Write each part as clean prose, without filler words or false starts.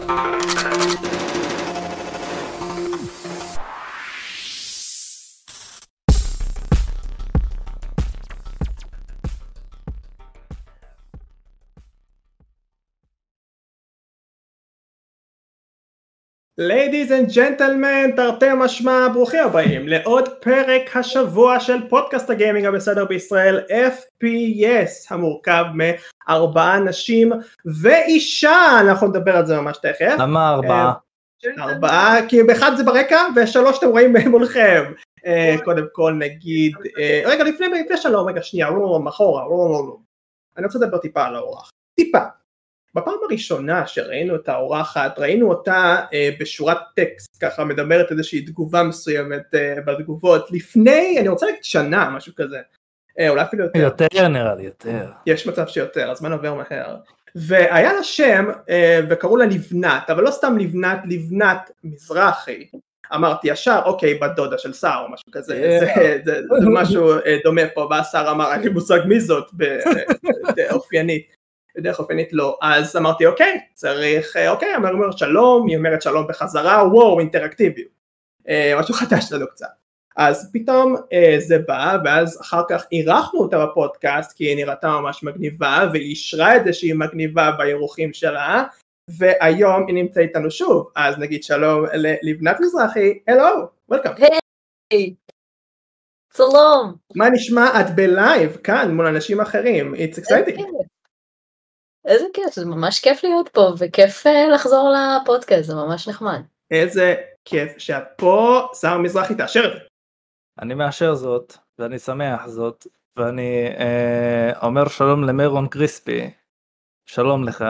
Ladies and gentlemen, תרתי משמע, ברוכים הבאים לעוד פרק השבוע של פודקאסט הגיימינג הבסדר בישראל, FPS, המורכב מארבעה נשים ואישה. אנחנו נדבר על זה ממש תכף. למה ארבעה? ארבעה, כי באחד זה ברקע ושלוש אתם רואים מולכם. קודם כל נגיד, רגע לפני שלום, רגע שנייה, אחורה, אני רוצה לדבר טיפה על האורח, טיפה. בפעם הראשונה שראינו את האורחת, ראינו אותה בשורת טקסט, ככה מדברת איזושהי תגובה מסוימת בתגובות, לפני, אני רוצה להגיד שנה, משהו כזה, אולי אפילו יותר. יותר נראה לי, יותר. יש מצב שיותר, הזמן עובר מהר. והיה לה שם, וקראו לה לבנת, אבל לא סתם לבנת, לבנת מזרחי. אמרתי ישר, אוקיי, בת דודה של שר, או משהו כזה, זה משהו דומה פה, בא שר אמר, אין לי מושג מי זאת, באופיינית. בדרך אופנית לא, אז אמרתי אוקיי, צריך, אוקיי, אומרת שלום, היא אומרת שלום בחזרה, וואו, אינטראקטיבי, משהו חדש לנו קצת, אז פתאום זה בא, ואז אחר כך אירחנו אותה בפודקאסט, כי היא נראתה ממש מגניבה, והיא אישרה את זה שהיא מגניבה באירוחים שלה, והיום היא נמצא איתנו שוב, אז נגיד שלום לבנת מזרחי, הלו, וולקאם. היי, שלום. מה נשמע? את בלייב כאן מול אנשים אחרים, it's exciting. איזה כיף, זה ממש כיף להיות פה, וכיף לחזור לפודקאסט, זה ממש נחמד. איזה כיף שאת פה, שר מזרחי, תאשר את זה. אני מאשר זאת, ואני שמח זאת, ואני אומר שלום למרון קריספי, שלום לך,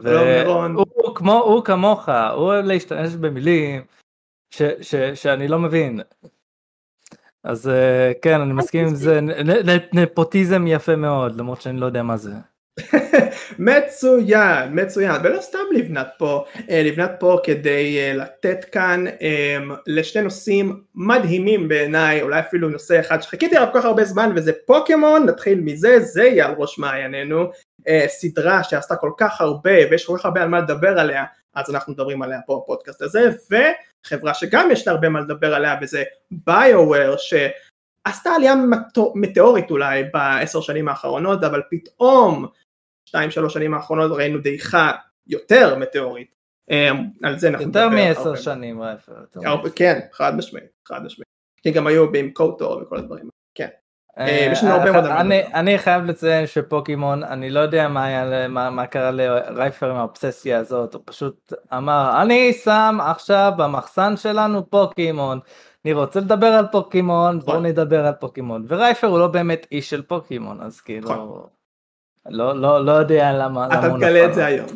הוא כמוך, הוא אוהב להשתמש במילים שאני לא מבין, אז כן, אני מסכים עם זה, נפוטיזם יפה מאוד, למרות שאני לא יודע מה זה. מצוין, ולא סתם לבנת פה כדי לתת כאן לשני נושאים מדהימים בעיניי, אולי אפילו נושא אחד שחיכיתי עליו כל כך הרבה זמן, וזה פוקימון. נתחיל מזה, זה יהיה על ראש מעיינינו, סדרה שעשתה כל כך הרבה ויש כל כך הרבה על מה לדבר עליה, אז אנחנו מדברים עליה פה בפודקאסט הזה, וחברה שגם יש לה הרבה מה לדבר עליה, וזה ביואוור, שעשתה עלייה מטאורית אולי ב10 שנים האחרונות, אבל פתאום 2-3 שנים האחרונות ראינו דעיכה יותר מטאורית, על זה אנחנו יותר מ10 שנים, כן, חד משמעית, כי גם היו עם קוטור וכל הדברים, כן. אני חייב לציין שפוקימון, אני לא יודע מה קרה לרייפר עם האובססיה הזאת, הוא פשוט אמר, אני שם עכשיו במחסן שלנו פוקימון, אני רוצה לדבר על פוקימון, בואו נדבר על פוקימון, ורייפר הוא לא באמת איש של פוקימון, אז כאילו, לא יודע למה. אתה תגלה את זה היום.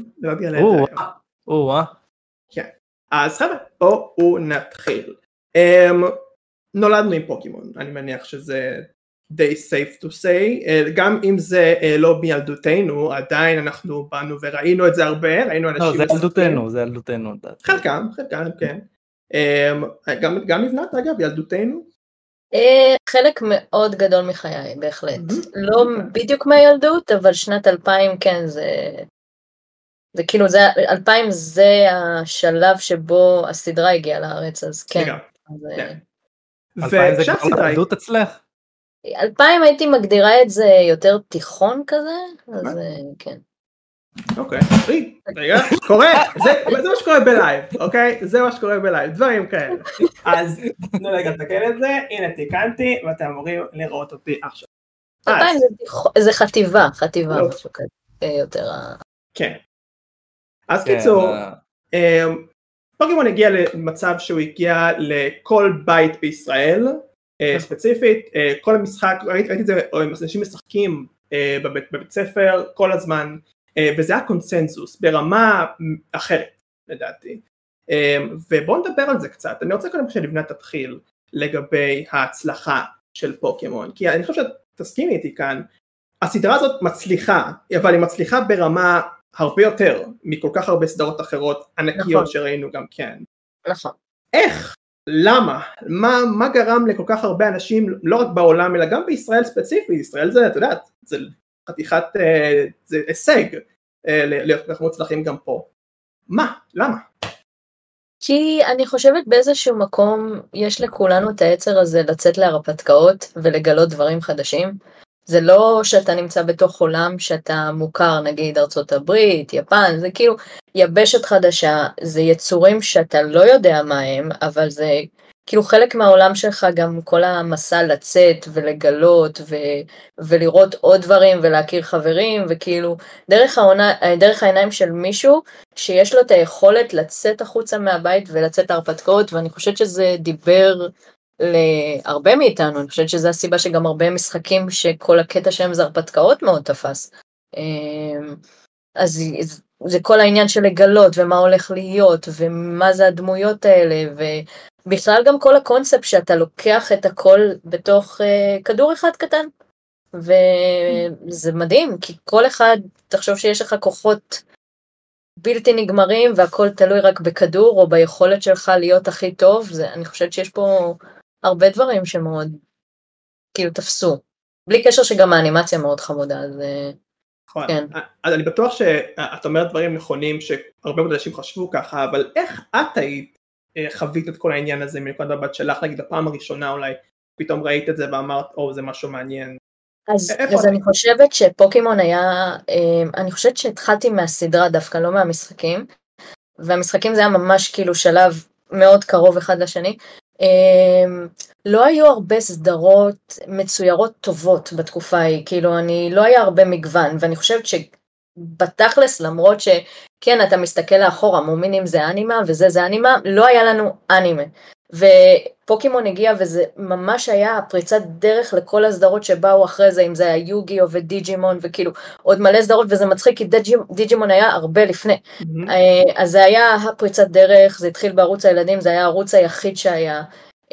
כן, אז חבר'ה, בואו נתחיל. נולדנו עם פוקימון, אני מניח שזה די safe to say, גם אם זה לא בילדותנו, עדיין אנחנו באנו וראינו את זה הרבה, ראינו אנשים... לא, זה ילדותנו. חלקם, כן. גם לבנת, אגב, ילדותנו? חלק מאוד גדול מחיי, בהחלט. לא בדיוק מהילדות, אבל שנת 2000, כן, זה כאילו, 2000 זה השלב שבו הסדרה הגיעה לארץ, אז כן. 2000 זה כבר ילדות אצלך? 2000 הייתי מגדירה את זה יותר תיכון כזה, אז כן. אוקיי, רגע, קורה, זה מה שקורה בלייב, אוקיי? זה מה שקורה בלייב, דברים כאלה. אז תנו רגע לתקן את זה, הנה תיקנתי, ואתם אמורים לראות אותי עכשיו. 2000 זה חטיבה, משהו כזה, יותר... כן. אז קיצור, פוקימון הגיע למצב שהוא הגיע לכל בית בישראל, ספציפית, כל המשחק, ראיתי את זה, אנשים משחקים בבית ספר כל הזמן, וזה היה קונסנזוס ברמה אחרת לדעתי, ובואו נדבר על זה קצת. אני רוצה קודם שלבנת תתחיל לגבי ההצלחה של פוקימון, כי אני חושב שאת תסכימי איתי כאן, הסדרה הזאת מצליחה, אבל היא מצליחה ברמה הרבה יותר מכל כך הרבה סדרות אחרות ענקיות שראינו גם כן. נכון. איך? למה? מה גרם לכל כך הרבה אנשים, לא רק בעולם, אלא גם בישראל ספציפית? ישראל זה, אתה יודעת, זה חתיכת, זה הישג, להיות כל כך מוצלחים גם פה. מה? למה? כי אני חושבת באיזשהו מקום יש לכולנו את היצר הזה לצאת להרפתקאות ולגלות דברים חדשים. זה לא שאתה נמצא בתוך עולם שאתה מוכר, נגיד ארצות הברית, יפן, זה כאילו יבשת חדשה, זה יצורים שאתה לא יודע מה הם, אבל זה כאילו חלק מהעולם שלך גם כל המסע לצאת ולגלות ולראות עוד דברים ולהכיר חברים, וכאילו דרך העיניים של מישהו שיש לו את היכולת לצאת החוצה מהבית ולצאת להרפתקאות, ואני חושבת שזה דיבר להרבה מאיתנו, אני חושבת שזו הסיבה שגם הרבה משחקים שכל הקטע שלהם זה הרפתקאות מאוד תפס. אז זה כל העניין של לגלות ומה הולך להיות ומה זה הדמויות האלה, ובכלל גם כל הקונספט שאתה לוקח את הכל בתוך כדור אחד קטן, וזה מדהים, כי כל אחד, תחשוב שיש לך כוחות בלתי נגמרים והכל תלוי רק בכדור או ביכולת שלך להיות הכי טוב. אני חושבת שיש פה הרבה דברים שמאוד כאילו תפסו, בלי קשר שגם האנימציה מאוד חמודה, אז נכון. כן. אז אני בטוח שאת אומרת דברים נכונים שהרבה מאוד אנשים חשבו ככה, אבל איך את היית חווית את כל העניין הזה מנקודת המבט שלך, נגיד בפעם הראשונה אולי פתאום ראית את זה ואמרת זה משהו מעניין? אז אני חושבת שפוקימון היה, אני חושבת שהתחלתי מהסדרה דווקא, לא מהמשחקים, והמשחקים זה היה ממש כאילו שלב מאוד קרוב אחד לשני. לא היו הרבה סדרות מצוירות טובות בתקופה ההיא, כאילו לא היה הרבה מגוון, ואני חושבת שבתכלס, למרות שכן אתה מסתכל לאחורה, מומינים זה אנימה וזה אנימה, לא היה לנו אנימה. ופוקימון הגיע וזה ממש היה פריצת דרך לכל הסדרות שבאו אחרי זה, אם זה היה יוגי או ודיג'ימון וכאילו עוד מלא סדרות, וזה מצחיק כי דיג'ימון היה הרבה לפני. אז זה היה הפריצת דרך, זה התחיל בערוץ הילדים, זה היה הערוץ היחיד שהיה,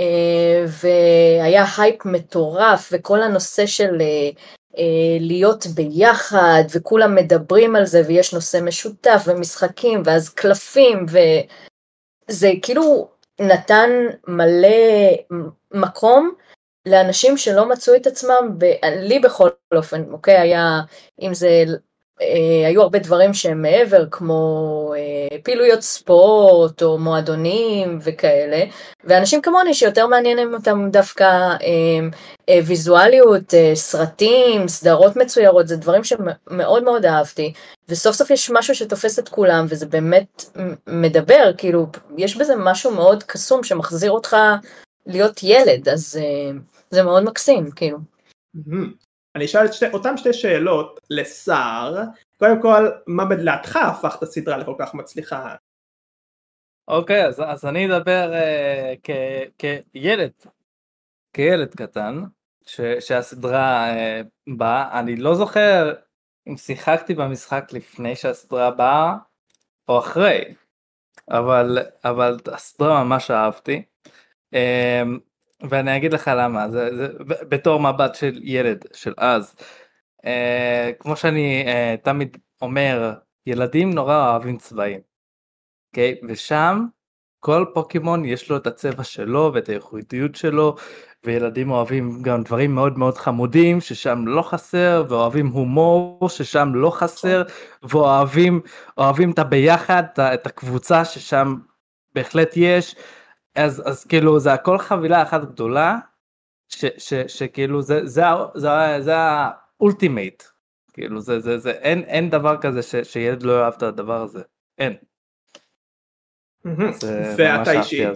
והיה הייפ מטורף, וכל הנושא של להיות ביחד וכולם מדברים על זה ויש נושא משותף ומשחקים ואז קלפים, וזה כאילו נתן מלא מקום לאנשים שלא מצאו את עצמם, לי בכל אופן, אוקיי, היה, אם זה, היו הרבה דברים שהם מעבר, כמו פעילויות ספורט או מועדונים וכאלה, ואנשים כמוני שיותר מעניינים אותם דווקא ויזואליות, סרטים, סדרות מצוירות, זה דברים שמאוד מאוד אהבתי, וסוף סוף יש משהו שתופס את כולם, וזה באמת מדבר, כאילו, יש בזה משהו מאוד קסום שמחזיר אותך להיות ילד, אז זה מאוד מקסים, כאילו. אני אשאל אותם שתי שאלות לשר. קודם כל, מה בדעתך הפך את הסדרה לכל כך מצליחה? אוקיי, אז אני אדבר כילד קטן, שהסדרה באה. אני לא זוכר אם שיחקתי במשחק לפני שהסדרה באה או אחרי, אבל הסדרה ממש אהבתי, ואני אגיד לך למה. זה בתור מבט של ילד של אז, כמו שאני תמיד אומר, ילדים נורא אוהבים צבעים, אוקיי? ושם כל פוקימון יש לו את הצבע שלו ואת הייחודיות שלו, וילדים אוהבים גם דברים מאוד מאוד חמודים ששם לא חסר, ואוהבים הומור ששם לא חסר, ואוהבים את הביחד, את הקבוצה ששם בהחלט יש. אז כאילו זה הכל חבילה אחת גדולה, שכאילו זה האולטימייט, כאילו זה אין דבר כזה שילד לא אוהב את הדבר הזה, אין. ואתה אישית?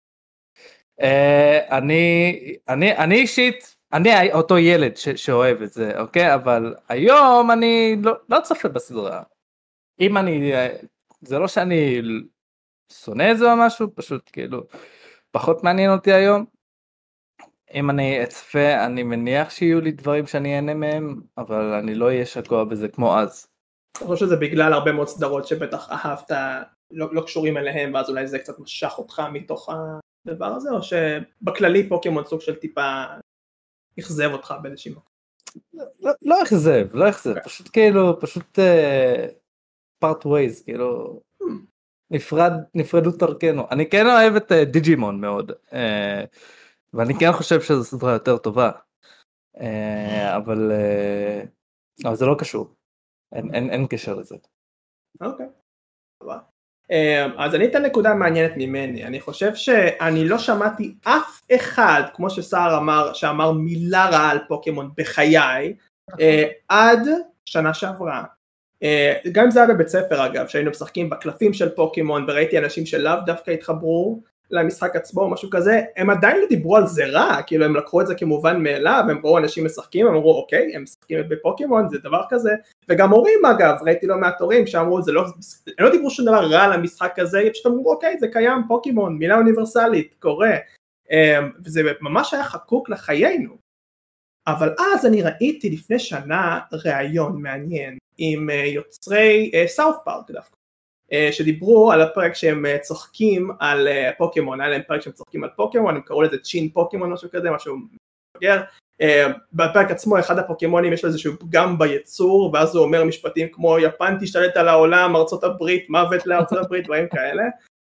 אני אישית, אני אותו ילד שאוהב את זה, אוקיי? אבל היום אני לא צופה בסדרה. אם זה לא שאני שונא את זה או משהו, פשוט כאילו פחות מעניין אותי היום. אם אני אצפה, אני מניח שיהיו לי דברים שאני אהנה מהם, אבל אני לא אהיה שקוע בזה כמו אז. אני חושב שזה בגלל הרבה מאוד סדרות שבטח אהבת, לא קשורים אליהם, ואז אולי זה קצת משך אותך מתוך הדבר הזה, או שבכללי פוקימון סוג של טיפה יחזב אותך באיזושהי מקום? לא יחזב, פשוט כאילו, part ways, כאילו, נפרדו תרכנו. אני כן אוהב את דיג'ימון מאוד, ואני כן חושב שזו סדרה יותר טובה, אבל זה לא קשור, אין קשר לזה. אוקיי, אז אני אתן נקודה מעניינת ממני, אני חושב שאני לא שמעתי אף אחד, כמו שסער אמר, שאמר מילה רעה על פוקימון בחיי, עד שנה שעברה. גם זה היה בבית ספר אגב, שהיינו משחקים בקלפים של פוקימון, וראיתי אנשים שלאו דווקא התחברו למשחק עצמו או משהו כזה, הם עדיין לא דיברו על זה רע, כאילו הם לקחו את זה כמובן מאליו, הם ראו אנשים משחקים, הם אמרו אוקיי, הם משחקים בפוקימון, זה דבר כזה, וגם הורים אגב, ראיתי לא מעט הורים שאמרו, הם לא דיברו שום דבר רע על המשחק הזה, פשוט אמרו אוקיי, זה קיים, פוקימון, מילה אוניברסלית, קורה, וזה ממש היה חקוק לחיינו, אבל אז אני ראיתי לפני שנה ראיון מעניין, עם יוצרי סאוף פארק דווקא, שדיברו על הפרק שהם צוחקים על פוקימון, היה להם פרק שהם צוחקים על פוקימון, הם קראו לזה צ'ין פוקימון משהו כזה, משהו מפגר, בפרק עצמו אחד הפוקימונים יש לו איזשהו פגם ביצור, ואז הוא אומר משפטים כמו יפן תשתלט על העולם, ארצות הברית, מוות לארצות הברית, דברים כאלה,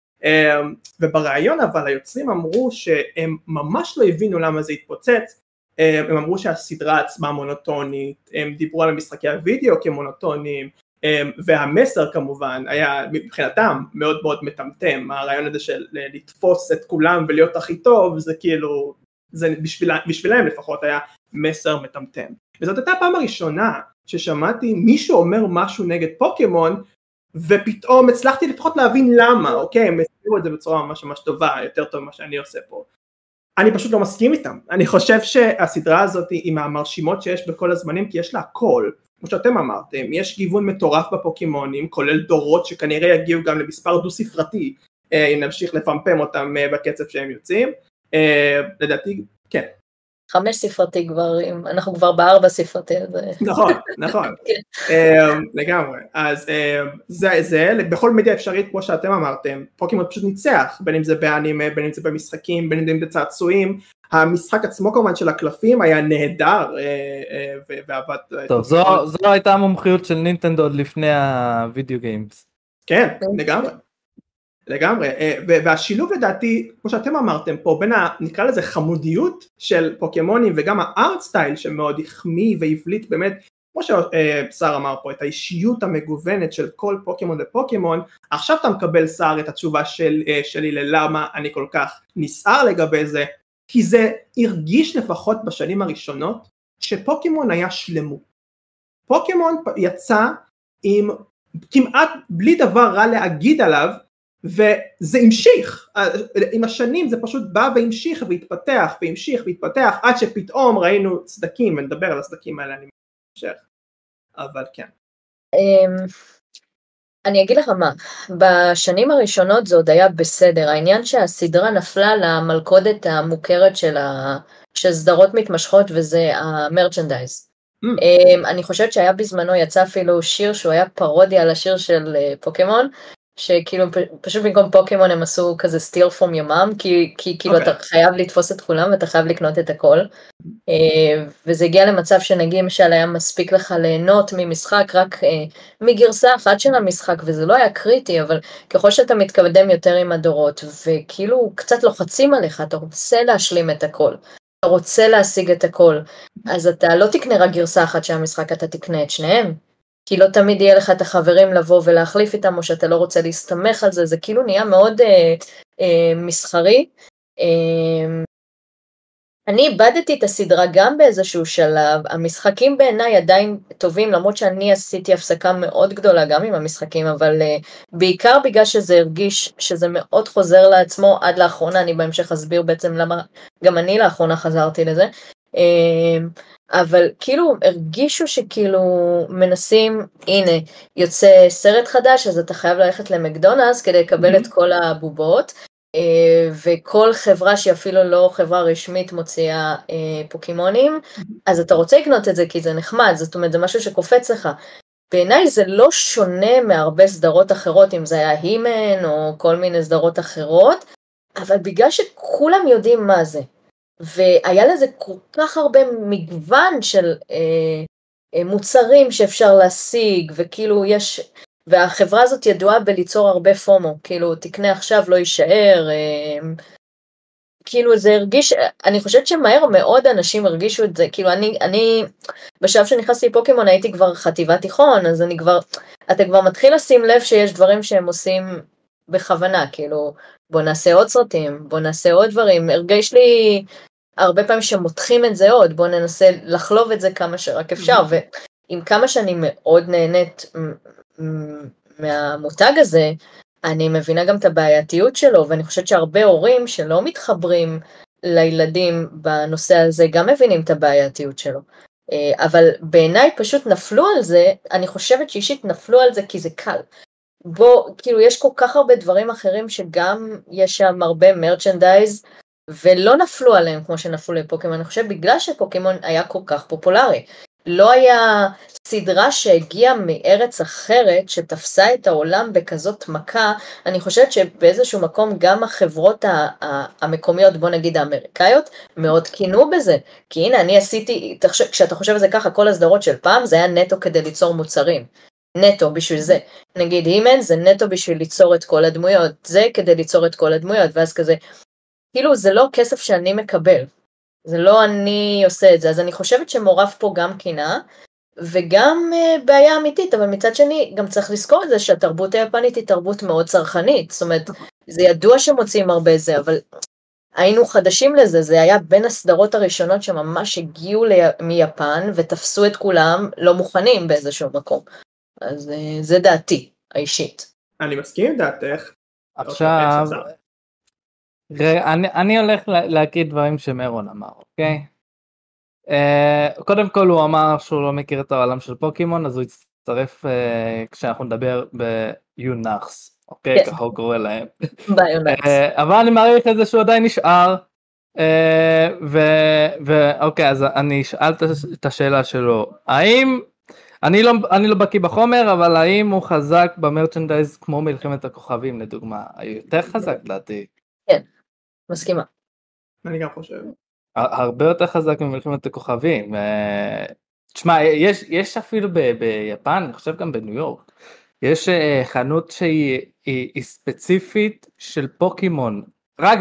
וברעיון אבל היוצרים אמרו שהם ממש לא הבינו למה זה התפוצץ, הם אמרו שהסדרה עצמה מונוטונית, הם דיברו על משחקי הוידאו כמונוטונים, והמסר כמובן היה מבחינתם מאוד מאוד מטמטם, הרעיון הזה של לתפוס את כולם ולהיות הכי טוב, זה כאילו, זה בשבילהם לפחות היה מסר מטמטם. וזאת הייתה הפעם הראשונה ששמעתי מישהו אומר משהו נגד פוקימון, ופתאום הצלחתי לפחות להבין למה, אוקיי, הם הסבירו את זה בצורה ממש ממש טובה, יותר טוב ממה שאני עושה פה. אני פשוט לא מסכים איתם, אני חושב שהסדרה הזאת היא מהמרשימות שיש בכל הזמנים, כי יש לה הכל, כמו שאתם אמרתם, יש גיוון מטורף בפוקימונים, כולל דורות שכנראה יגיעו גם למספר דו ספרתי, אם נמשיך לפמפם אותם בקצב שהם יוצאים, לדעתי, כן. 5 ספרתי כבר, אנחנו כבר ב4 ספרתי. נכון, נכון, לגמרי, אז זה בכל מדיה אפשרית כמו שאתם אמרתם, פוקימון פשוט ניצח, בין אם זה באנימה, בין אם זה במשחקים, בין אם זה בצעצועים, המשחק עצמו כמובן של הקלפים היה נהדר, ועבד... טוב, זו הייתה המומחיות של נינטנדו עוד לפני הווידאו גיימס. כן, לגמרי. לגמרי, והשילוב לדעתי, כמו שאתם אמרתם פה, בין נקרא לזה חמודיות של פוקימונים, וגם הארט סטייל שמאוד החמיא והבליט באמת, כמו שסער אמר פה, את האישיות המגוונת של כל פוקימון ופוקימון, עכשיו אתה מקבל סער את התשובה שלי ללמה אני כל כך נסער לגבי זה, כי זה הרגיש לפחות בשנים הראשונות, שפוקימון היה שלמות. פוקימון יצא עם כמעט בלי דבר רע להגיד עליו, וזה המשיך, עם השנים זה פשוט בא והמשיך והתפתח והמשיך והתפתח, עד שפתאום ראינו צדקים, ונדבר על הצדקים האלה אני חושב, אבל כן. אני אגיד לך מה, בשנים הראשונות זה עוד היה בסדר, העניין שהסדרה נפלה למלכודת המוכרת של סדרות מתמשכות, וזה המרצ'נדייז. אני חושבת שהיה בזמנו, יצא אפילו שיר שהוא היה פרודיה על השיר של פוקימון, שכאילו פשוט במקום פוקימון הם עשו כזה steal from your mom, כי כאילו אתה חייב לתפוס את כולם ואתה חייב לקנות את הכל, וזה הגיע למצב שנגיד משל היה מספיק לך ליהנות ממשחק רק מגרסה אחת של המשחק, וזה לא היה קריטי, אבל ככל שאתה מתקדם יותר עם הדורות, וכאילו קצת לוחצים עליך, אתה רוצה להשלים את הכל, אתה רוצה להשיג את הכל, אז אתה לא תקנה רק גרסה אחת של המשחק, אתה תקנה את שניהם, כי לא תמיד יהיה לך את החברים לבוא ולהחליף איתם, או שאתה לא רוצה להסתמך על זה, זה כאילו נהיה מאוד מסחרי. אני איבדתי את הסדרה גם באיזשהו שלב, המשחקים בעיניי עדיין טובים, למרות שאני עשיתי הפסקה מאוד גדולה גם עם המשחקים, אבל בעיקר בגלל שזה הרגיש שזה מאוד חוזר לעצמו, עד לאחרונה, אני בהמשך אסביר בעצם למה גם אני לאחרונה חזרתי לזה, אבל כאילו הרגישו שכאילו מנסים, הנה יוצא סרט חדש, אז אתה חייב ללכת למקדונלדס כדי לקבל את כל הבובות, וכל חברה שהיא אפילו לא חברה רשמית מוציאה פוקימונים, אז אתה רוצה לקנות את זה כי זה נחמד, זאת אומרת זה משהו שקופץ לך. בעיניי זה לא שונה מהרבה סדרות אחרות, אם זה היה הימן או כל מיני סדרות אחרות, אבל בגלל שכולם יודעים מה זה, והיה לזה כל כך הרבה מגוון של מוצרים שאפשר להשיג, וכאילו יש, והחברה הזאת ידועה בליצור הרבה פומו, כאילו תקנה עכשיו לא יישאר, כאילו זה הרגיש, אני חושבת שמהר מאוד אנשים הרגישו את זה, כאילו אני בשלב שנכנסתי לפוקימון הייתי כבר חטיבה תיכון, אז אתה כבר מתחיל לשים לב שיש דברים שהם עושים בכוונה, כאילו, בוא נעשה עוד סרטים, בוא נעשה עוד דברים, הרגיש לי הרבה פעמים שמותחים את זה עוד, בוא ננסה לחלוב את זה כמה שרק אפשר, ועם כמה שאני מאוד נהנית מהמותג הזה, אני מבינה גם את הבעייתיות שלו, ואני חושבת שהרבה הורים שלא מתחברים לילדים בנושא הזה, גם מבינים את הבעייתיות שלו. אבל בעיניי פשוט נפלו על זה, אני חושבת שאישית נפלו על זה כי זה קל. בו, כאילו יש כל כך הרבה דברים אחרים שגם יש שם הרבה מרצ'נדייז, ולא נפלו עליהם כמו שנפלו לפוקימון. אני חושב בגלל שפוקימון היה כל כך פופולרי. לא היה סדרה שהגיעה מארץ אחרת שתפסה את העולם בכזאת מכה. אני חושבת שבאיזשהו מקום גם החברות המקומיות, בוא נגיד האמריקאיות, מאוד קינו בזה. כי הנה אני עשיתי, כשאתה חושב על זה ככה, כל הסדרות של פעם זה היה נטו כדי ליצור מוצרים. נטו בשביל זה. נגיד הימן זה נטו בשביל ליצור את כל הדמויות. זה כדי ליצור את כל הדמויות. ואז כזה, כאילו זה לא כסף שאני מקבל. זה לא אני עושה את זה, אז אני חושבת שמורף פה גם קינה, וגם בעיה אמיתית, אבל מצד שני גם צריך לזכור את זה שהתרבות היפנית היא תרבות מאוד צרכנית, זאת אומרת, זה ידוע שמוצאים הרבה זה, אבל היינו חדשים לזה, זה היה בין הסדרות הראשונות שממש הגיעו מיפן, ותפסו את כולם לא מוכנים באיזשהו מקום, אז זה דעתי האישית. אני מסכים עם דעתך. עכשיו, אני הולך להגיד דברים שמרון אמר, אוקיי? קודם כל הוא אמר שהוא לא מכיר את העולם של פוקימון, אז הוא יצטרף כשאנחנו נדבר ביונאחס, אוקיי? ככה הוא קורא להם. ביונאחס. אבל אני מעריך את זה שהוא עדיין נשאר, ואוקיי, אז אני אשאל את השאלה שלו, האם, אני לא בקיא בחומר, אבל האם הוא חזק במרצ'נדייז כמו מלחמת הכוכבים, לדוגמה? יותר חזק לדעתי. כן, מסכימה. אני גם חושב. הרבה יותר חזק ממלחמת הכוכבים. תשמע, יש אפילו ביפן, אני חושב גם בניו יורק, יש חנות שהיא ספציפית של פוקימון, רק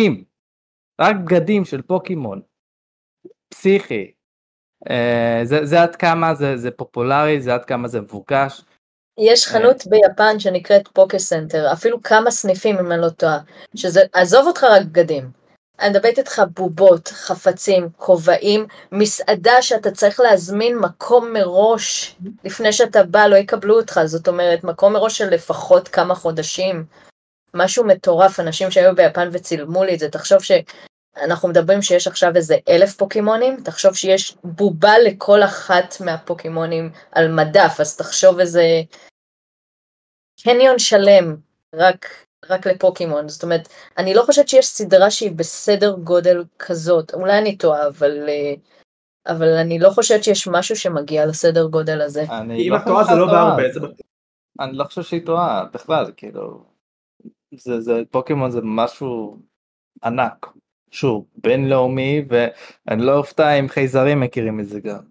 בגדים של פוקימון, פסיכי. זה עד כמה זה פופולרי, זה עד כמה זה מבוקש. יש חנות ביפן שנקראת פוקה סנטר, אפילו כמה סניפים אם אני לא טועה, שזה, עזוב אותך רק בגדים, אני מדברת איתך בובות, חפצים, כובעים, מסעדה שאתה צריך להזמין מקום מראש, לפני שאתה בא לא יקבלו אותך, זאת אומרת מקום מראש של לפחות כמה חודשים, משהו מטורף, אנשים שהיו ביפן וצילמו לי את זה, תחשוב שאנחנו מדברים שיש עכשיו איזה 1,000 פוקימונים, תחשוב שיש בובה לכל אחת מהפוקימונים על מדף, אז תחשוב איזה קניון שלם, רק לפוקימון, זאת אומרת, אני לא חושבת שיש סדרה שהיא בסדר גודל כזאת, אולי אני טועה, אבל אני לא חושבת שיש משהו שמגיע לסדר גודל הזה. אם את טועה זה לא בהרבה, אני לא חושב שהיא טועה, בכלל, כאילו, פוקימון זה משהו ענק, שוב, בינלאומי, ואני לא אופתע אם חייזרים מכירים את זה גם.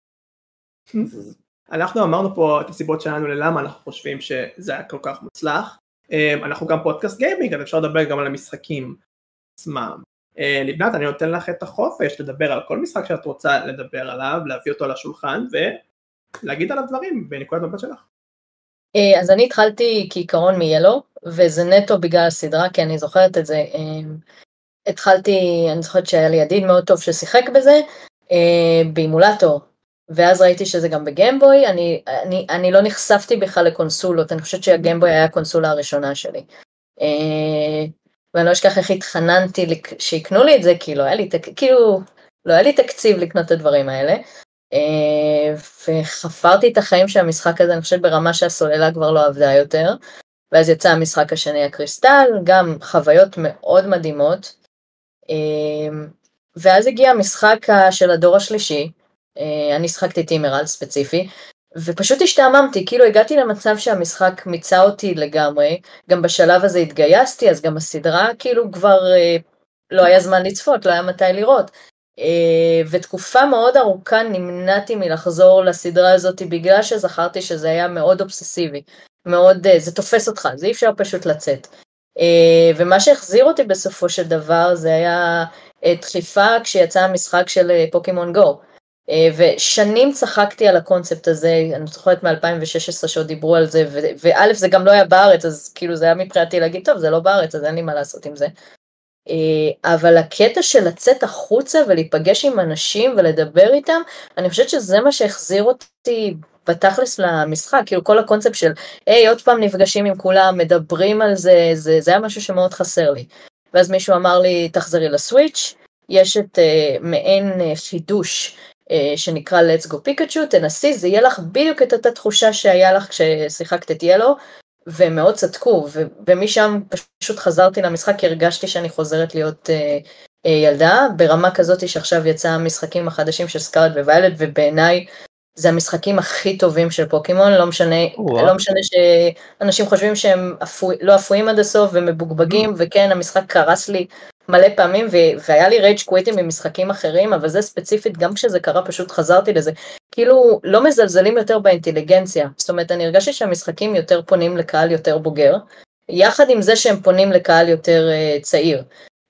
אנחנו אמרנו פה את הסיבות שלנו ללמה אנחנו חושבים שזה היה כל כך מוצלח, אנחנו גם פודקאסט גיימינג, אז אפשר לדבר גם על המשחקים עצמם. לבנת, אני נותן לך את החופש לדבר על כל משחק שאת רוצה לדבר עליו, להביא אותו לשולחן ולהגיד עליו דברים בנקודת מבט שלך. אז אני התחלתי כעיקרון מיילו, וזה נטו בגלל הסדרה, כי אני זוכרת את זה. אני זוכרת שהיה לי ידיד מאוד טוב ששיחק בזה, באימולטור, ואז ראיתי שזה גם בגיימבוי, אני לא נחשפתי בכלל לקונסולות, אני חושבת שהגיימבוי היה הקונסולה הראשונה שלי. ואני לא אשכח איך התחננתי שיקנו לי את זה, כי לא היה לי תקציב לקנות את הדברים האלה, וחפרתי את החיים של המשחק הזה, אני חושבת ברמה שהסוללה כבר לא עבדה יותר, ואז יצא המשחק השני הקריסטל, גם חוויות מאוד מדהימות, ואז הגיע המשחק של הדור השלישי, אני שחקתי את אימרלד ספציפי, ופשוט השתעממתי, כאילו הגעתי למצב שהמשחק מיצה אותי לגמרי, גם בשלב הזה התגייסתי, אז גם הסדרה כאילו כבר לא היה זמן לצפות, לא היה מתי לראות, ותקופה מאוד ארוכה נמנעתי מלחזור לסדרה הזאת, בגלל שזכרתי שזה היה מאוד אובססיבי, מאוד, זה תופס אותך, זה אי אפשר פשוט לצאת, ומה שהחזיר אותי בסופו של דבר, זה היה דחיפה כשיצא המשחק של פוקימון גו, ושנים צחקתי על הקונספט הזה, אני זוכרת מ-2016 שעוד דיברו על זה, וא' זה גם לא היה בארץ, אז כאילו זה היה מבחינתי להגיד, טוב, זה לא בארץ, אז אין לי מה לעשות עם זה. אבל הקטע של לצאת החוצה ולהיפגש עם אנשים ולדבר איתם, אני חושבת שזה מה שהחזיר אותי בתכלס למשחק, כאילו כל הקונספט של, עוד פעם נפגשים עם כולם, מדברים על זה, זה היה משהו שמאוד חסר לי. ואז מישהו אמר לי, תחזרי לסוויץ', יש את מעין חידוש, שנקרא Let's Go Pikachu, תנסי, זה יהיה לך בדיוק את אותה תחושה שהיה לך כששיחקת את ילו, ומאוד צדקו, ומשם פשוט חזרתי למשחק, כי הרגשתי שאני חוזרת להיות ילדה, ברמה כזאת שעכשיו יצא המשחקים החדשים של סקארלט וויילט, ובעיניי זה המשחקים הכי טובים של פוקימון, לא משנה שאנשים חושבים שהם לא אפויים עד הסוף ומבוגבגים, וכן, המשחק קרס לי מלא פעמים, והיה לי רייג' קוויטים במשחקים אחרים, אבל זה ספציפית, גם כשזה קרה פשוט חזרתי לזה, כאילו לא מזלזלים יותר באינטליגנציה, זאת אומרת אני הרגשתי שהמשחקים יותר פונים לקהל יותר בוגר, יחד עם זה שהם פונים לקהל יותר צעיר.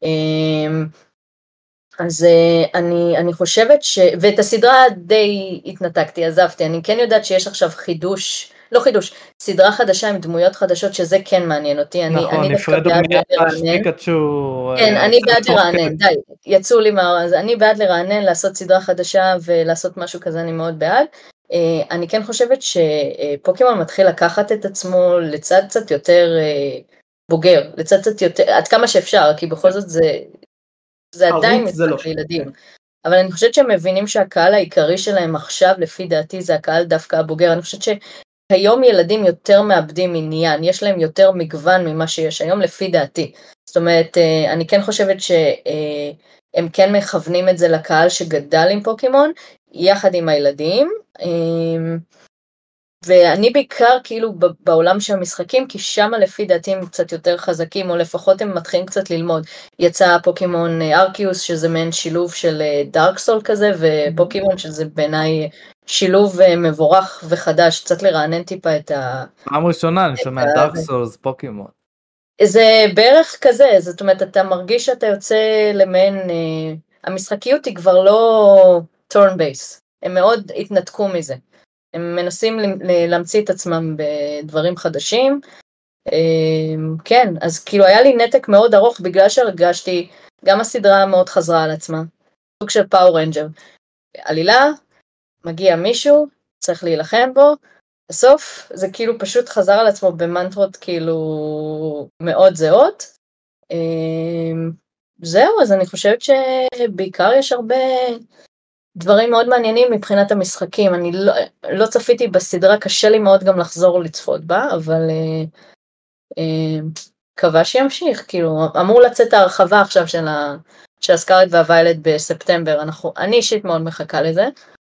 אז אני חושבת ואת הסדרה די התנתקתי, עזבתי, אני כן יודעת שיש עכשיו סדרה חדשה עם דמויות חדשות, שזה כן מעניין אותי, נכון, נפרדו פיקאצ'ו. כן, אני בעד לרענן, די, יצאו לי אז אני בעד לרענן, לעשות סדרה חדשה ולעשות משהו כזה, אני מאוד בעד. אני כן חושבת שפוקימון מתחיל לקחת את עצמו לצד קצת יותר בוגר, לצד קצת יותר, עד כמה שאפשר, כי בכל זאת זה עדיין משחק לילדים. אבל אני חושבת שהם מבינים שהקהל העיקרי שלהם עכשיו, לפי דעתי, זה הקהל דווקא הבוגר. אני חושבת שהיום ילדים יותר מאבדים עניין, יש להם יותר מגוון ממה שיש היום, לפי דעתי. זאת אומרת, אני כן חושבת שהם כן מכוונים את זה לקהל שגדל עם פוקימון, יחד עם הילדים. ואני בעיקר כאילו בעולם של המשחקים, כי שם לפי דעתי הם קצת יותר חזקים, או לפחות הם מתחילים קצת ללמוד. יצא פוקימון ארקיוס, שזה מעין שילוב של דארק סול כזה, ופוקימון שזה בעיניי שילוב מבורך וחדש, קצת לרענן טיפה את פעם ראשונה אני שומע דארק סולס פוקימון. זה בערך כזה, זאת אומרת, אתה מרגיש שאתה יוצא למעין, המשחקיות היא כבר לא turn base, הם מאוד התנתקו מזה. הם מנסים להמציא את עצמם בדברים חדשים. כן, אז כאילו היה לי נתק מאוד ארוך, בגלל שהרגשתי, גם הסדרה מאוד חזרה על עצמה. סוג של פאור רנג'ר. עלילה, מגיע מישהו, צריך להילחם בו, בסוף זה כאילו פשוט חזר על עצמו במנטרות כאילו מאוד זהות. זהו, אז אני חושבת שבעיקר יש הרבה דברים מאוד מעניינים מבחינת המשחקים. אני לא צפיתי בסדרה, קשה לי מאוד גם לחזור לצפות בה, אבל מקווה שימשיך, כאילו, אמור לצאת ההרחבה עכשיו של הסקארלט והוויילט בספטמבר, אני אישית מאוד מחכה לזה.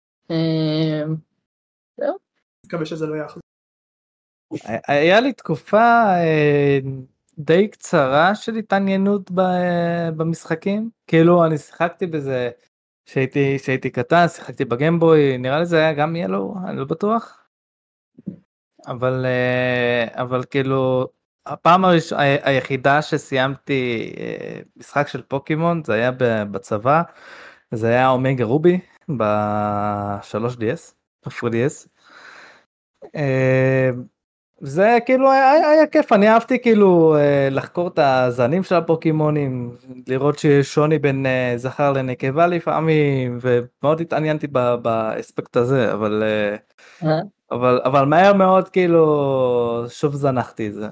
זהו. מקווה שזה לא יחזור. היה לי תקופה די קצרה של התעניינות במשחקים, כאילו אני שיחקתי בזה, שהייתי קטן, שיחקתי בגיימבוי, נראה לי זה היה גם ילו, אני לא בטוח. אבל כאילו, הפעם היחידה שסיימתי משחק של פוקימון, זה היה בצבא, זה היה אומגה רובי, ב-3DS, ב-3DS. זה כאילו היה כיף, אני אהבתי כאילו לחקור את הזנים של הפוקימונים, לראות שיש שוני בין זכר לנקבה לפעמים, ומאוד התעניינתי באספקט הזה, אבל מהר מאוד כאילו שוב זנחתי את זה.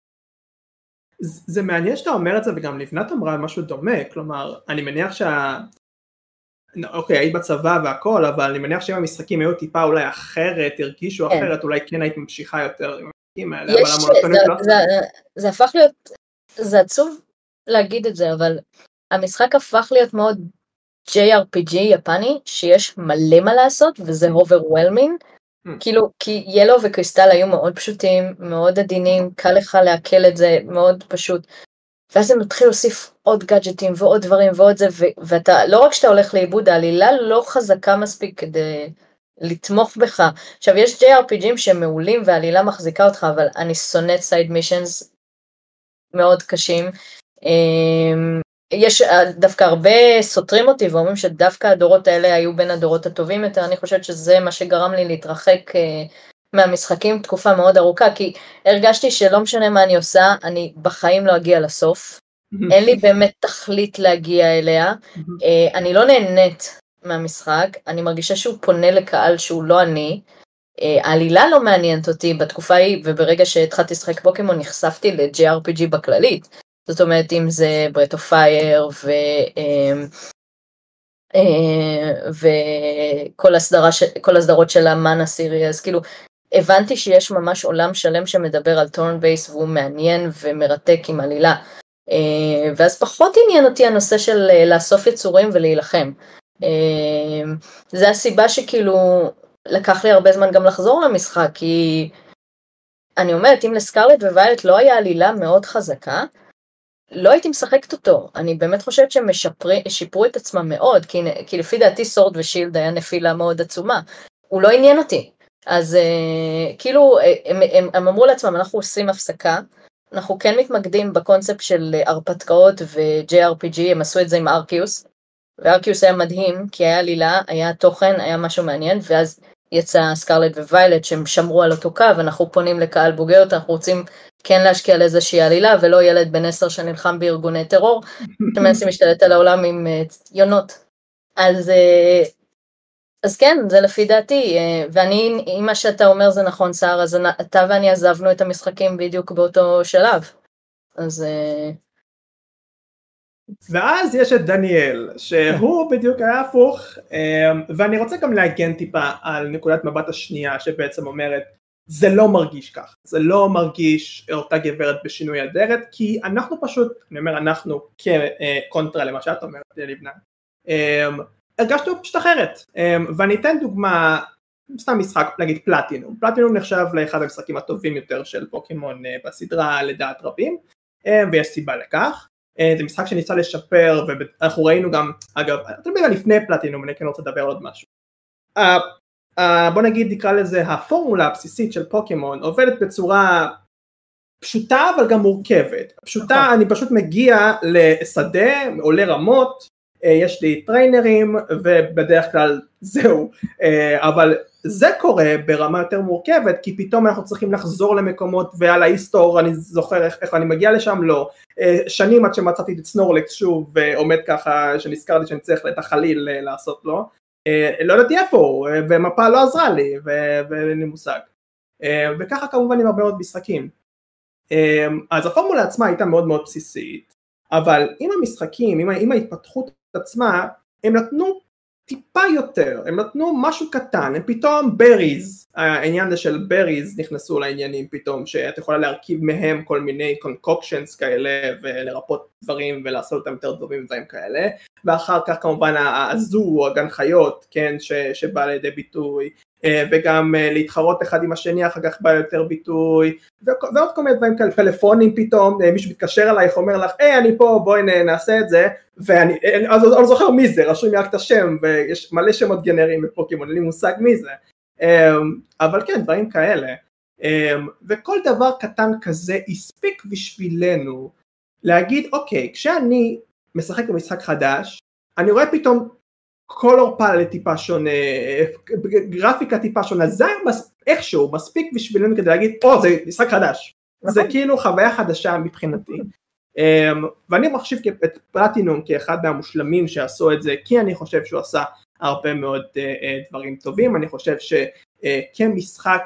זה מעניין שאתה אומר את זה, וגם לבנת אמרה משהו דומה, כלומר אני מניח אוקיי, היית בצבא והכל, אבל אני מניח שאם המשחקים היו טיפה אולי אחרת, הרגישו אחרת, אולי כן היית ממשיכה יותר עם המשחקים האלה, אבל המונוטוניות לא. זה הפך להיות, זה עצוב להגיד את זה, אבל המשחק הפך להיות מאוד JRPG יפני, שיש מלא מה לעשות, וזה overwhelming, כאילו, כי ילו וקריסטל היו מאוד פשוטים, מאוד עדינים, קל לך להקל את זה, מאוד פשוט. ואז הם מתחיל להוסיף עוד גאדג'טים ועוד דברים ועוד זה, ואתה, לא רק שאתה הולך לאיבוד, העלילה לא חזקה מספיק כדי לתמוך בך. עכשיו, יש JRPGים שהם מעולים והעלילה מחזיקה אותך, אבל אני שונאת סייד מישנס מאוד קשים. יש דווקא הרבה סותרים אותי ואומרים שדווקא הדורות האלה היו בין הדורות הטובים יותר, אני חושבת שזה מה שגרם לי להתרחק מהמשחקים תקופה מאוד ארוכה, כי הרגשתי שלא משנה מה אני עושה, אני בחיים לא אגיע לסוף, אין לי באמת תכלית להגיע אליה, אני לא נהנית מהמשחק, אני מרגישה שהוא פונה לקהל שהוא לא אני, העלילה לא מעניינת אותי בתקופה היא, וברגע שהתחלתי לשחק פוקימון נחשפתי ל-JRPG בכללית, זאת אומרת אם זה ברט אוף פייר וכל הסדרות של המאנה סיריאס, כאילו הבנתי שיש ממש עולם שלם שמדבר על טורן בייס והוא מעניין ומרתק עם עלילה, ואז פחות עניין אותי הנושא של לאסוף יצורים ולהילחם. זה הסיבה שכאילו לקח לי הרבה זמן גם לחזור למשחק, כי אני אומרת אם לסקרלט וויילט לא היה עלילה מאוד חזקה, לא הייתי משחקת אותו. אני באמת חושבת שהם שיפרו את עצמם מאוד, כי לפי דעתי סורד ושילד היה נפילה מאוד עצומה, הוא לא עניין אותי. אז כאילו הם אמרו לעצמם אנחנו עושים הפסקה, אנחנו כן מתמקדים בקונספט של הרפתקאות ו-JRPG, הם עשו את זה עם ארקיוס, וארקיוס היה מדהים, כי היה עלילה, היה תוכן, היה משהו מעניין, ואז יצא סקרלט וויילט שהם שמרו על אותו קו, אנחנו פונים לקהל בוגר, אנחנו רוצים כן להשקיע על איזושהי עלילה, ולא ילד בן 10 שנלחם בארגוני טרור, שמנסים להשתלט על העולם עם יונות. אז כן, זה לפי דעתי, ואני, אם מה שאתה אומר זה נכון, סער, אז אתה ואני עזבנו את המשחקים בדיוק באותו שלב. אז ואז יש את דניאל, שהוא בדיוק היה הפוך, ואני רוצה גם להגן טיפה על נקודת מבט השנייה, שבעצם אומרת, זה לא מרגיש כך, זה לא מרגיש אותה גברת בשינוי אדרת, כי אנחנו פשוט, אני אומר אנחנו כקונטרה למה שאת אומרת, לבנה, הרגשנו פשוט אחרת, ואני אתן דוגמה, סתם משחק, נגיד פלטינום, פלטינום נחשב לאחד המשחקים הטובים יותר של פוקימון בסדרה לדעת רבים, ויש סיבה לכך, זה משחק שניסה לשפר, ואנחנו ראינו גם, אגב, אתם יודעים לפני פלטינום, אני כן רוצה לדבר על עוד משהו, בוא נגיד נקרא לזה, הפורמולה הבסיסית של פוקימון עובדת בצורה פשוטה אבל גם מורכבת, פשוטה אני פשוט מגיע לשדה, עולה רמות, יש לי טריינרים ובדרך כלל זהו, אבל זה קורה ברמה יותר מורכבת כי פתאום אנחנו צריכים לחזור למקומות ועל ההיסטור אני זוכר איך אני מגיע לשם, לא, שנים עד שמצאתי את סנורלקס שוב ועומד ככה שנזכרתי שאני צריך את החליל לעשות לו, לא יודעתי איפה הוא ומפה לא עזרה לי ואין לי מושג, וככה כמובן עם הרבה מאוד משחקים, אז הפורמולה עצמה הייתה מאוד מאוד בסיסית, אבל עם המשחקים, עם ההתפתחות עצמה, הם נתנו טיפה יותר, הם נתנו משהו קטן, הם פתאום בריז, העניין הזה של בריז נכנסו לעניינים פתאום, שאת יכולה להרכיב מהם כל מיני קונקוקשנס כאלה, ולרפות דברים ולעשות אותם יותר טובים ודברים כאלה, ואחר כך כמובן הזו, הגן חיות, כן, שבא לידי ביטוי, וגם להתחרות אחד עם השני, אחר כך בא יותר ביטוי, ועוד כל מיני דברים כאלה, פלאפונים פתאום, מישהו מתקשר אלייך, אומר לך, אני פה, בואי נעשה את זה, ואני לא זוכר מי זה, רשום לי רק את השם, ויש מלא שמות גנריים בפוקימון, אין לי מושג מי זה, אבל כן, דברים כאלה, וכל דבר קטן כזה הספיק בשבילנו, להגיד, אוקיי, כשאני משחק במשחק חדש, אני רואה פתאום קולור פלט טיפה שונה, גרפיקה טיפה שונה, זה איכשהו מספיק בשבילנו כדי להגיד, זה משחק חדש, זה כאילו חוויה חדשה מבחינתי, ואני מחשיב את פלטינום כאחד מהמושלמים שעשו את זה, כי אני חושב שהוא עשה הרבה מאוד דברים טובים, אני חושב שכמשחק,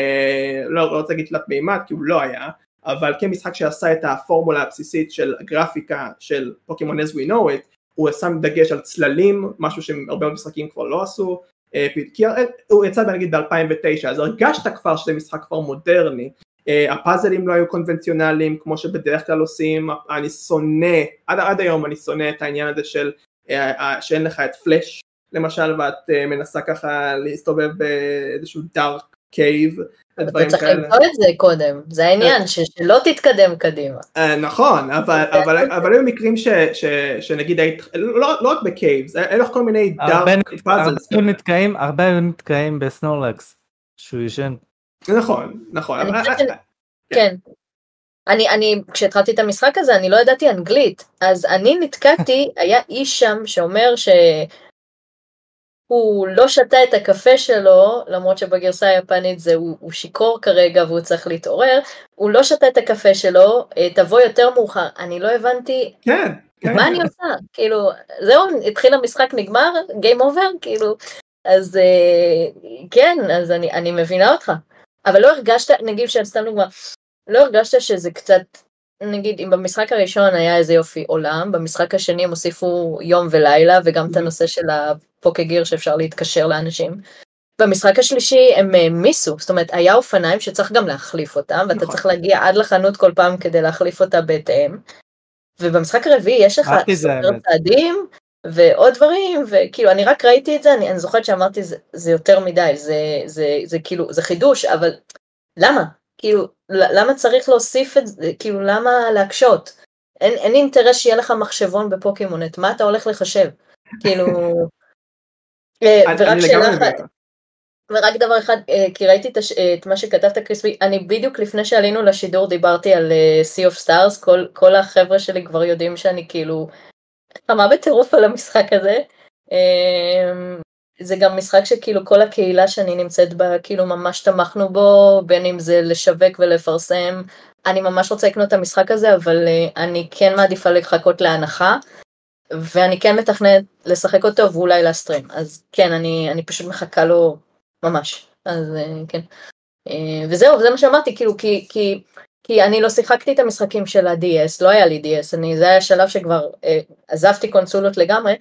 לא רוצה להגיד תלת מימד, כי הוא לא היה, אבל כמשחק שעשה את הפורמולה הבסיסית של הגרפיקה של פוקימון as we know it, הוא שם דגש על צללים, משהו שהרבה מאוד משחקים כבר לא עשו, כי הוא יצא נגיד ב-2009, אז הרגשת כבר שזה משחק כבר מודרני, הפאזלים לא היו קונבנציונליים כמו שבדרך כלל עושים, אני שונא, עד היום אני שונא את העניין הזה של שאין לך את פלאש, למשל, ואת מנסה ככה להסתובב באיזשהו דארק קייב, אתה צריך למצוא את זה קודם, זה העניין, שלא תתקדם קדימה. נכון, אבל היו מקרים שנגיד, לא רק בקייבס, היו לך כל מיני דארק פאזלס. הרבה היו נתקעים בסנורלקס, שהוא ישן. נכון. כן. אני, כשהתחלתי את המשחק הזה, אני לא ידעתי אנגלית, אז אני נתקעתי, היה איש שם שאומר שהוא לא שתה את הקפה שלו, למרות שבגרסה היפנית זה, הוא שיקור כרגע והוא צריך להתעורר, הוא לא שתה את הקפה שלו, תבוא יותר מאוחר, אני לא הבנתי, כן, כן. מה אני עושה? כאילו, זהו, התחיל המשחק, נגמר, גיים אובר, כאילו, אז כן, אז אני מבינה אותך, אבל לא הרגשת, נגיד סתם דוגמה, לא הרגשת שזה קצת, נגיד, אם במשחק הראשון היה איזה יופי עולם, במשחק השני הם הוסיפו יום ולילה, וגם את הנושא של הפוקגיר שאפשר להתקשר לאנשים. במשחק השלישי הם מיסו, זאת אומרת, היה אופניים שצריך גם להחליף אותם, ואתה צריך להגיע עד לחנות כל פעם כדי להחליף אותה בהתאם. ובמשחק הרביעי יש לך סופר צעדים, ועוד דברים, וכאילו, אני רק ראיתי את זה, אני זוכרת שאמרתי, זה יותר מדי, זה כאילו, זה חידוש, אבל למה? כאילו, למה צריך להוסיף את זה? כאילו, למה להקשות? אין אינטרס שיהיה לך מחשבון בפוקימונט, מה אתה הולך לחשב? כאילו, ורק שאלה אחת, ורק דבר אחד, כי ראיתי את מה שכתבת קריספי, אני בדיוק לפני שעלינו לשידור דיברתי על Sea of Stars, כל החבר'ה שלי כבר יודעים שאני כאילו חמה בטירוף על המשחק הזה, זה גם משחק שכאילו כל הקהילה שאני נמצאת בה, כאילו ממש תמכנו בו, בין אם זה לשווק ולפרסם, אני ממש רוצה לקנות את המשחק הזה, אבל אני כן מעדיפה לחכות להנחה, ואני כן מתכננת לשחק אותו ואולי להסטרים, אז כן, אני פשוט מחכה לו ממש, אז כן. וזהו, זה מה שאמרתי, כאילו, כי אני לא שיחקתי את המשחקים של ה-DS, לא היה לי DS, זה היה שלב שכבר עזבתי קונסולות לגמרי,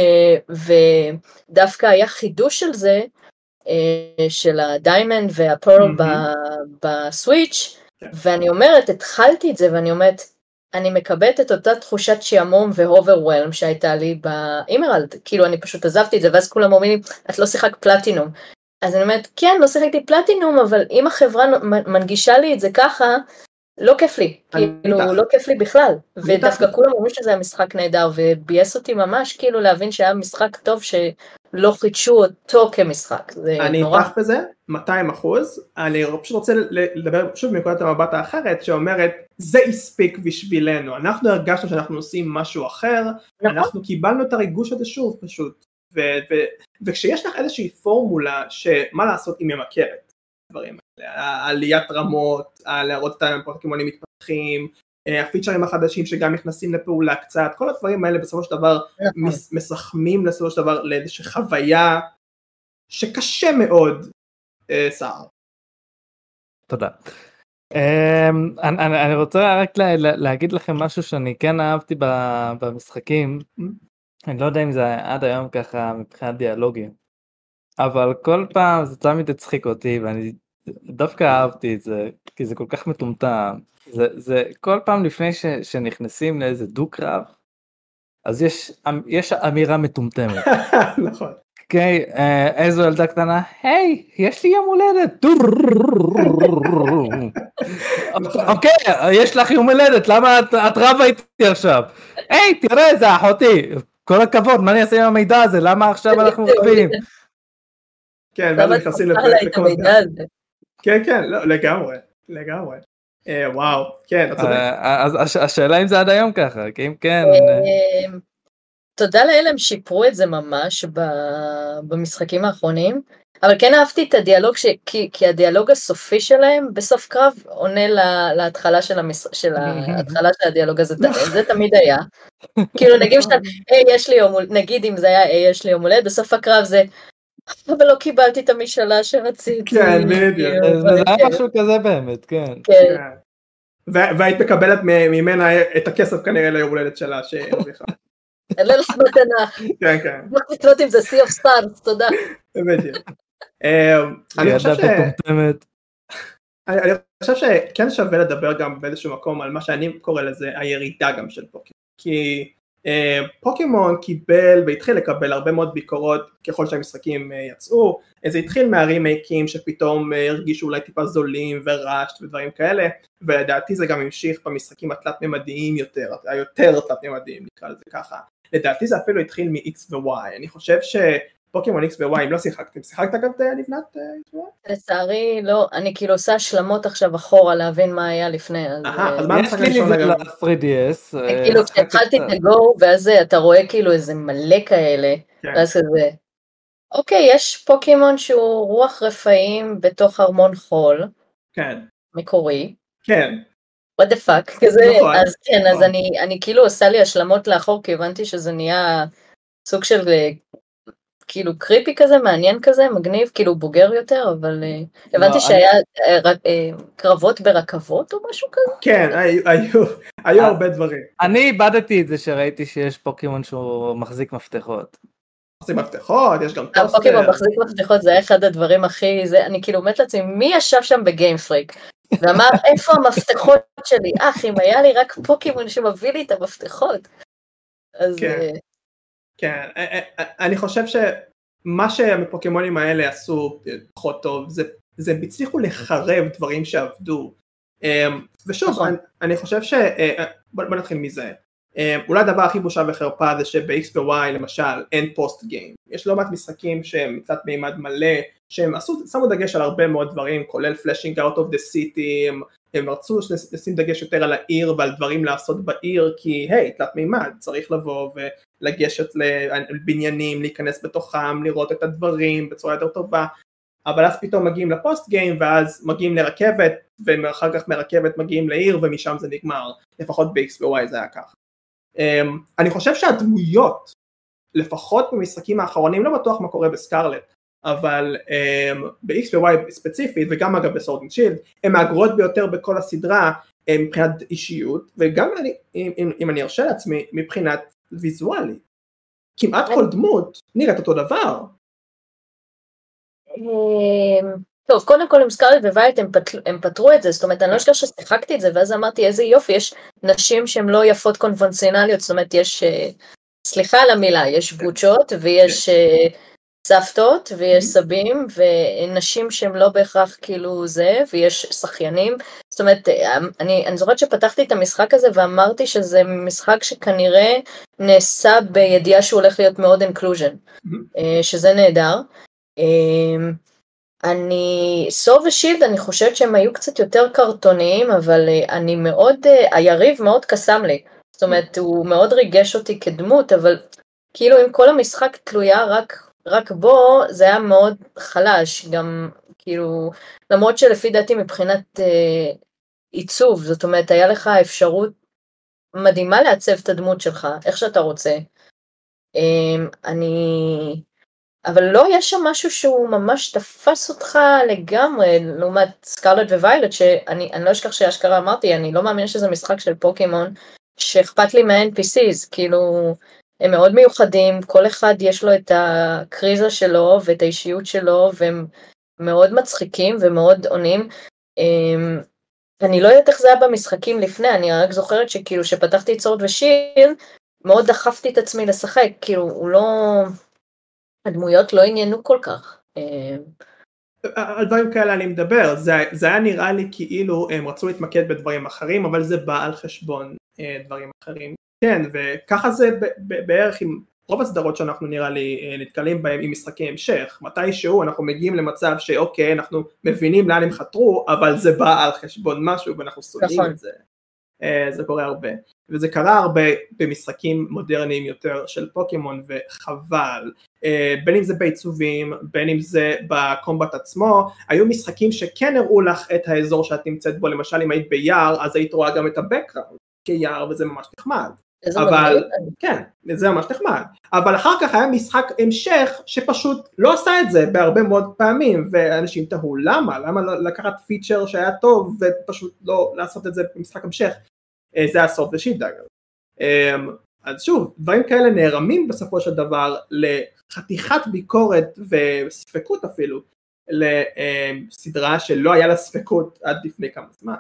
ודווקא היה חידוש של זה, של הדיימנד והפרל בסוויץ', ואני אומרת, התחלתי את זה, ואני אומרת, אני מקבלת את אותה תחושת שעמום והוברווילם שהייתה לי באימרלד, כאילו אני פשוט עזבתי את זה, ואז כולם אומרים, את לא שיחק פלטינום, אז אני אומרת, כן, לא שיחקתי פלטינום, אבל אם החברה מנגישה לי את זה ככה, לא כיף לי, כאילו, לא כיף לי בכלל, ודווקא כולם אומרים שזה היה משחק נהדר, ובייס אותי ממש, כאילו, להבין שהיה משחק טוב שלא חידשו אותו כמשחק, זה נורא. אני איתך בזה, 200%, אני פשוט רוצה לדבר שוב מנקודת המבט האחרת, שאומרת, זה הספיק בשבילנו, אנחנו הרגשנו שאנחנו עושים משהו אחר, אנחנו קיבלנו את הריגוש הזה שוב פשוט, וכשיש לך איזושהי פורמולה שמה לעשות היא ממכרת, דברים האלה, עליית רמות, להראות את הפוקימונים מתפתחים, הפיצ'רים החדשים שגם נכנסים לפעולה קצת, כל הדברים האלה בסופו של דבר מסכמים בסופו של דבר לאיזושהי חוויה שקשה מאוד סער. תודה. אני רוצה רק להגיד לכם משהו שאני כן אהבתי במשחקים, אני לא יודע אם זה עד היום ככה מבחינת דיאלוגים, אבל כל פעם זה תמיד הצחיק אותי, ואני דווקא אהבתי את זה, כי זה כל כך מטומטם. זה כל פעם לפני שנכנסים לאיזה דו-קרב, אז יש אמירה מטומטמת. נכון. אוקיי, איזו ילדה קטנה, היי, יש לי יום הולדת. אוקיי, יש לך יום הולדת, למה את רבה איתי עכשיו? היי, תראה, זה אחותי. כל הכבוד, מה אני אעשה עם המידע הזה? למה עכשיו אנחנו רבים? כן, ואז נכנסים לפרקות. כן, כן, לגמרי. וואו, כן, אתה צודק. אז השאלה אם זה עד היום ככה, כי אם כן... תודה לאל, הם שיפרו את זה ממש במשחקים האחרונים, אבל כן אהבתי את הדיאלוג, כי הדיאלוג הסופי שלהם בסוף קרב עונה להתחלה של הדיאלוג הזה, זה תמיד היה. כאילו נגיד אם זה היה יש לי יום הולדת, בסוף הקרב זה, אבל לא קיבלתי את המשאלה שרציתי. כן, בדיוק. זה היה משהו כזה באמת, כן. והיית מקבלת ממנה את הכסף כנראה ליום הולדת שלה שהרוויחה. אלה לך מתנה. כן, כן. לא תקנות אם זה Sea of Stars, תודה. בדיוק. אני חושב שכן שווה לדבר גם באיזשהו מקום על מה שאני קורא לזה הירידה גם של פוקימון. כי פוקימון קיבל והתחיל לקבל הרבה מאוד ביקורות ככל שהמשחקים יצאו, זה התחיל מהרימייקים שפתאום הרגישו אולי טיפה זולים ורשת ודברים כאלה, ולדעתי זה גם המשיך במשחקים התלת-ממדיים היותר תלת-ממדיים נקרא לזה ככה, לדעתי זה אפילו התחיל מ-X ו-Y, אני חושב פוקימון X ו-Y, אם לא שיחקתם, שיחקת גם לבנת? לצערי לא, אני כאילו עושה השלמות עכשיו אחורה להבין מה היה לפני, אז מה יש המשחק לי הראשון ליזה אגב? כאילו ל-3DS. כשהתחלתי את הגו, ואז אתה רואה כאילו איזה מלא כאלה, ואז כזה, אוקיי, יש פוקימון שהוא רוח רפאים בתוך ארמון חול, כן. מקורי, כן. what the fuck, כזה, נכון. אז כן, אז אני כאילו עושה לי השלמות לאחור, כי הבנתי שזה נהיה סוג של כאילו קריפי כזה, מעניין כזה, מגניב, כאילו בוגר יותר, אבל הבנתי שהיה קרבות ברכבות או משהו כזה. כן, היו הרבה דברים. אני איבדתי את זה שראיתי שיש פוקימון שהוא מחזיק מפתחות. מחזיק מפתחות, יש גם טוסטר. הפוקימון מחזיק מפתחות, זה היה אחד הדברים הכי, אני כאילו מת לעצמי, מי ישב שם בגיים פריק? ואמר, איפה המפתחות שלי? אם היה לי רק פוקימון שמביא לי את המפתחות. אז... כן, אני חושב שמה שהפוקימונים האלה עשו פחות טוב, זה הצליחו לחרב דברים שעבדו. ושוב, אני חושב בוא נתחיל מזה. אולי הדבר הכי בושה וחרפה זה שב-X ו-Y למשל אין פוסט גיים. יש לא מעט משחקים שהם מצד מימד מלא, שהם שמו דגש על הרבה מאוד דברים, כולל flashing out of the city, הם רצו לשים דגש יותר על העיר ועל דברים לעשות בעיר, כי היי, תלת מימד, צריך לבוא ולגשת לבניינים, להיכנס בתוכם, לראות את הדברים בצורה יותר טובה, אבל אז פתאום מגיעים לפוסט גיים, ואז מגיעים לרכבת, ואחר כך מרכבת מגיעים לעיר, ומשם זה נגמר, לפחות ב-X ו-Y זה היה כך. אני חושב שהדמויות, לפחות במשחקים האחרונים, לא בטוח מה קורה בסקרלט, אבל ב-X ו-Y ספציפית, וגם אגב בסורד אנד שילד, הן מהגרועות ביותר בכל הסדרה, מבחינת אישיות, וגם אם אני ארשה לעצמי, מבחינת ויזואלית. כמעט כל דמות נראית אותו דבר. טוב, קודם כל עם סקרלט וויילט הם פתרו את זה, זאת אומרת, אני לא אשכח ששיחקתי את זה, ואז אמרתי איזה יופי, יש נשים שהן לא יפות קונבנציונליות, זאת אומרת, יש, סליחה על המילה, יש בוצ'ות ויש סבתות ויש סבים, ונשים שהן לא בהכרח כאילו זה, ויש שחיינים, זאת אומרת, אני זוכרת שפתחתי את המשחק הזה ואמרתי שזה משחק שכנראה נעשה בידיעה שהוא הולך להיות מאוד אינקלוז'ן, שזה נהדר. סורד ושילד אני חושבת שהם היו קצת יותר קרטוניים, אבל אני מאוד, היריב מאוד קסם לי, זאת אומרת הוא מאוד ריגש אותי כדמות, אבל כאילו אם כל המשחק תלויה רק בו, זה היה מאוד חלש, גם כאילו, למרות שלפי דעתי מבחינת עיצוב, זאת אומרת היה לך אפשרות מדהימה לעצב את הדמות שלך, איך שאתה רוצה. אבל לא יש שם משהו שהוא ממש תפס אותך לגמרי, לעומת סקרלט וויילט, שאני לא אשכח שהשכרה אמרתי, אני לא מאמין שזה משחק של פוקימון, שאכפת לי מה-NPCs, כאילו, הם מאוד מיוחדים, כל אחד יש לו את הקריזה שלו, ואת האישיות שלו, והם מאוד מצחיקים ומאוד עונים. אני לא יודעת איך זה היה במשחקים לפני, אני רק זוכרת שכאילו, שפתחתי את סורד ושילד, מאוד דחפתי את עצמי לשחק, כאילו, הוא לא... הדמויות לא עניינו כל כך. על דברים כאלה אני מדבר, זה היה נראה לי כאילו הם רצו להתמקד בדברים אחרים, אבל זה בא על חשבון דברים אחרים. כן, וככה זה בערך עם רוב הסדרות שאנחנו נראה לי נתקלים בהם עם משחקי המשך. מתישהו אנחנו מגיעים למצב שאוקיי, אנחנו מבינים לאן הם חתרו, אבל זה בא על חשבון משהו ואנחנו סולעים את זה. זה קורה הרבה. וזה קרה הרבה במשחקים מודרניים יותר של פוקימון, וחבל, בין אם זה בעיצובים, בין אם זה בקומבט עצמו, היו משחקים שכן הראו לך את האזור שאת נמצאת בו, למשל אם היית ביער, אז היית רואה גם את הבקראונד כיער, וזה ממש נחמד. אבל, כן, זה ממש נחמד. אבל אחר כך היה משחק המשך שפשוט לא עשה את זה בהרבה מאוד פעמים, ואנשים תהו, למה לא לקחת פיצ'ר שהיה טוב, ופשוט לא לעשות את זה במשחק המשך. זה הסוד ושילד אגב. אז שוב, דברים כאלה נערמים בסופו של דבר לחתיכת ביקורת וספקות אפילו, לסדרה שלא היה לה ספקות עד לפני כמה זמן.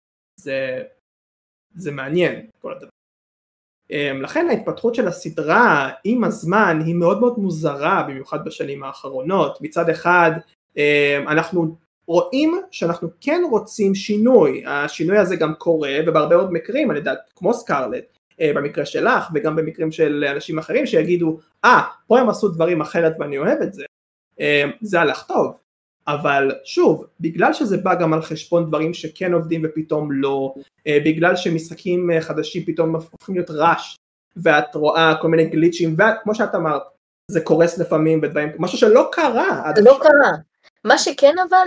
זה מעניין כל הדבר. לכן ההתפתחות של הסדרה עם הזמן היא מאוד מאוד מוזרה, במיוחד בשנים האחרונות. מצד אחד אנחנו רואים שאנחנו כן רוצים שינוי, השינוי הזה גם קורה, ובהרבה מאוד מקרים, אני יודעת, כמו סקרלט, במקרה שלך, וגם במקרים של אנשים אחרים שיגידו, פה הם עשו דברים אחרת ואני אוהב את זה, זה הלך טוב. אבל שוב, בגלל שזה בא גם על חשבון דברים שכן עובדים ופתאום לא, בגלל שמשחקים חדשים פתאום הופכים להיות רש, ואת רואה כל מיני גליצ'ים, וכמו שאת אמרת, זה קורס לפעמים בדברים, משהו שלא קרה. זה לא קרה. מה שכן אבל,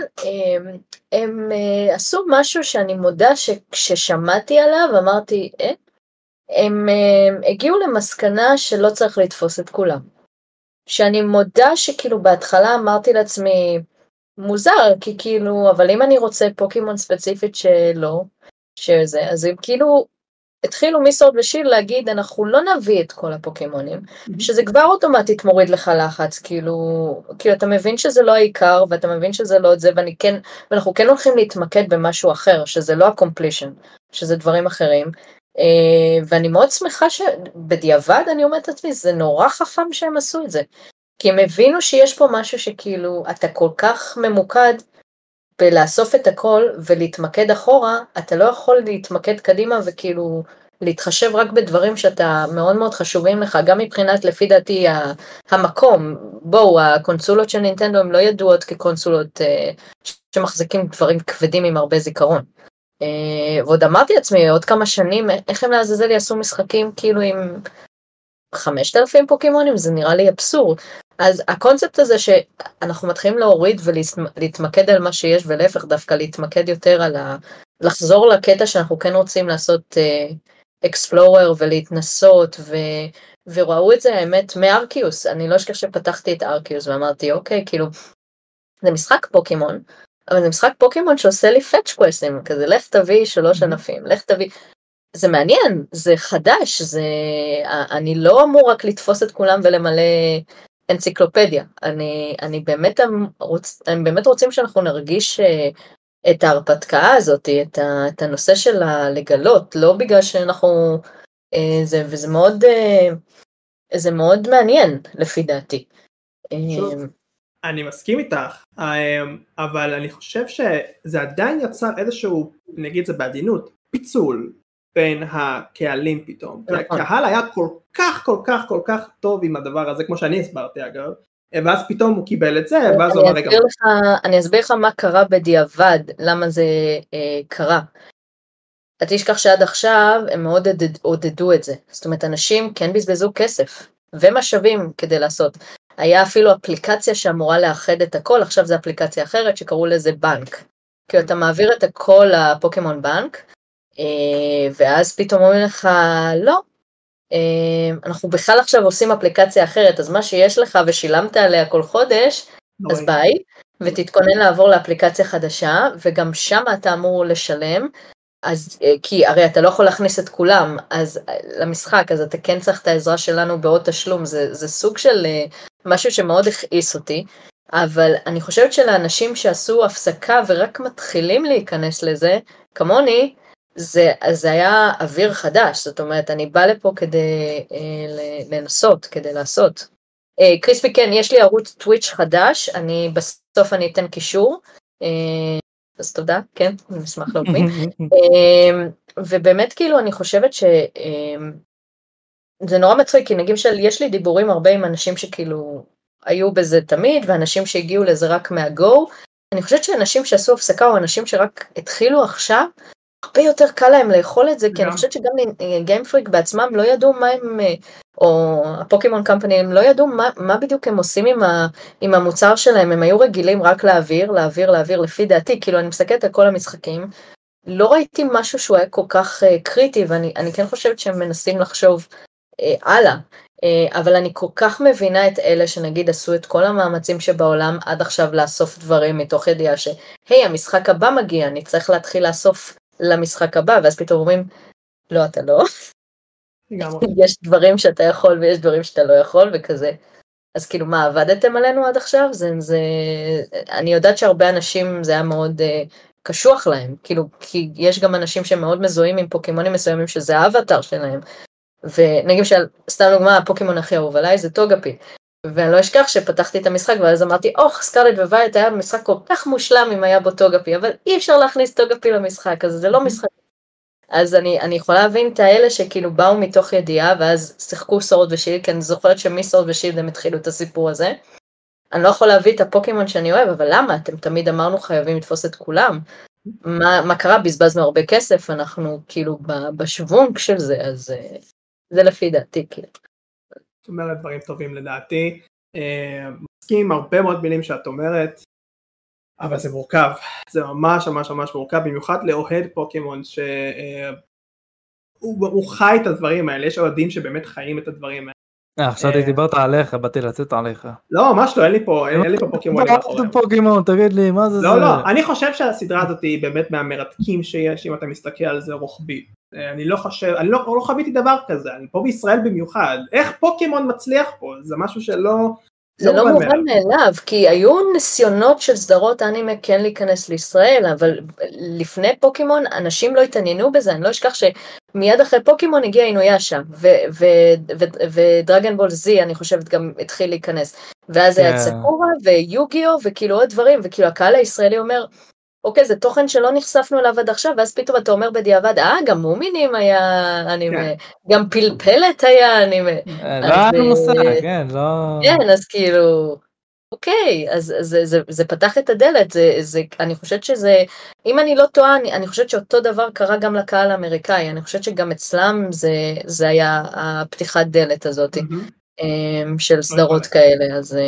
הם עשו משהו שאני מודה שכששמעתי עליו, אמרתי, הם הגיעו למסקנה שלא צריך לתפוס את כולם. שאני מודה שכאילו בהתחלה אמרתי לעצמי, מוזר, כי כאילו, אבל אם אני רוצה פוקימון ספציפית שלא, שזה, אז הם כאילו התחילו מסורד ושיל להגיד, אנחנו לא נביא את כל הפוקימונים, שזה כבר אוטומטית מוריד לך לחץ, כאילו אתה מבין שזה לא העיקר, ואתה מבין שזה לא את זה, ואנחנו כן הולכים להתמקד במשהו אחר, שזה לא הקומפלישן, שזה דברים אחרים, ואני מאוד שמחה שבדיעבד אני אומרת לעצמי, זה נורא חכם שהם עשו את זה, כי הם הבינו שיש פה משהו שכאילו, אתה כל כך ממוקד בלאסוף את הכל ולהתמקד אחורה, אתה לא יכול להתמקד קדימה וכאילו להתחשב רק בדברים שאתה מאוד מאוד חשובים לך, גם מבחינת לפי דעתי המקום, בואו, הקונסולות של נינטנדו הם לא ידועות כקונסולות שמחזיקים דברים כבדים עם הרבה זיכרון. ועוד אמרתי לעצמי עוד כמה שנים, איך הם לעזאזל יעשו משחקים כאילו עם 5,000 פוקימונים, זה נראה לי אבסורד. אז הקונספט הזה שאנחנו מתחילים להוריד ולהתמקד על מה שיש, ולהפך דווקא להתמקד יותר על לחזור לקטע שאנחנו כן רוצים לעשות אקספלורר ולהתנסות, וראו את זה האמת מארקיוס. אני לא אשכח שפתחתי את ארקיוס ואמרתי אוקיי, כאילו זה משחק פוקימון, אבל זה משחק פוקימון שעושה לי פאץ' קווסטים, כזה לך תביא 3 ענפים, לך תביא, זה מעניין, זה חדש, אני לא אמור רק לתפוס את כולם ולמלא אנציקלופדיה, הם באמת רוצים שאנחנו נרגיש את ההרפתקה הזאת, את הנושא של לגלות, לא בגלל שאנחנו, וזה מאוד מעניין לפי דעתי. שוב, אני מסכים איתך, אבל אני חושב שזה עדיין יצר איזשהו, נגיד זה בעדינות, פיצול בין הקהלים פתאום, כי הקהל היה כל כך טוב עם הדבר הזה, כמו שאני הסברתי אגב, ואז פתאום הוא קיבל את זה, ואז הוא אמר רגע. אני אסביר לך מה קרה בדיעבד, למה זה קרה. אתה תשכח שעד עכשיו הם מאוד עודדו את זה, זאת אומרת אנשים כן בזבזו כסף, ומשאבים כדי לעשות. היה אפילו אפליקציה שאמורה לאחד את הכל, עכשיו זו אפליקציה אחרת שקראו לזה בנק, כי אתה מעביר את הכל לפוקימון בנק, ואז פתאום אומרים לך, לא, אנחנו בכלל עכשיו עושים אפליקציה אחרת, אז מה שיש לך ושילמת עליה כל חודש, אז ביי, ותתכונן לעבור לאפליקציה חדשה, וגם שם אתה אמור לשלם, אז, כי הרי אתה לא יכול להכניס את כולם אז למשחק, אז אתה כן צריך את העזרה שלנו בעוד תשלום, זה סוג של משהו שמאוד הכעיס אותי, אבל אני חושבת שלאנשים שעשו הפסקה ורק מתחילים להיכנס לזה, כמוני, זה היה אוויר חדש, זאת אומרת, אני באה לפה כדי לנסות, כדי לעשות. קריספי, כן, יש לי ערוץ טוויץ' חדש, בסוף אני אתן קישור, אז תודה, כן, אני אשמח להוביל. ובאמת כאילו אני חושבת שזה נורא מצחיק, כי נגיד יש לי דיבורים הרבה עם אנשים שכאילו היו בזה תמיד, ואנשים שהגיעו לזה רק מהגו, אני חושבת שאנשים שעשו הפסקה, או אנשים שרק התחילו עכשיו, הרבה יותר קל להם לאכול את זה, כי אני חושבת שגם גיימפריק בעצמם לא ידעו מה הם, או הפוקימון קמפני, הם לא ידעו מה בדיוק הם עושים עם המוצר שלהם, הם היו רגילים רק להעביר, לפי דעתי, כאילו אני מסתכלת על כל המשחקים, לא ראיתי משהו שהוא היה כל כך קריטי, ואני כן חושבת שהם מנסים לחשוב הלאה, אבל אני כל כך מבינה את אלה שנגיד עשו את כל המאמצים שבעולם עד עכשיו לאסוף דברים מתוך ידיעה שהי, המשחק הבא מגיע, אני צריך להתחיל לאסוף למשחק הבא, ואז פתאום אומרים, לא, אתה לא. יש דברים שאתה יכול ויש דברים שאתה לא יכול וכזה. אז כאילו מה, עבדתם עלינו עד עכשיו? אני יודעת שהרבה אנשים זה היה מאוד קשוח להם, כאילו, כי יש גם אנשים שמאוד מזוהים עם פוקימונים מסוימים שזה האבטר שלהם. ונגיד סתם דוגמה, הפוקימון הכי אהוב עליי זה טוגאפי. ואני לא אשכח שפתחתי את המשחק, ואז אמרתי, סקרלט וויולט היה משחק כל כך מושלם אם היה בו טוגאפי, אבל אי אפשר להכניס טוגאפי למשחק, אז זה לא משחק. אז אני יכולה להבין את האלה שכאילו באו מתוך ידיעה, ואז שיחקו סורד ושילד, כי אני זוכרת שמסורד ושילד הם התחילו את הסיפור הזה. אני לא יכול להביא את הפוקימון שאני אוהב, אבל למה? אתם תמיד אמרנו חייבים לתפוס את כולם. מה קרה? בזבזנו הרבה כסף, אנחנו כאילו בשוונק של זה, אז זה לפי דעתי. כאילו. את אומרת דברים טובים לדעתי, מסכים עם הרבה מאוד מילים שאת אומרת, אבל זה מורכב, זה ממש ממש ממש מורכב, במיוחד לאוהד פוקימון שהוא חי את הדברים האלה, יש אוהדים שבאמת חיים את הדברים האלה. חשבתי דיברת עליך, באתי לצאת עליך. לא, ממש לא, אין לי פה פוקימונים מאחוריהם. פוקימון, תגיד לי, מה זה? לא, אני חושב שהסדרה הזאת היא באמת מהמרתקים שיש, אם אתה מסתכל על זה רוחבי. אני לא חוויתי דבר כזה, אני פה בישראל במיוחד. איך פוקימון מצליח פה? זה משהו שלא... זה לא מובן מאליו, כי היו ניסיונות של סדרות אנימה כן להיכנס לישראל, אבל לפני פוקימון אנשים לא התעניינו בזה, אני לא אשכח שמיד אחרי פוקימון הגיע אינויאשה, ודרגן בול זי אני חושבת גם התחיל להיכנס, ואז היה סקורה ויוגיו וכאילו עוד דברים, וכאילו הקהל הישראלי אומר, אוקיי, זה תוכן שלא נחשפנו אליו עד עכשיו, ואז פתאום אתה אומר בדיעבד, גם מומינים היה אנימה, גם פלפלת היה אנימה. לא היה מושג, כן, לא... כן, אז כאילו, אוקיי, אז זה פתח את הדלת, אני חושבת שזה, אם אני לא טועה, אני חושבת שאותו דבר קרה גם לקהל האמריקאי, אני חושבת שגם אצלם זה היה הפתיחת דלת הזאת, של סדרות כאלה, אז...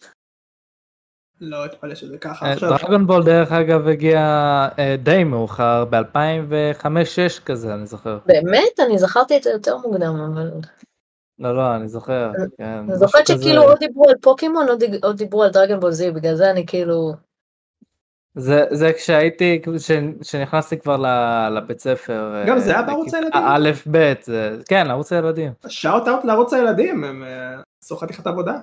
לא אתפלא שזה ככה. דרגון בול דרך אגב הגיע די מאוחר, ב-2005-2006 כזה, אני זוכר. באמת? אני זכרתי את זה יותר מוקדם, אבל... לא, אני זוכר. אני זוכרת שכאילו או דיברו על פוקימון או דיברו על דרגון בול זי, בגלל זה אני כאילו... זה כשהייתי, כשנכנסתי כבר לבית ספר. גם זה היה בערוץ הילדים? א' ב', כן, לערוץ הילדים. שאוט אאוט לערוץ הילדים, הם עשו חתיכת עבודה.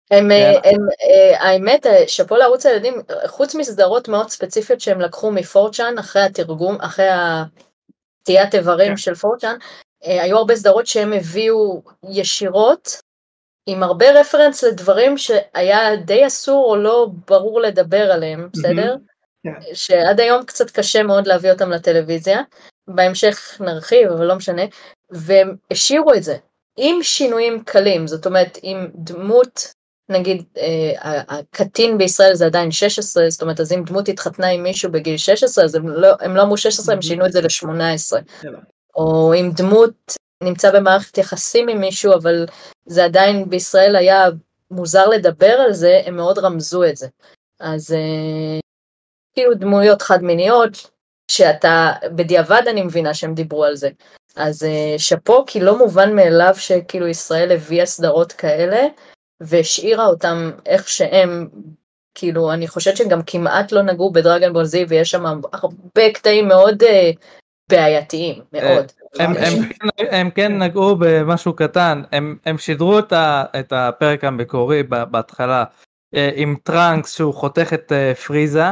האמת, שפו לערוץ הילדים, חוץ מסדרות מאוד ספציפיות שהם לקחו מפורצ'ן, אחרי התרגום, אחרי תיית איברים של פורצ'ן, היו הרבה סדרות שהם הביאו ישירות, עם הרבה רפרנס לדברים שהיה די אסור או לא ברור לדבר עליהם, בסדר? שעד היום קצת קשה מאוד להביא אותם לטלוויזיה, בהמשך נרחיב, אבל לא משנה, והם השאירו את זה, עם שינויים קלים, זאת אומרת, עם דמות, נגיד, הקטין בישראל זה עדיין 16, זאת אומרת, אז אם דמות התחתנה עם מישהו בגיל 16, אז הם לא אמרו 16, הם שינו את זה ל-18. או אם דמות נמצא במערכת יחסים עם מישהו, אבל זה עדיין בישראל היה מוזר לדבר על זה, הם מאוד רמזו את זה. אז כאילו דמויות חד מיניות, שאתה, בדיעבד אני מבינה שהם דיברו על זה. אז שפו, כי לא מובן מאליו שכאילו ישראל הביאה סדרות כאלה, והשאירה אותם איך שהם, כאילו אני חושבת שגם כמעט לא נגעו בדרגן בול זי, ויש שם הרבה קטעים מאוד בעייתיים, מאוד. הם כן נגעו במשהו קטן, הם שידרו את הפרק המקורי בהתחלה, עם טראנקס שהוא חותך את פריזה,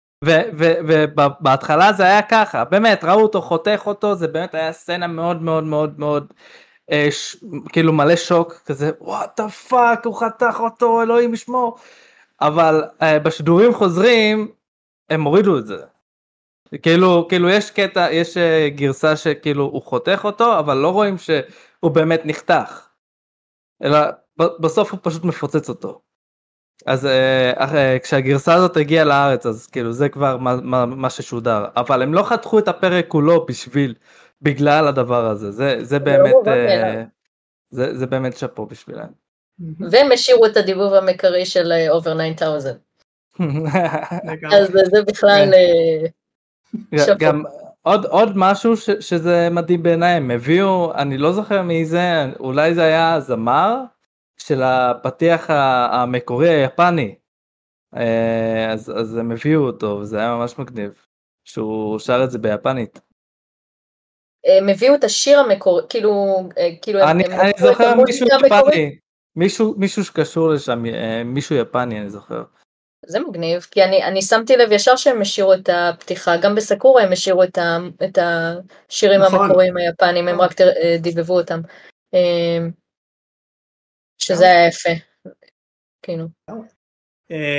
ובהתחלה זה היה ככה, באמת ראו אותו חותך אותו, זה באמת היה סצנה מאוד מאוד מאוד מאוד, כאילו מלא שוק כזה, what the fuck, הוא חתך אותו, אלוהים ישמור, אבל בשידורים חוזרים הם הורידו את זה, כאילו יש קטע, יש גרסה שכאילו הוא חותך אותו, אבל לא רואים שהוא באמת נחתך, אלא בסוף הוא פשוט מפוצץ אותו. אז כשהגרסה הזאת הגיעה לארץ, אז כאילו זה כבר מה ששודר, אבל הם לא חתכו את הפרק כולו בגלל הדבר הזה, זה באמת, זה באמת שפו בשבילם. והם השאירו את הדיבוב המקורי של over 9000. אז זה בכלל שפו. גם עוד משהו שזה מדהים בעיניי, הם הביאו, אני לא זוכר מי זה, אולי זה היה זמר, של הפתיח המקורי היפני, אז הם הביאו אותו, וזה היה ממש מגניב, שהוא שר את זה ביפנית. הם הביאו את השיר המקורי, כאילו... אני זוכר מישהו יפני, מישהו שקשור לשם, מישהו יפני אני זוכר. זה מגניב, כי אני שמתי לב ישר שהם השאירו את הפתיחה, גם בסקורה הם השאירו את השירים המקוריים היפנים, הם רק דיבבו אותם. שזה היה יפה, כאילו.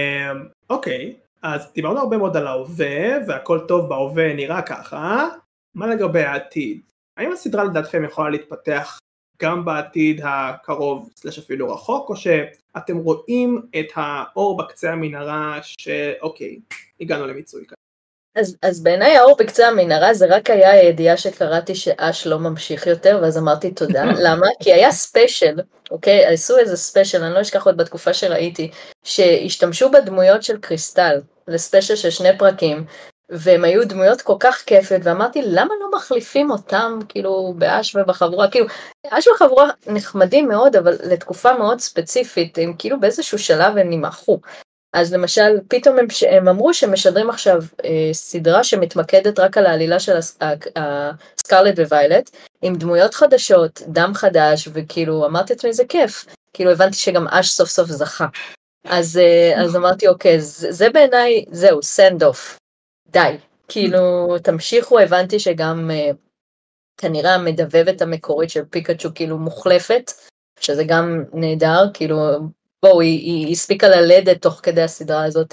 אוקיי, אז דיברנו הרבה מאוד על ההווה, והכל טוב בהווה נראה ככה, מה לגבי העתיד? האם הסדרה לדעתכם יכולה להתפתח גם בעתיד הקרוב סלש אפילו רחוק, או שאתם רואים את האור בקצה המנהרה שאוקיי, הגענו למיצוי כאן? אז בעיניי האור בקצה המנהרה זה רק היה הידיעה שקראתי שאש לא ממשיך יותר, ואז אמרתי תודה. למה? כי היה ספיישל, אוקיי? עשו איזה ספיישל, אני לא אשכח עוד בתקופה שראיתי, שהשתמשו בדמויות של קריסטל, לספיישל של 2 פרקים, והם היו דמויות כל כך כיפת, ואמרתי למה לא מחליפים אותם כאילו באש ובחבורה, כאילו אש וחבורה נחמדים מאוד, אבל לתקופה מאוד ספציפית, הם כאילו באיזשהו שלב הם נמחו. אז למשל, פתאום הם אמרו שמשדרים עכשיו סדרה שמתמקדת רק על העלילה של סקרלט וויילט, עם דמויות חדשות, דם חדש, וכאילו אמרתי את מי זה כיף, כאילו הבנתי שגם אש סוף סוף זכה. אז אמרתי אוקיי, זה בעיניי, זהו, סנד אוף, די, כאילו תמשיכו, הבנתי שגם כנראה המדבבת המקורית של פיקאצ'ו כאילו מוחלפת, שזה גם נהדר, כאילו בואו, היא הספיקה ללדת תוך כדי הסדרה הזאת.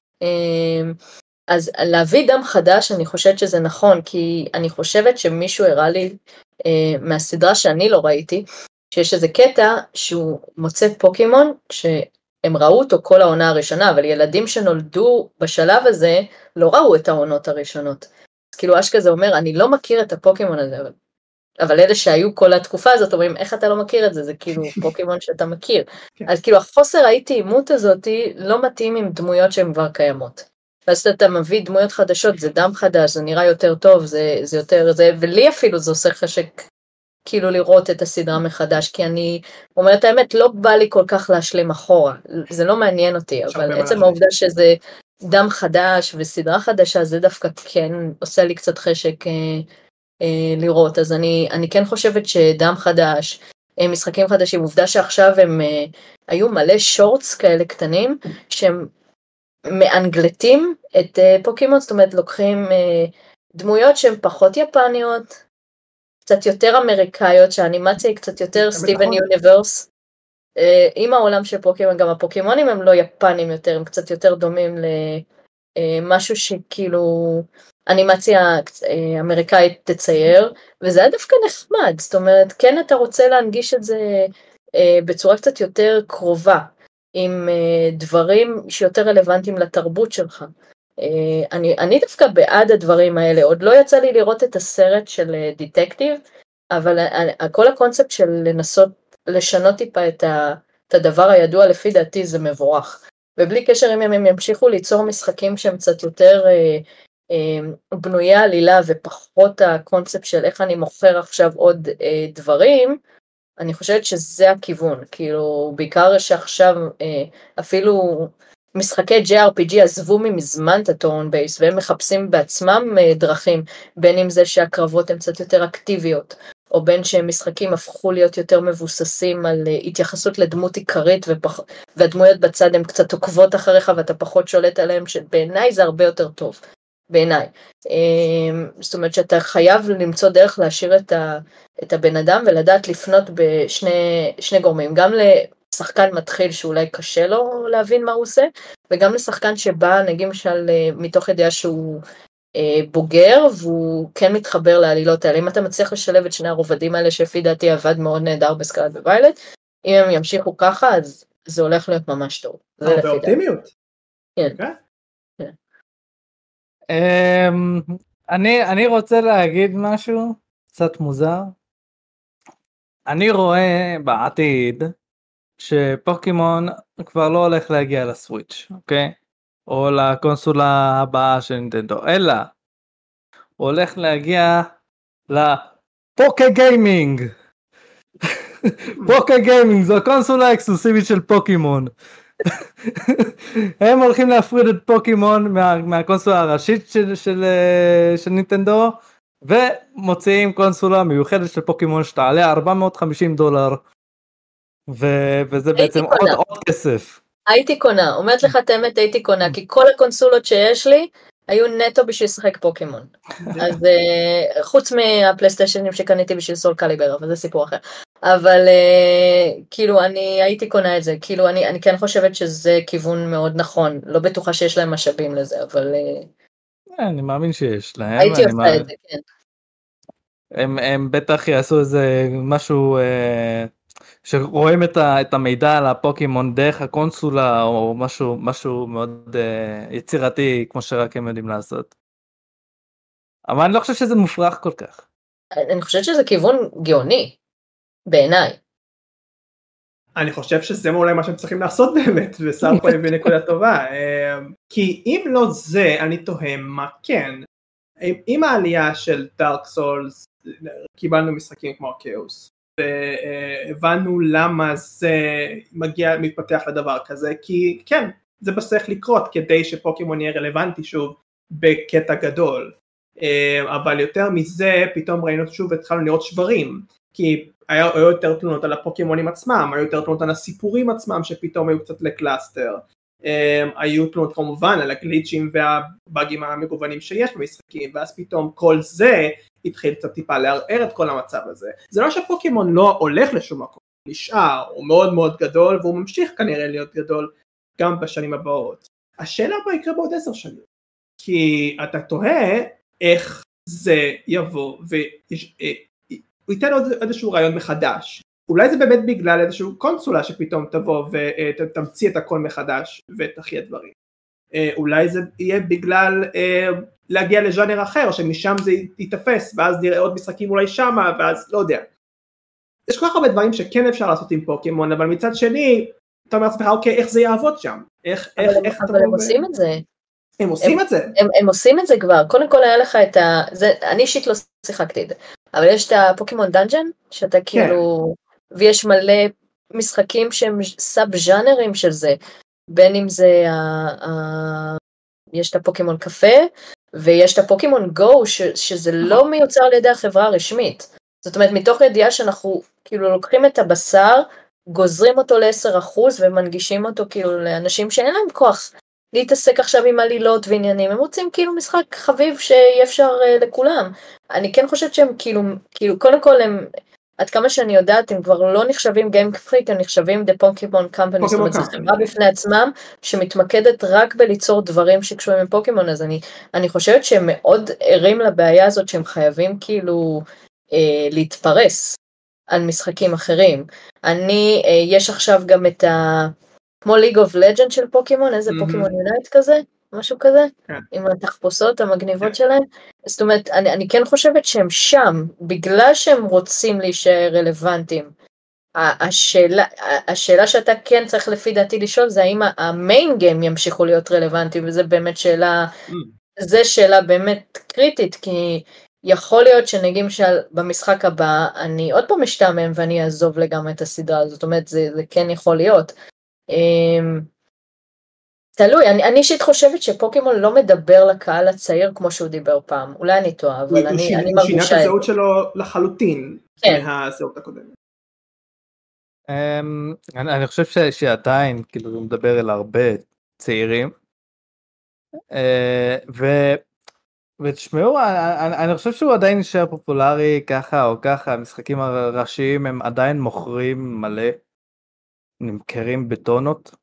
אז להביא דם חדש, אני חושבת שזה נכון, כי אני חושבת שמישהו הראה לי מהסדרה שאני לא ראיתי, שיש איזה קטע שהוא מוצא פוקימון, שהם ראו אותו כל העונה הראשונה, אבל ילדים שנולדו בשלב הזה, לא ראו את העונות הראשונות. אז כאילו אש כזה אומר, אני לא מכיר את הפוקימון הזה, אבל אלה שהיו כל התקופה הזאת אומרים, איך אתה לא מכיר את זה? זה כאילו פוקימון שאתה מכיר. אז כאילו החוסר האימות הזאת לא מתאים עם דמויות שהן כבר קיימות. ואז אתה מביא דמויות חדשות, זה דם חדש, זה נראה יותר טוב, זה יותר, ולי אפילו זה עושה חשק כאילו לראות את הסדרה מחדש, כי אני אומרת האמת, לא בא לי כל כך להשלים אחורה, זה לא מעניין אותי, אבל עצם העובדה שזה דם חדש וסדרה חדשה, זה דווקא כן עושה לי קצת חשק לראות, אז אני כן חושבת שדם חדש, משחקים חדשים, עובדה שעכשיו הם היו מלא שורטס כאלה קטנים, שהם מאנגלטים את פוקימון, זאת אומרת לוקחים דמויות שהן פחות יפניות, קצת יותר אמריקאיות, שהאנימציה היא קצת יותר סטיבן יוניברס, עם העולם של פוקימון, גם הפוקימונים הם לא יפנים יותר, הם קצת יותר דומים למשהו שכאילו אנימציה אמריקאית תצייר, וזה היה דווקא נחמד, זאת אומרת, כן אתה רוצה להנגיש את זה בצורה קצת יותר קרובה, עם דברים שיותר רלוונטיים לתרבות שלך. אני דווקא בעד הדברים האלה, עוד לא יצא לי לראות את הסרט של דטקטיב, אבל כל הקונספט של לנסות לשנות טיפה את הדבר הידוע לפי דעתי זה מבורך. ובלי קשר אם הם ימשיכו ליצור משחקים שהם קצת יותר בנויה עלילה ופחות הקונספט של איך אני מוכר עכשיו עוד דברים, אני חושבת שזה הכיוון, כאילו בעיקר שעכשיו אפילו משחקי JRPG עזבו ממזמן את הטורן בייס, והם מחפשים בעצמם דרכים, בין אם זה שהקרבות הן קצת יותר אקטיביות, או בין שהם משחקים הפכו להיות יותר מבוססים על התייחסות לדמות עיקרית, והדמויות בצד הן קצת עוקבות אחריך, ואתה פחות שולט עליהם, שבעיניי זה הרבה יותר טוב, בעיניי. זאת אומרת שאתה חייב למצוא דרך להשאיר את הבן אדם, ולדעת לפנות בשני גורמים, גם לשחקן מתחיל שאולי קשה לו להבין מה הוא עושה, וגם לשחקן שבא, נגיד משל מתוך ידיעה שהוא בוגר, והוא כן מתחבר לעלילות האלה. אם אתה מצליח לשלב את שני הרובדים האלה, שלפי דעתי עבד מאוד נהדר בסקרלט וויילט, אם הם ימשיכו ככה, אז זה הולך להיות ממש טוב. באופטימיות. כן. אני רוצה להגיד משהו קצת מוזר. אני רואה בעתיד שפוקימון כבר לא הולך להגיע לסוויץ', אוקיי? או לקונסולה הבאה של נינטנדו, אלא הוא הולך להגיע לפוקה גיימינג. פוקה גיימינג זו הקונסולה האקסקלוסיבית של פוקימון. הם הולכים להפריד את פוקימון מהקונסולה הראשית של נינטנדו, ומוציאים קונסולה מיוחדת של פוקימון שתעלה $450, וזה בעצם עוד כסף. הייתי קונה, אומרת לך את האמת, הייתי קונה, כי כל הקונסולות שיש לי היו נטו בשביל לשחק פוקימון. אז חוץ מהפלייסטיישנים שקניתי בשביל סול קליבר, אבל זה סיפור אחר. אבל כאילו אני הייתי קונה את זה, כאילו אני כן חושבת שזה כיוון מאוד נכון, לא בטוחה שיש להם משאבים לזה, אבל אני מאמין שיש להם. הייתי עושה את זה, כן. הם בטח יעשו איזה משהו שרואים את המידע על הפוקימון דרך הקונסולה או משהו מאוד יצירתי כמו שרק הם יודעים לעשות. אבל אני לא חושב שזה מופרך כל כך. אני חושבת שזה כיוון גאוני, בעיניי. אני חושב שזה אולי מה שהם צריכים לעשות באמת, ושר פה הביא נקודה טובה, כי אם לא זה, אני תוהה מה כן. עם העלייה של דארק סולס, קיבלנו משחקים כמו ארקיוס, והבנו למה זה מתפתח לדבר כזה, כי כן, זה בסך לקרות כדי שפוקימון יהיה רלוונטי שוב בקטע גדול, אבל יותר מזה פתאום ראינו שוב התחלנו לראות שברים, כי היו יותר תלונות על הפוקימונים עצמם, היו יותר תלונות על הסיפורים עצמם שפתאום היו קצת לקלאסטר, היו תלונות כמובן על הגליצ'ים והבאגים המגוונים שיש במשחקים, ואז פתאום כל זה התחיל קצת טיפה לערער את כל המצב הזה. זה לא שפוקימון לא הולך לשום מקום, נשאר, הוא מאוד מאוד גדול והוא ממשיך כנראה להיות גדול גם בשנים הבאות. השאלה מה יקרה בעוד 10 שנים, כי אתה תוהה איך זה יבוא הוא ייתן עוד איזשהו רעיון מחדש, אולי זה באמת בגלל איזשהו קונסולה שפתאום תבוא ותמציא את הכל מחדש ותחיה דברים, אולי זה יהיה בגלל להגיע לז'אנר אחר שמשם זה יתפס ואז נראה עוד משחקים אולי שמה ואז לא יודע, יש כל כך הרבה דברים שכן אפשר לעשות עם פוקימון, אבל מצד שני אתה אומר לעצמך אוקיי איך זה יעבוד שם, אבל הם עושים את זה. הם עושים את זה. הם עושים את זה כבר, קודם כל היה לך את אני אישית לא שיחקתי את זה, אבל יש את הפוקימון דאנג'ן, שאתה כאילו, ויש מלא משחקים שהם סאב ז'אנרים של זה, בין אם זה, יש את הפוקימון קפה, ויש את הפוקימון גו, שזה לא מיוצר על ידי החברה הרשמית, זאת אומרת מתוך ידיעה שאנחנו כאילו לוקחים את הבשר, גוזרים אותו ל10% ומנגישים אותו כאילו לאנשים שאין להם כוח, להתעסק עכשיו עם עלילות ועניינים, הם רוצים כאילו משחק חביב שיהיה אפשר לכולם. אני כן חושבת שהם כאילו קודם כל הם, עד כמה שאני יודעת, הם כבר לא נחשבים Game Freak, הם נחשבים The Pokemon Company, זאת אומרת, זו חברה בפני עצמם, שמתמקדת רק בליצור דברים שקשורים עם פוקימון, אז אני חושבת שהם מאוד ערים לבעיה הזאת, שהם חייבים כאילו להתפרס על משחקים אחרים. יש עכשיו גם את כמו ליג אוף לג'נד של פוקימון, איזה פוקימון יונייט כזה, משהו כזה, עם התחפושות המגניבות שלהם, זאת אומרת, אני כן חושבת שהם שם, בגלל שהם רוצים להישאר רלוונטיים, השאלה שאתה כן צריך לפי דעתי לשאול, זה האם המיין גיים ימשיכו להיות רלוונטיים, וזה באמת שאלה, זה שאלה באמת קריטית, כי יכול להיות שנגיד במשחק הבא, אני עוד פעם משתעמם, ואני אעזוב לגמרי את הסדרה, זאת אומרת, זה כן יכול להיות, תלוי, אני אישית חושבת שפוקימון לא מדבר לקהל הצעיר כמו שהוא דיבר פעם, אולי אני טועה, אבל אני מרגישה... הוא שינה את הזהות שלו לחלוטין מהזהות הקודמת. אני חושב שעדיין כאילו הוא מדבר אל הרבה צעירים, ותשמעו, אני חושב שהוא עדיין נשאר פופולרי ככה או ככה, המשחקים הראשיים הם עדיין מוכרים מלא, נמכרים בטונות,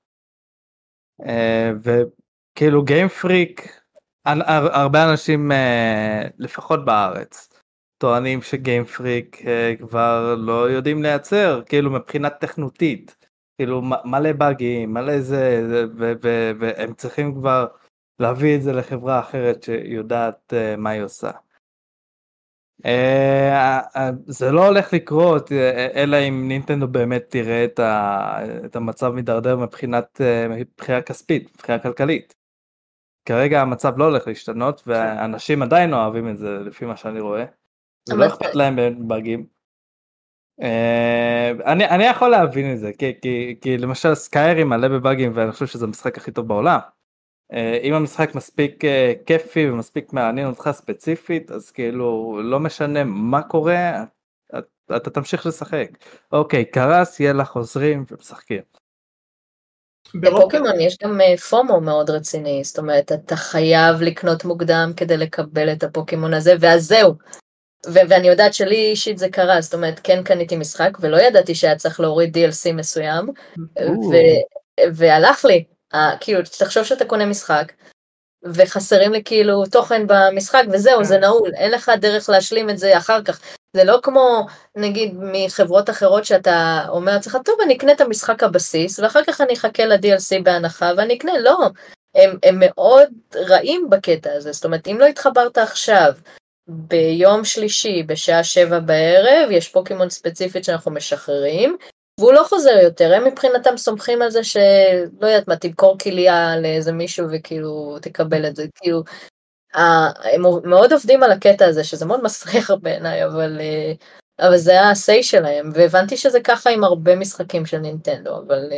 וכאילו גיים פריק, הרבה אנשים לפחות בארץ טוענים שגיים פריק כבר לא יודעים לייצר, כאילו מבחינת טכנותית, כאילו מלא באגים, מלא זה, והם צריכים כבר להביא את זה לחברה אחרת שיודעת מה היא עושה. זה לא הולך לקרות אלא אם נינטנדו באמת תראה את המצב מדרדר מבחינה כספית, מבחינה כלכלית. כרגע המצב לא הולך להשתנות ואנשים עדיין אוהבים את זה לפי מה שאני רואה. זה לא אכפת להם בבאגים. אני יכול להבין את זה כי למשל סקיירים מלא בבאגים ואני חושב שזה המשחק הכי טוב בעולם. אם המשחק מספיק כיפי ומספיק מעניין אותך ספציפית, אז כאילו לא משנה מה קורה, אתה תמשיך לשחק. אוקיי, קרס, יאללה, חוזרים ומשחקים. בפוקימון יש גם פומו מאוד רציני, זאת אומרת, אתה חייב לקנות מוקדם כדי לקבל את הפוקימון הזה, ואז זהו. ואני יודעת שלי אישית זה קרה, זאת אומרת, כן קניתי משחק, ולא ידעתי שהיה צריך להוריד DLC מסוים, והלך לי. כאילו, תחשוב שאתה קונה משחק, וחסרים לי כאילו תוכן במשחק, וזהו, זה נעול, אין לך דרך להשלים את זה אחר כך. זה לא כמו, נגיד, מחברות אחרות שאתה אומר לעצמך, טוב, אני אקנה את המשחק הבסיס, ואחר כך אני אחכה ל-DLC בהנחה, ואני אקנה, לא. הם מאוד רעים בקטע הזה, זאת אומרת, אם לא התחברת עכשיו, ביום שלישי, בשעה 7 בערב, יש פוקימון ספציפית שאנחנו משחררים, והוא לא חוזר יותר, הם מבחינתם סומכים על זה שלא יודעת מה, תמכור כליה לאיזה מישהו וכאילו תקבל את זה, כאילו, הם מאוד עובדים על הקטע הזה, שזה מאוד מסריח בעיניי, אבל זה ה-say שלהם, והבנתי שזה ככה עם הרבה משחקים של נינטנדו, אבל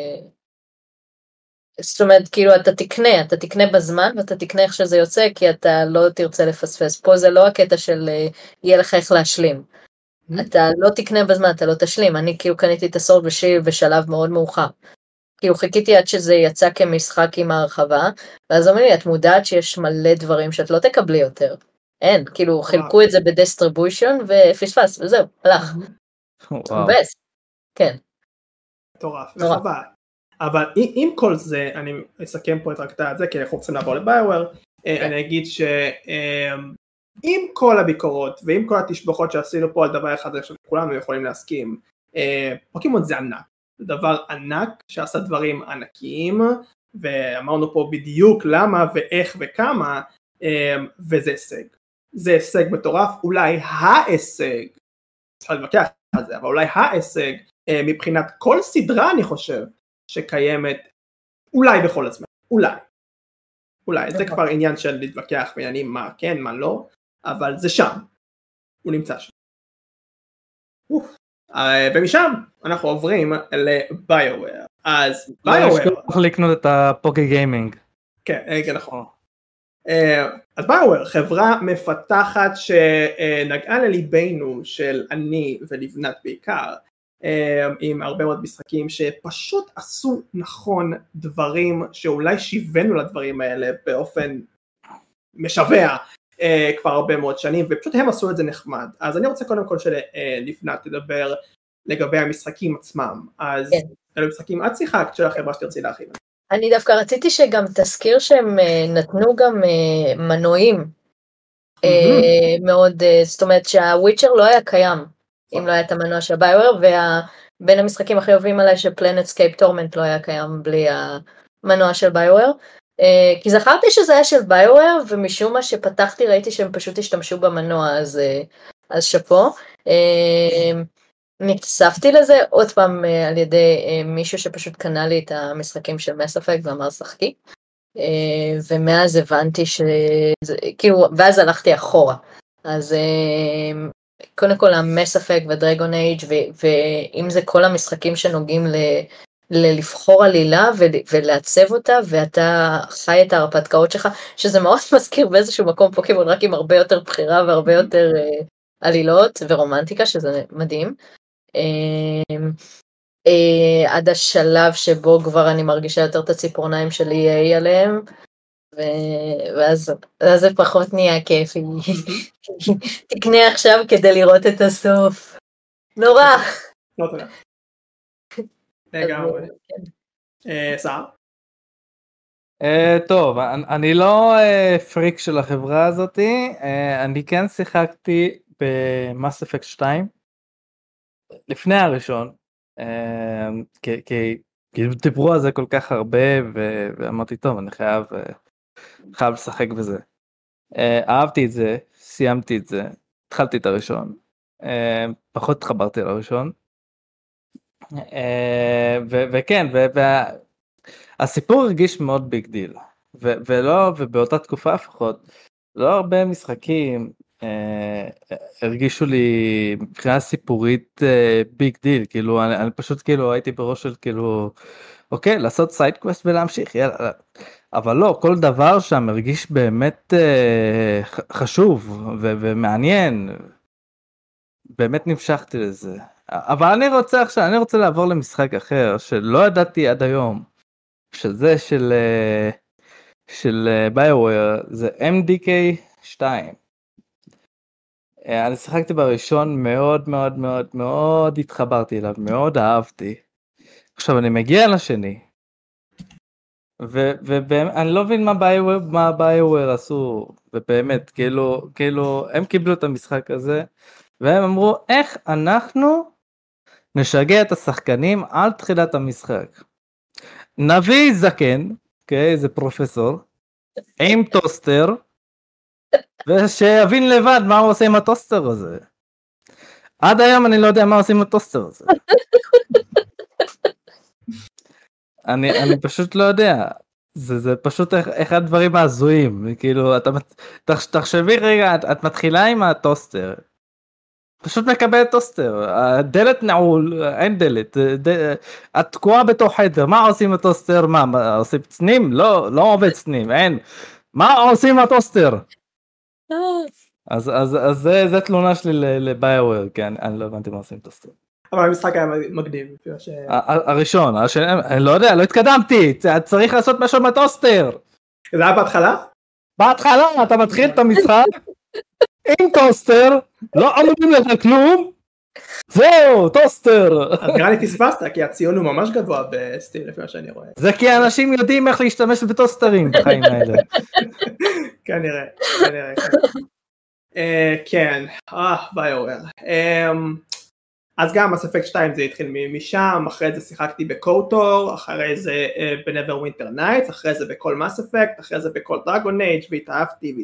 זאת אומרת, כאילו אתה תקנה בזמן, ואתה תקנה איך שזה יוצא, כי אתה לא תרצה לפספס, פה זה לא הקטע של יהיה לך איך להשלים, אתה לא תקנה בזמן, אתה לא תשלים, אני כאילו קניתי את הסורד ושיל בשלב מאוד מאוחר, כאילו חיכיתי עד שזה יצא כמשחק עם ההרחבה, ואז אומרים לי, את מודעת שיש מלא דברים שאת לא תקבלי יותר. אין, כאילו חילקו את זה בדיסטריבושן ופספס, וזהו, הלך. בס, כן. מטורף, וחבל. אבל עם כל זה, אני אסכם פה את הקטע הזה, כי אנחנו רוצים לעבור לביואר, אני אגיד שעם כל הביקורות, ועם כל התשבחות שעשינו פה על דבר אחד, שכולנו יכולים להסכים, פוקימון זה ענק. זה דבר ענק שעשה דברים ענקיים, ואמרנו פה בדיוק למה ואיך וכמה, וזה הישג. זה הישג מטורף, אולי ההישג, צריך להתווכח על זה, אבל אולי ההישג, מבחינת כל סדרה אני חושב, שקיימת אולי בכל הזמן, אולי, זה כבר עניין של להתווכח ועניינים מה כן, מה לא, אבל זה שם, הוא נמצא שם. ומשם אנחנו עוברים לביואר. אז ביואר... לא לשכוח לקנות את הפוקי גיימינג. כן, נכון. אז ביואר, חברה מפתחת שנגעה לליבנו של אני ולבנת בעיקר, עם הרבה מאוד משחקים שפשוט עשו נכון דברים שאולי שיווינו לדברים האלה באופן משווה כבר הרבה מאוד שנים, ופשוט הם עשו את זה נחמד. אז אני רוצה קודם כל שלבנת תדבר לגבי המשחקים עצמם. אז אלו משחקים את שיחקת של החברה שתרצי להכין. אני דווקא רציתי שגם תזכיר שהם נתנו גם מנועים מאוד, זאת אומרת שהוויצ'ר לא היה קיים אם לא היה את המנוע של ביואר, ובין המשחקים הכי אוהבים עליי שפלנטסקייפ טורמנט לא היה קיים בלי המנוע של ביואר, כי זכרתי שזה היה של ביואר, ומשום מה שפתחתי ראיתי שהם פשוט השתמשו במנוע, אז שפו. נחשפתי לזה עוד פעם על ידי מישהו שפשוט קנה לי את המשחקים של מס אפקט ואמר שחקי, ומאז הבנתי כאילו, ואז הלכתי אחורה. אז קודם כל המס אפקט ודרגון אייג' ואם זה כל המשחקים שנוגעים לבחור עלילה ולעצב אותה, ואתה חי את ההרפתקאות שלך, שזה מאוד מזכיר באיזשהו מקום פוקימון, רק עם הרבה יותר בחירה והרבה יותר עלילות ורומנטיקה, שזה מדהים. עד השלב שבו כבר אני מרגישה יותר את הציפורניים של EA עליהם, ואז זה פחות נהיה כיפי. תקנה עכשיו כדי לראות את הסוף. נורא. לא תודה. לגמרי. סער? טוב, אני לא פריק של החברה הזאת, אני כן שיחקתי במאס אפקט 2, לפני הראשון, כי דיברו על זה כל כך הרבה, ואמרתי טוב, אני חייב לשחק בזה. אהבתי את זה, סיימתי את זה, התחלתי את הראשון, פחות התחברתי לראשון, וכן, הסיפור הרגיש מאוד ביג דיל, ובאותה תקופה לפחות, לא הרבה משחקים הרגישו לי מבחינה סיפורית ביג דיל, כאילו אני פשוט כאילו הייתי בראש של כאילו, אוקיי, לעשות סייד קווסט ולהמשיך, יאללה. אבל לא, כל דבר שם הרגיש באמת חשוב ומעניין, באמת נמשכתי לזה. אבל אני רוצה לעבור למשחק אחר, שלא ידעתי עד היום, שזה של ביואר, זה MDK 2. אני שיחקתי בראשון, מאוד מאוד מאוד מאוד התחברתי אליו, מאוד אהבתי. עכשיו אני מגיע לשני, ואני לא מבין מה ביואר עשו, ובאמת, כאילו הם קיבלו את המשחק הזה, והם אמרו, איך אנחנו נשגע את השחקנים על תחילת המשחק. נביא זקן, איזה פרופסור, עם טוסטר, ושיבין לבד מה הוא עושה עם הטוסטר הזה. עד היום אני לא יודע מה עושים עם הטוסטר הזה. אני פשוט לא יודע. זה פשוט אחד הדברים ההזויים. כאילו, תחשבי רגע, את מתחילה עם הטוסטר. פשוט מקבלת טוסטר. הדלת נעול, אין דלת. את תקועה בתוך חדר. מה עושים עם הטוסטר? מה עושים צנים? לא עובד צנים, אין. מה עושים עם הטוסטר? אז זה תלונה שלי לביואר, כי אני לא הבנתי מה עושים עם טוסטר. אבל המשחק היה מגניב. הראשון, אני לא יודע, לא התקדמתי, צריך לעשות משהו עם הטוסטר. זה היה בהתחלה? בהתחלה, אתה מתחיל את המשחק, עם טוסטר, לא אומרים לך כלום, זהו, טוסטר. אז נראה לי פספסת, כי הציון הוא ממש גבוה בסטים, לפי מה שאני רואה. זה כי אנשים יודעים איך להשתמש בטוסטרים בחיים האלה. כנראה. כן, ביואר. אז גם Mass Effect 2 זה התחיל משם, אחרי זה שיחקתי בקוטור, אחרי זה ב-Neverwinter Nights, אחרי זה בכל Mass Effect, אחרי זה בכל Dragon Age, והתאהבתי.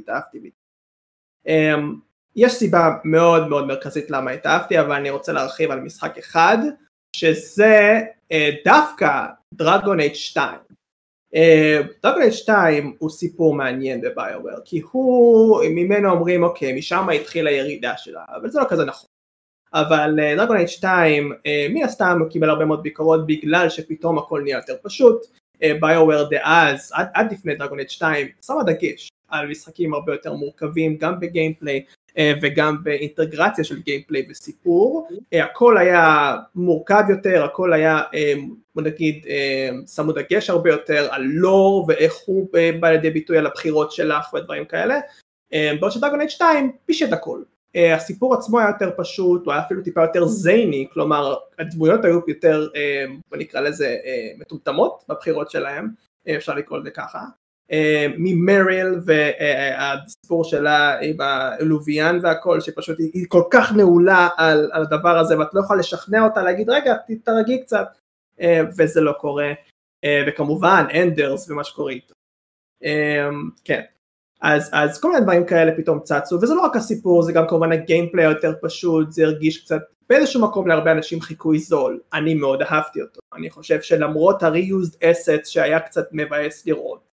יש סיבה מאוד מאוד מרכזית למה התאהבתי, אבל אני רוצה להרחיב על משחק אחד, שזה דווקא Dragon Age 2. Dragon Age 2 הוא סיפור מעניין בביואר, כי ממנו אומרים אוקיי, משם התחילה הירידה שלה, אבל זה לא כזה נכון. אבל Dragon Age 2 מן הסתם הוא קיבל הרבה מאוד ביקורות בגלל שפתאום הכל נהיה יותר פשוט. ביואר דאז עד לפני Dragon Age 2 שמה דגש על משחקים הרבה יותר מורכבים גם בגיימפליי וגם באינטגרציה של גיימפליי וסיפור. הכל היה מורכב יותר, הכל היה נגיד שמו דגש הרבה יותר על לור ואיך הוא בא לידי ביטוי על הבחירות שלך ודברים כאלה. בעוד שדרגון אייג' 2 פישט הכל. הסיפור עצמו היה יותר פשוט, הוא היה אפילו טיפה יותר זייני, כלומר הדמויות היו יותר, נקרא לזה, מטומטמות בבחירות שלהם, אפשר לקרוא לזה ככה. ממריל והסיפור שלה עם הלוויין והכל, שפשוט היא כל כך נעולה על הדבר הזה, ואת לא יכולה לשכנע אותה להגיד רגע תתרגי קצת, וזה לא קורה, וכמובן אנדרס ומה שקורה איתו. כן. אז כל מיני דברים כאלה פתאום צצו, וזה לא רק הסיפור, זה גם כמובן הגיימפליי יותר פשוט, זה הרגיש קצת באיזשהו מקום להרבה אנשים חיקוי זול, אני מאוד אהבתי אותו, אני חושב שלמרות ה-reused assets שהיה קצת מבאס לראות,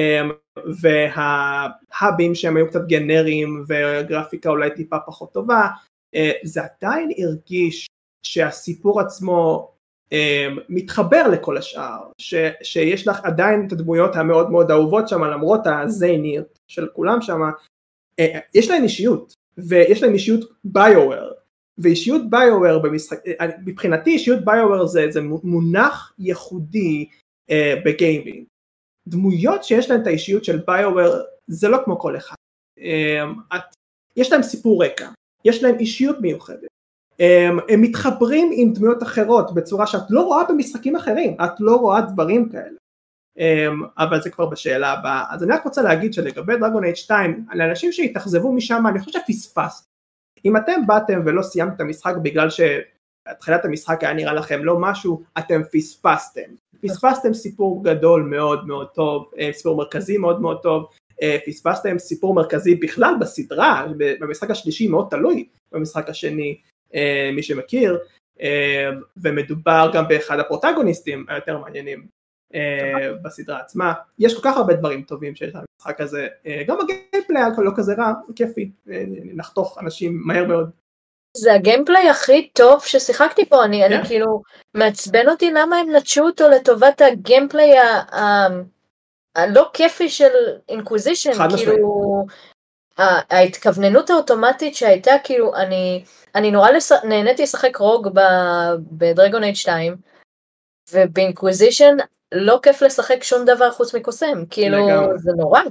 וההאבים שהם היו קצת גנריים וגרפיקה אולי טיפה פחות טובה, זה עדיין הרגיש שהסיפור עצמו מתחבר לכל השאר, שיש לך עדיין את הדמויות המאוד מאוד אהובות שם, למרות הזייניות של כולם שם, יש להם אישיות, ויש להם אישיות ביואר, ואישיות ביואר במשחק, מבחינתי אישיות ביואר זה מונח ייחודי בגיימינג, דמויות שיש להם את האישיות של ביואר, זה לא כמו כל אחד, יש להם סיפור רקע, יש להם אישיות מיוחדת, הם מתחברים עם דמויות אחרות בצורה שאת לא רואה במשחקים אחרים, את לא רואה דברים כאלה, אבל זה כבר בשאלה הבאה. אז אני רק רוצה להגיד שלגבי דרגון אייג' 2, לאנשים שהתאכזבו משם, אני חושב שפספסתם. אם אתם באתם ולא סיימתם את המשחק בגלל שהתחילת המשחק היה נראה לכם לא משהו, אתם פספסתם סיפור גדול מאוד מאוד טוב, סיפור מרכזי מאוד מאוד טוב, פספסתם סיפור מרכזי בכלל בסדרה, במשחק השלישי מאוד תלוי במשחק השני, מי שמכיר, ומדובר גם באחד הפרוטגוניסטים היותר מעניינים בסדרה עצמה. יש כל כך הרבה דברים טובים שיש למשחק הזה, גם הגיימפליי לא כזה רע, כיפי, נחתוך אנשים מהר מאוד. זה הגיימפליי הכי טוב ששיחקתי פה, אני כאילו מעצבן אותי למה הם נטשו אותו לטובת הגיימפליי הלא כיפי של אינקוויזישן, כאילו ההתכווננות האוטומטית שהייתה, כאילו אני נורא נהניתי לשחק רוג בדרגון אייג' 2, ובאינקוויזישן לא כיף לשחק שום דבר חוץ מקוסם, כאילו זה נורא.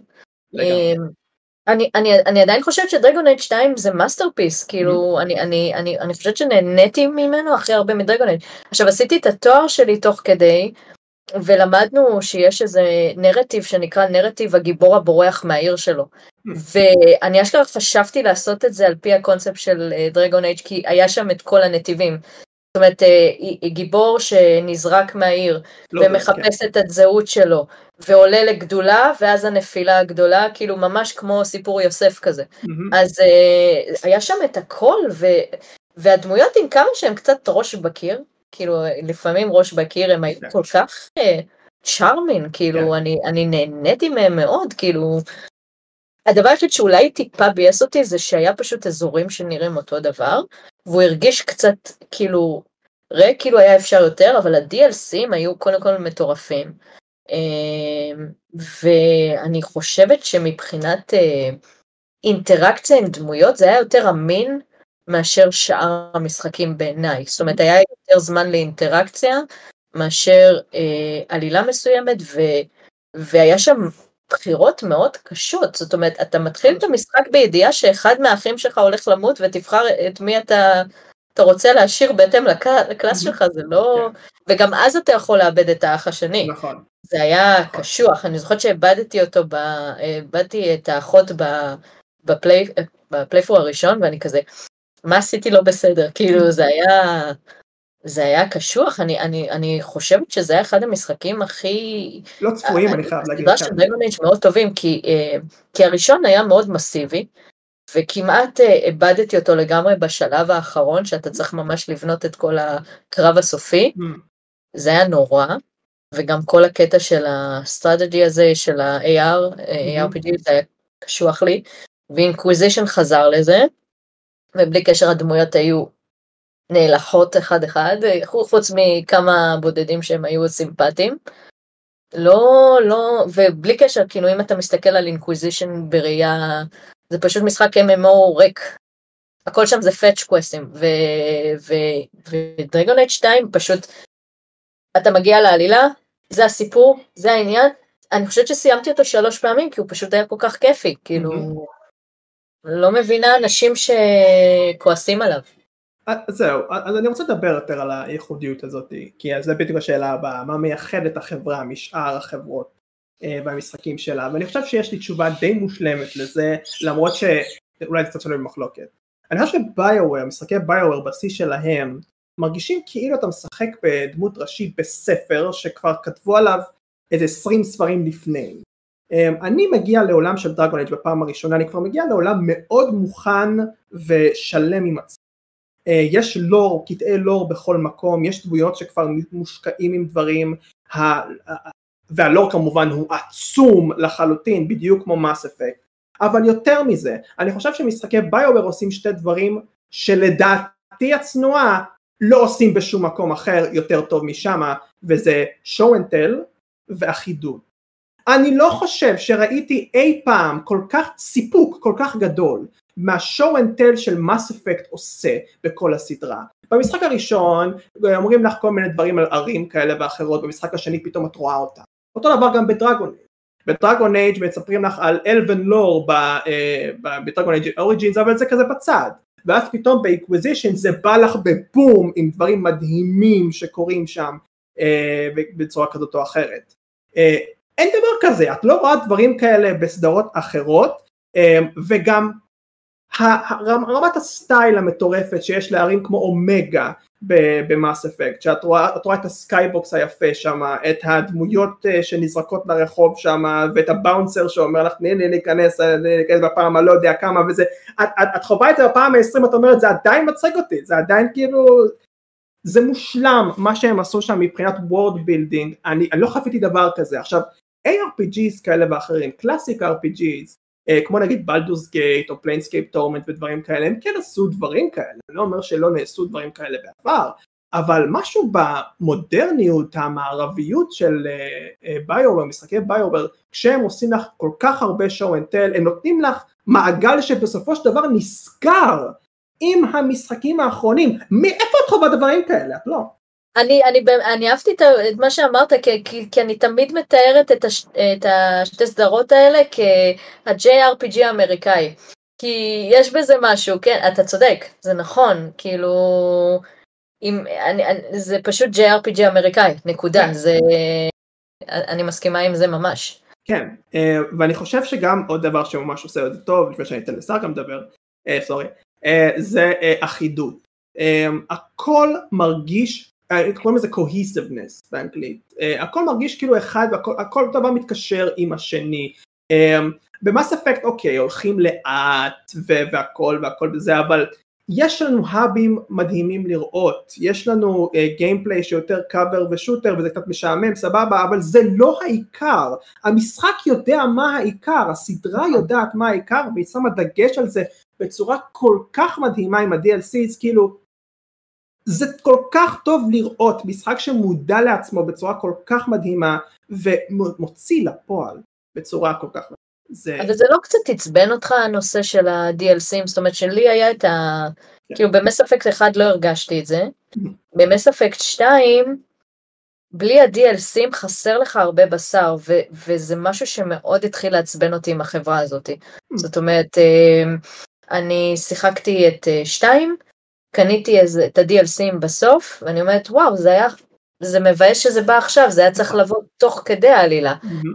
אני עדיין חושבת שדרגון אייג' 2 זה מאסטרפיס, כאילו אני חושבת שנהניתי ממנו הכי הרבה מדרגון אייג'. עכשיו עשיתי את התואר שלי תוך כדי, ולמדנו שיש איזה נרטיב שנקרא נרטיב הגיבור הבורח מהעיר שלו. ואני אשכרה חשבתי לעשות את זה על פי הקונספט של דרגון אייג' כי היה שם את כל הנתיבים. זאת אומרת, גיבור שנזרק מהעיר ומחפש את הזהות שלו, ועולה לגדולה, ואז הנפילה הגדולה, כאילו ממש כמו סיפור יוסף כזה. אז היה שם את הכל, והדמויות עם כמה שהם קצת ראש בקיר, כאילו לפעמים ראש בקיר הם היו כל כך צ'ארמין, כאילו אני נהניתי מהם מאוד, כאילו הדבר היחיד שאולי טיפה בייס אותי זה שהיה פשוט אזורים שנראים אותו דבר, והוא הרגיש קצת כאילו ריק, כאילו היה אפשר יותר, אבל ה-DLCים היו קודם כל מטורפים. ואני חושבת שמבחינת אינטראקציה עם דמויות זה היה יותר אמין מאשר שאר המשחקים בעיניי. זאת אומרת, היה יותר זמן לאינטראקציה מאשר עלילה מסוימת, והיה שם בחירות מאוד קשות. זאת אומרת, אתה מתחיל את המשחק בידיעה שאחד מהאחים שלך הולך למות, ותבחר את מי אתה רוצה להשאיר בהתאם לקלאס שלך, זה לא... וגם אז אתה יכול לאבד את האח השני. נכון. זה היה קשוח. אני זוכרת שאיבדתי את האחות בפלייפור הראשון, ואני כזה, מה עשיתי לא בסדר? כאילו, זה היה קשוח. אני חושבת שזה היה אחד המשחקים הכי... לא צפויים, אני חייב להגיד. הסדרה של דרגון אייג' מאוד טובים, כי הראשון היה מאוד מסיבי, וכמעט איבדתי אותו לגמרי בשלב האחרון, שאתה צריך ממש לבנות את כל הקרב הסופי. זה היה נורא, וגם כל הקטע של הסטרטג'י הזה, של ה-ARPG, זה היה קשוח לי, ואינקוויזישן חזר לזה, ובלי קשר הדמויות היו נאלחות אחד-אחד, חוץ מכמה בודדים שהם היו סימפטיים. לא, ובלי קשר, כאילו אם אתה מסתכל על אינקוויזישן בראייה, זה פשוט משחק MMO ריק. הכל שם זה פאץ' קווסטים, ודרגון אייג' 2 פשוט, אתה מגיע לעלילה, זה הסיפור, זה העניין. אני חושבת שסיימתי אותו 3 פעמים, כי הוא פשוט היה כל כך כיפי, כאילו, לא מבינה אנשים שכועסים עליו. זהו, אז אני רוצה לדבר יותר על הייחודיות הזאת, כי זה בדיוק השאלה הבאה, מה מייחד את החברה משאר החברות והמשחקים שלה, ואני חושב שיש לי תשובה די מושלמת לזה, למרות שאולי זה קצת שלא במחלוקת. אני חושב שביואר, משחקי ביואר בשיא שלהם, מרגישים כאילו אתה משחק בדמות ראשית בספר, שכבר כתבו עליו איזה 20 ספרים לפני. אני מגיע לעולם של דרגון אייג' בפעם הראשונה, אני כבר מגיע לעולם מאוד מוכן ושלם עם עצמי. יש לור, קטעי לור בכל מקום, יש דמויות שכבר מושקעים עם דברים, והלור כמובן הוא עצום לחלוטין, בדיוק כמו Mass Effect. אבל יותר מזה, אני חושב שמשחקי ביואר עושים שתי דברים שלדעתי הצנועה לא עושים בשום מקום אחר יותר טוב משם, וזה show and tell ואחידות. אני לא חושב שראיתי אי פעם כל כך סיפוק, כל כך גדול, מה show and tell של Mass Effect עושה בכל הסדרה. במשחק הראשון אומרים לך כל מיני דברים על ערים כאלה ואחרות, במשחק השני פתאום את רואה אותה. אותו דבר גם בדרגון אייג'. בדרגון אייג' מספרים לך על אלבן לור בדרגון אייג' אוריג'ינס, אבל זה כזה בצד. ואז פתאום באקוויזישן זה בא לך בבום עם דברים מדהימים שקורים שם בצורה כזאת או אחרת. אין דבר כזה, את לא רואה דברים כאלה בסדרות אחרות, וגם רמת הסטייל המטורפת שיש לערים כמו אומגה במאס אפקט, שאת רואה את הסקייבוקס היפה שם, את הדמויות שנזרקות לרחוב שם, ואת הבאונסר שאומר לך ניכנס בפעם הלא יודע כמה, וזה, את חווה את זה בפעם ה-20, את אומרת זה עדיין מצחיק אותי, זה עדיין כאילו, זה מושלם מה שהם עשו שם מבחינת וורד בילדינג, אני לא חוויתי דבר כזה. עכשיו ARPGs כאלה ואחרים, קלאסיק RPGs, כמו נגיד בלדורס גייט או פליינסקייפ טורמנט ודברים כאלה, הם כן עשו דברים כאלה, אני לא אומר שלא נעשו דברים כאלה בעבר, אבל משהו במודרניות, המערביות של ביואר, משחקי ביואר, כשהם עושים לך כל כך הרבה show and tell, הם נותנים לך מעגל שבסופו של דבר נסגר עם המשחקים האחרונים. מאיפה את חווה דברים כאלה? את לא. אני אהבתי את מה שאמרת, כי אני תמיד מתארת את השתי סדרות האלה כ-JRPG האמריקאי, כי יש בזה משהו, כן, אתה צודק, זה נכון, כאילו, זה פשוט JRPG האמריקאי, נקודה, אני מסכימה עם זה ממש. כן, ואני חושב שגם עוד דבר שממש עושה את זה טוב, לפני שאני אתן לשר גם לדבר, זה אחידות. הכל מרגיש, קוראים לזה cohesiveness באנגלית, הכל מרגיש כאילו אחד, הכל דבר מתקשר עם השני. במאס אפקט אוקיי, הולכים לאט והכל בזה, אבל יש לנו האבים מדהימים לראות, יש לנו גיימפליי שיותר קאבר ושוטר וזה קצת משעמם, סבבה, אבל זה לא העיקר, המשחק יודע מה העיקר, הסדרה יודעת מה העיקר, והיא שמה דגש על זה בצורה כל כך מדהימה עם ה-DLC, כאילו, זה כל כך טוב לראות משחק שמודע לעצמו בצורה כל כך מדהימה, ומוציא לפועל בצורה כל כך מדהימה. אבל זה לא קצת תצבן אותך הנושא של ה-DLCים, זאת אומרת שלי היה את כאילו במס אפקט 1 לא הרגשתי את זה, במס אפקט 2, בלי ה-DLCים חסר לך הרבה בשר, וזה משהו שמאוד התחיל לעצבן אותי עם החברה הזאת. זאת אומרת, אני שיחקתי את 2, קניתי את ה-DLCים בסוף, ואני אומרת, וואו, זה מבאס שזה בא עכשיו, זה היה צריך לבוא תוך כדי העלילה,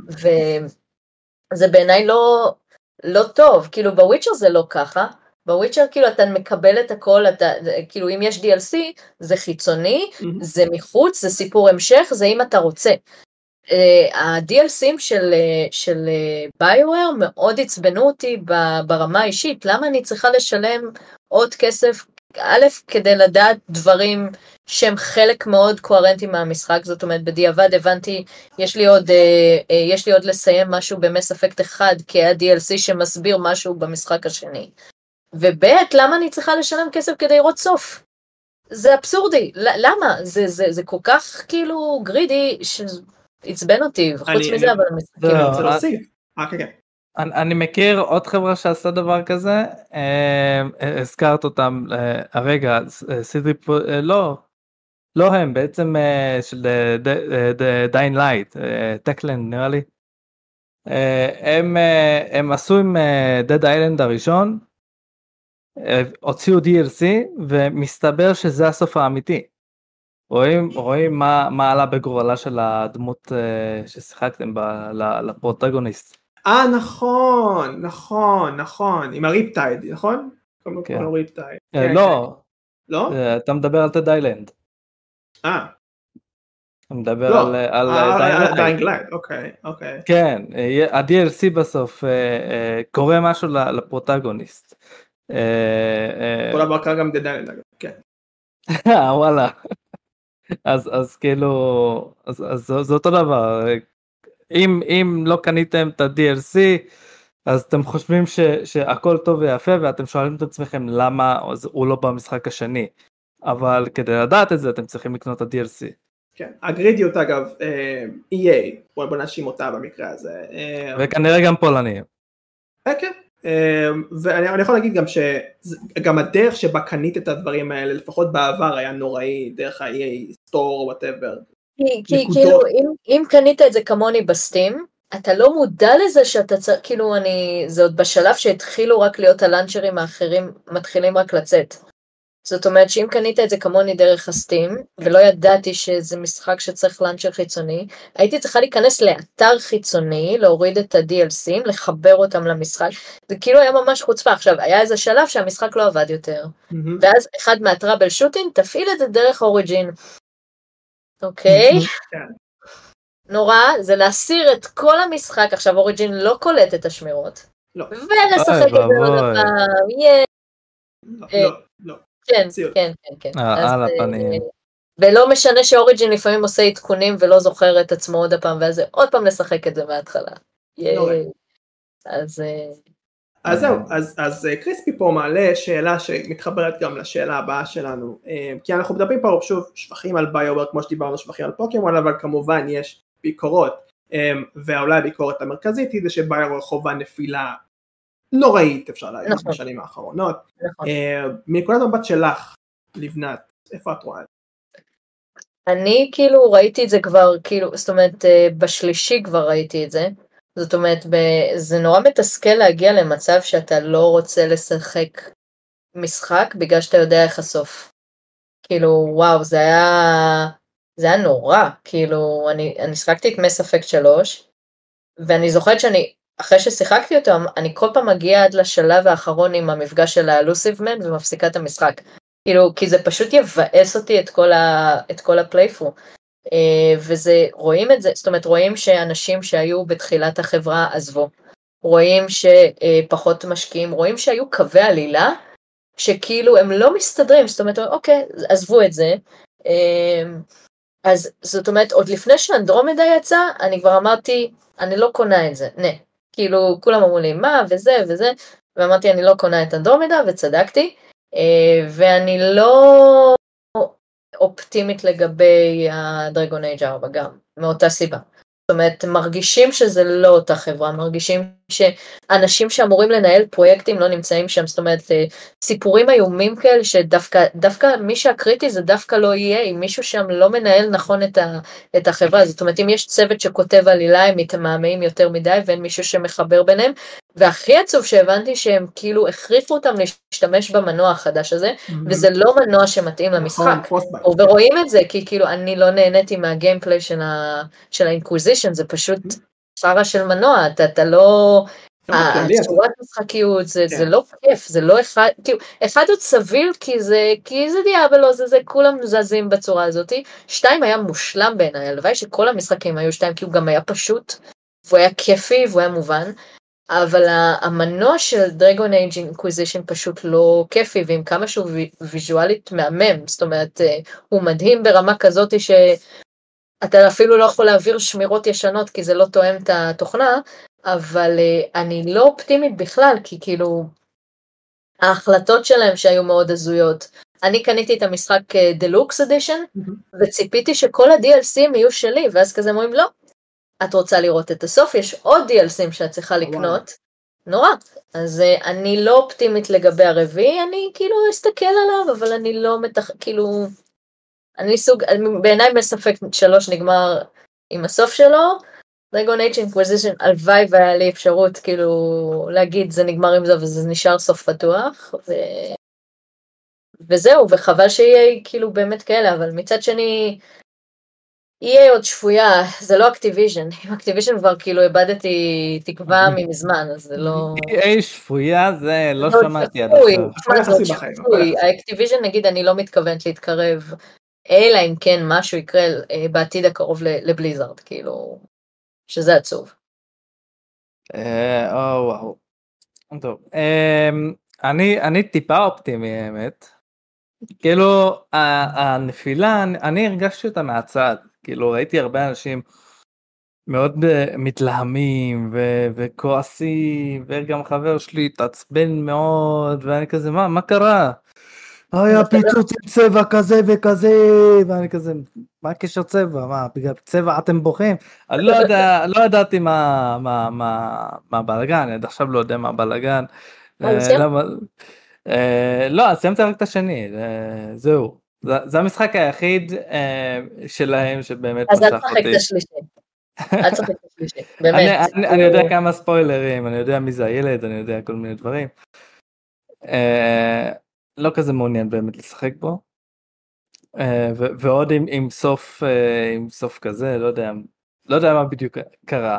זה בעיניי לא טוב, כאילו בוויצ'ר זה לא ככה, בוויצ'ר כאילו אתה מקבל את הכל, כאילו אם יש DLC זה חיצוני, זה מחוץ, זה סיפור המשך, זה אם אתה רוצה. ה-DLCים של ביואר מאוד עצבנו אותי ברמה האישית, למה אני צריכה לשלם עוד כסף, א', כדי לדעת דברים שהם חלק מאוד קוהרנטי מהמשחק, זאת אומרת בדיעבד הבנתי, יש לי עוד לסיים משהו במס אפקט 1, כי היה DLC שמסביר משהו במשחק השני. וב' למה אני צריכה לשלם כסף כדי לראות סוף? זה אבסורדי, למה? זה כל כך כאילו גרידי שעצבן אותי, וחוץ מזה אבל אני רוצה להוסיף. אני מכיר עוד חברה שעשה דבר כזה, הזכרת אותם הרגע, לא הם, בעצם של דיין לייט, טקלנד נראה לי, הם עשו עם דד איילנד הראשון, הוציאו DLC ומסתבר שזה הסוף האמיתי. רואים מה עלה בגורלה של הדמות ששיחקתם לפרוטגוניסט. נכון, עם הריפטייד, נכון? כן. ריפטייד. לא? אתה מדבר על טד איילנד. אתה מדבר על דיינג לייט, אוקיי. כן, ה-DLC בסוף קורה משהו לפרוטגוניסט. כל דבר קרה גם דיינג לייט, כן. וואלה. אז כאילו, זה אותו דבר. אם לא קניתם את ה-DLC, אז אתם חושבים שהכל טוב ויפה, ואתם שואלים את עצמכם למה הוא לא במשחק השני. אבל כדי לדעת את זה, אתם צריכים לקנות את ה-DLC. כן, הגרידיות אגב, EA, בוא נאשים אותה במקרה הזה. וכנראה גם פולנים. כן, ואני יכול להגיד גם שגם הדרך שבה קנית את הדברים האלה, לפחות בעבר היה נוראי, דרך ה-EA Store, whatever. כי כאילו, אם קנית את זה כמוני בסטים, אתה לא מודע לזה שאתה צריך, כאילו זה עוד בשלב שהתחילו רק להיות הלנצ'רים האחרים, מתחילים רק לצאת. זאת אומרת שאם קנית את זה כמוני דרך הסטים, ולא ידעתי שזה משחק שצריך לנצ'ר חיצוני, הייתי צריכה להיכנס לאתר חיצוני, להוריד את ה-DLCים, לחבר אותם למשחק, זה כאילו היה ממש חוצפה. עכשיו, היה איזה שלב שהמשחק לא עבד יותר, ואז אחד מהטראבל שוטין, תפעיל את זה דרך אוריג'ין. אוקיי? נורא, זה להסיר את כל המשחק, עכשיו אוריג'ין לא קולט את השמירות, ולשחק את זה עוד פעם, לא. כן. ולא משנה שאוריג'ין לפעמים עושה עדכונים ולא זוכר את עצמו עוד הפעם, ואז עוד פעם לשחק את זה מההתחלה. אז זהו, אז קריספי פה מעלה שאלה שמתחברת גם לשאלה הבאה שלנו, כי אנחנו מדברים פה שוב שבחים על ביואר, כמו שדיברנו שבחים על פוקימון, אבל כמובן יש ביקורות, ואולי הביקורת המרכזית היא זה שביואר חובה נפילה נוראית, אפשר להגיד, בשנים האחרונות. מנקודת המבט שלך, לבנת, איפה את רואה? אני כאילו ראיתי את זה כבר, כאילו, זאת אומרת, בשלישי כבר ראיתי את זה. זאת אומרת, זה נורא מתסכל להגיע למצב שאתה לא רוצה לשחק משחק, בגלל שאתה יודע איך הסוף. כאילו, וואו, זה היה זה היה נורא, כאילו, אני שחקתי את מס אפקט 3, ואני זוכרת שאני, אחרי ששיחקתי אותו, אני כל פעם מגיעה עד לשלב האחרון עם המפגש של האלוסיב מן, ומפסיקה את המשחק. כאילו, כי זה פשוט יבאס אותי את כל הפלייפור. וזה, רואים את זה, זאת אומרת, רואים שאנשים שהיו בתחילת החברה עזבו. רואים שפחות משקיעים, רואים שהיו קווי עלילה, שכאילו הם לא מסתדרים, זאת אומרת, אוקיי, עזבו את זה. אז זאת אומרת, עוד לפני שאנדרומדה יצא, אני כבר אמרתי, אני לא קונה את זה, כאילו, כולם אמרו לי, מה, וזה, וזה, ואמרתי, אני לא קונה את אנדרומדה, וצדקתי, ואני לא אופטימית לגבי הדרגון אייג' 4 גם, מאותה סיבה. זאת אומרת, מרגישים שזה לא אותה חברה, מרגישים שאנשים שאמורים לנהל פרויקטים לא נמצאים שם, זאת אומרת, סיפורים איומים כאלה שדווקא מי שהקריטי זה דווקא לא יהיה, אם מישהו שם לא מנהל נכון את החברה, זאת אומרת, אם יש צוות שכותב עלילה, הם מתמהמהים יותר מדי, ואין מישהו שמחבר ביניהם, והכי עצוב שהבנתי שהם כאילו הכריחו אותם להשתמש במנוע החדש הזה, וזה לא מנוע שמתאים למשחק, ורואים את זה, כי כאילו אני לא נהניתי מהגיימפליי של האינקוויזישן, זה פשוט חרא של מנוע, אתה לא, הצורת משחקיות, זה לא כיף, זה לא אחד, כאילו, אחד עוד סביל, כי זה דיאבלו, זה כולם זזים בצורה הזאת, 2 היה מושלם בעיניי, הלוואי שכל המשחקים היו 2, כי הוא גם היה פשוט, והוא היה כיפי, והוא היה מובן, אבל המנוע של דרגון אייג' אינקוויזישן פשוט לא כיפי, ועם כמה שהוא ויזואלית מהמם, זאת אומרת, הוא מדהים ברמה כזאת שאתה אפילו לא יכול להעביר שמירות ישנות, כי זה לא תואם את התוכנה, אבל אני לא אופטימית בכלל, כי כאילו, ההחלטות שלהם שהיו מאוד הזויות, אני קניתי את המשחק דלוקס אדישן, וציפיתי שכל ה-DLCים יהיו שלי, ואז כזה אומרים לא, את רוצה לראות את הסוף, יש עוד DLCים שאת צריכה לקנות, נורא, אז אני לא אופטימית לגבי הרביעי, אני כאילו אסתכל עליו, אבל אני לא כאילו, אני בעיניי מספק 3 נגמר עם הסוף שלו, דרגון אייג' אינקוויזישן, הלוואי והיה לי אפשרות כאילו להגיד זה נגמר עם זה וזה נשאר סוף פתוח, וזהו, וחבל שיהיה כאילו באמת כאלה, אבל מצד שני, יהיה עוד שפויה, זה לא אקטיביז'ן, עם אקטיביז'ן כבר כאילו איבדתי תקווה ממזמן, אז זה לא... EA שפויה זה לא שמעתי עד עכשיו. האקטיביז'ן נגיד אני לא מתכוונת להתקרב, אלא אם כן משהו יקרה בעתיד הקרוב לבליזארד, כאילו, שזה עצוב. וואו, טוב, אני טיפה אופטימי האמת, כאילו הנפילה, אני הרגשתי אותה מהצד, כאילו ראיתי הרבה אנשים מאוד מתלהמים וכועסים, וגם חבר שלי התעצבן מאוד, ואני כזה, מה קרה? היה פיצוץ עם צבע כזה וכזה, ואני כזה, מה הקשר צבע? מה, בגלל צבע אתם בוכים? אני לא ידעתי מה הבלגן, אני עד עכשיו לא יודע מה הבלגן. לא, סיימתי רק את השני, זהו. זה המשחק היחיד שלהם שבאמת משך אותי. אז אל תשחק את השלישי. אל תשחק את השלישי, באמת. אני יודע כמה ספוילרים, אני יודע מי זה הילד, אני יודע כל מיני דברים. לא כזה מעוניין באמת לשחק בו. ועוד עם סוף כזה, לא יודע מה בדיוק קרה,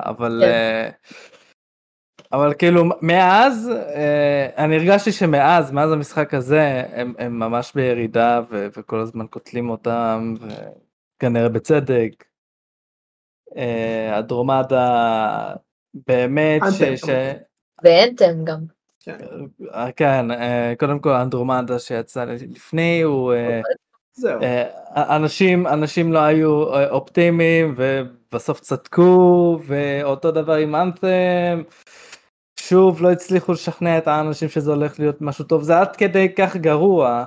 אבל כאילו מאז, אני הרגשתי שמאז המשחק הזה, הם ממש בירידה, וכל הזמן קוטלים אותם, וכנראה בצדק. אנדרומדה, באמת ואנתם גם. כן, קודם כל אנדרומדה שיצא לפני, הוא... אנשים לא היו אופטימיים, ובסוף צדקו, ואותו דבר עם אנתם, שוב לא הצליחו לשכנע את האנשים שזה הולך להיות משהו טוב, זה עד כדי כך גרוע,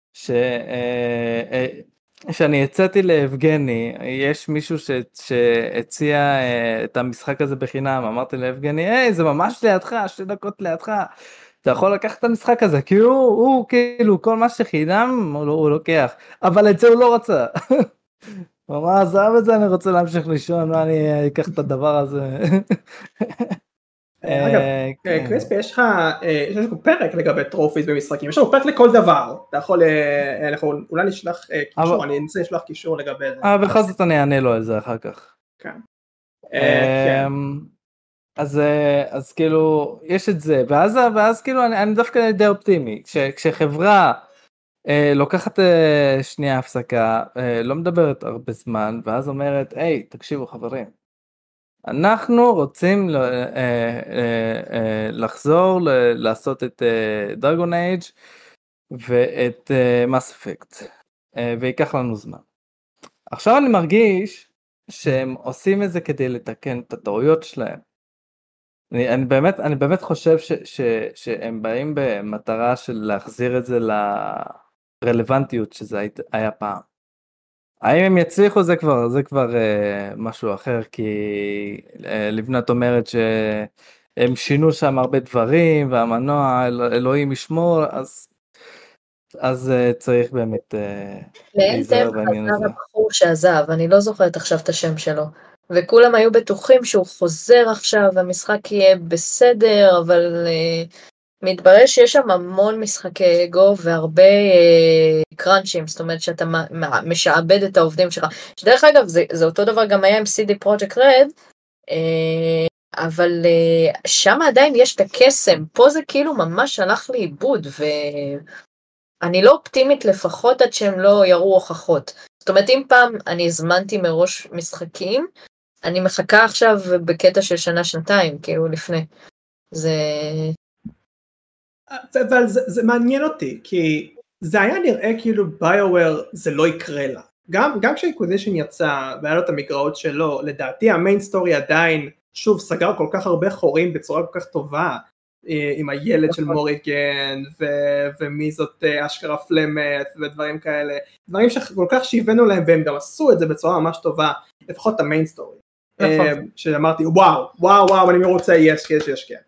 שאני יצאתי לאבגני, יש מישהו שהציע את המשחק הזה בחינם, אמרתי לאבגני, זה ממש לידך, 2 דקות לידך, אתה יכול לקחת את המשחק הזה, כי הוא כאילו כל מה שחינם הוא לוקח, אבל את זה הוא לא רצה. הוא אמר, עזב את זה, אני רוצה להמשיך לישון, מה אני אקח את הדבר הזה. אגב, קריספי, יש לנו פרק לגבי טרופיס במשחקים, יש לנו פרק לכל דבר, אתה יכול, אולי נשלח קישור, אני אנסה לשלוח קישור לגבי זה. בכל זאת אני אענה לו על זה אחר כך. כן. אז כאילו, יש את זה, ואז כאילו אני דווקא די אופטימי, כשחברה לוקחת שנייה הפסקה, לא מדברת הרבה זמן, ואז אומרת, היי, תקשיבו חברים, אנחנו רוצים לחזור לעשות את דרגון אייג' ואת מס אפקט, ויקח לנו זמן. עכשיו אני מרגיש שהם עושים את זה כדי לתקן את הטעויות שלהם. אני באמת חושב שהם באים במטרה של להחזיר את זה לרלוונטיות שזה היה פעם. האם הם יצליחו זה כבר משהו אחר, כי לבנת אומרת שהם שינו שם הרבה דברים, והמנוע אלוהים ישמור, אז צריך באמת להיזהר בעניין הזה. הבחור שעזב, אני לא זוכרת עכשיו את השם שלו, וכולם היו בטוחים שהוא חוזר עכשיו, המשחק יהיה בסדר, אבל מתברר שיש שם המון משחקי אגו והרבה קראנצ'ים, זאת אומרת שאתה משעבד את העובדים שלך, שדרך אגב זה אותו דבר גם היה עם CD Projekt Red, אבל שם עדיין יש את הקסם, פה זה כאילו ממש הלך לאיבוד, ואני לא אופטימית לפחות עד שהם לא יראו הוכחות. זאת אומרת, אם פעם אני הזמנתי מראש משחקים, אני מחכה עכשיו בקטע של שנה-שנתיים, כאילו לפני. אבל זה מעניין אותי, כי זה היה נראה כאילו ביואוור זה לא יקרה לה. גם כשהאקוויזישן יצא והיה לו את המגרעות שלו, לדעתי המיין סטורי עדיין, שוב, סגר כל כך הרבה חורים בצורה כל כך טובה, עם הילד של מוריגן, ומי זאת אשכרה פלמת, ודברים כאלה, דברים שכל כך שהבאנו להם, והם גם עשו את זה בצורה ממש טובה, לפחות את המיין סטורי. שאמרתי, וואו, אני מרוצה, יש, כן.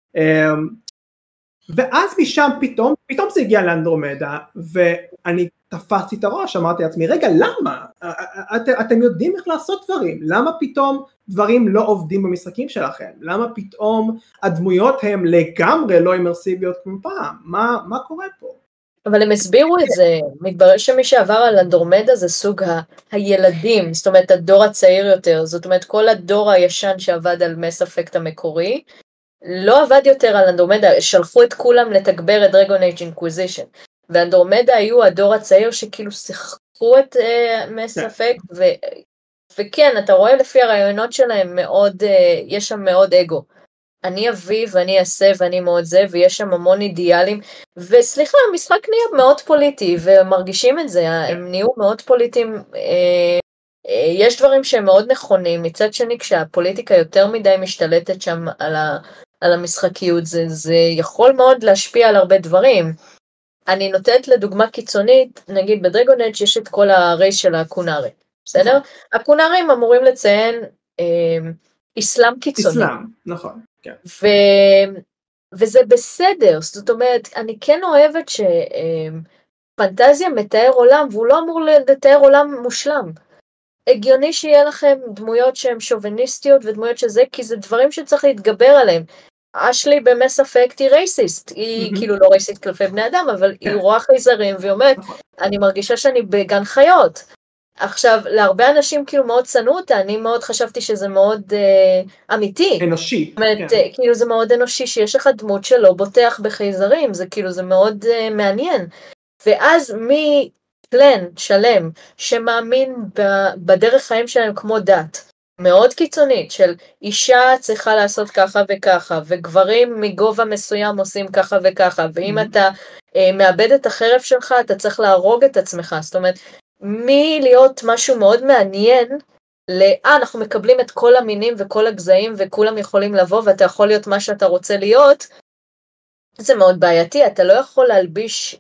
ואז משם פתאום זה הגיע לאנדרומדה, ואני תפסתי את הראש, אמרתי לעצמי, רגע, למה? אתם יודעים איך לעשות דברים, למה פתאום דברים לא עובדים במשחקים שלכם? למה פתאום הדמויות הן לגמרי לא אימרסיביות כמו פעם? מה קורה פה? אבל הם הסבירו את זה, מתברר שמי שעבר על אנדרומדה זה סוג הילדים, זאת אומרת הדור הצעיר יותר, זאת אומרת כל הדור הישן שעבד על מס אפקט המקורי, לא עבד יותר על אנדרומדה, שלחו את כולם לתגבר את דרגון אייג' אינקוויזישן, ואנדרומדה היו הדור הצעיר שכאילו שיחקו את מס אפקט, וכן, אתה רואה לפי הרעיונות שלהם מאוד, יש שם מאוד אגו. אני אביא ואני אעשה ואני מאוד זה, ויש שם המון אידיאלים, וסליחה, המשחק נהיה מאוד פוליטי, ומרגישים את זה, הם נהיו מאוד פוליטיים, יש דברים שהם מאוד נכונים, מצד שני כשהפוליטיקה יותר מדי משתלטת שם על המשחקיות, זה יכול מאוד להשפיע על הרבה דברים. אני נותנת לדוגמה קיצונית, נגיד בדרגון אייג' יש את כל הרייס של הקונארי, בסדר? הקונארים אמורים לציין אסלאם קיצוני. אסלאם, נכון. כן. וזה בסדר, זאת אומרת, אני כן אוהבת שפנטזיה מתאר עולם, והוא לא אמור לתאר עולם מושלם. הגיוני שיהיה לכם דמויות שהן שוביניסטיות ודמויות שזה, כי זה דברים שצריך להתגבר עליהם. אשלי במס אפקט היא רייסיסט, היא כאילו לא רייסיסט כלפי בני אדם, אבל היא רואה חייזרים והיא אומרת, אני מרגישה שאני בגן חיות. עכשיו, להרבה אנשים כאילו מאוד צנו אותה, אני מאוד חשבתי שזה מאוד אמיתי. אנושי. זאת אומרת, כאילו זה מאוד אנושי, שיש לך דמות שלא בוטח בחייזרים, זה כאילו זה מאוד מעניין. ואז פלן שלם שמאמין בדרך חיים שלהם כמו דת, מאוד קיצונית, של אישה צריכה לעשות ככה וככה, וגברים מגובה מסוים עושים ככה וככה, ואם אתה מאבד את החרב שלך, אתה צריך להרוג את עצמך, זאת אומרת, להיות משהו מאוד מעניין, אנחנו מקבלים את כל המינים וכל הגזעים, וכולם יכולים לבוא, ואתה יכול להיות מה שאתה רוצה להיות, זה מאוד בעייתי, אתה לא יכול להלביש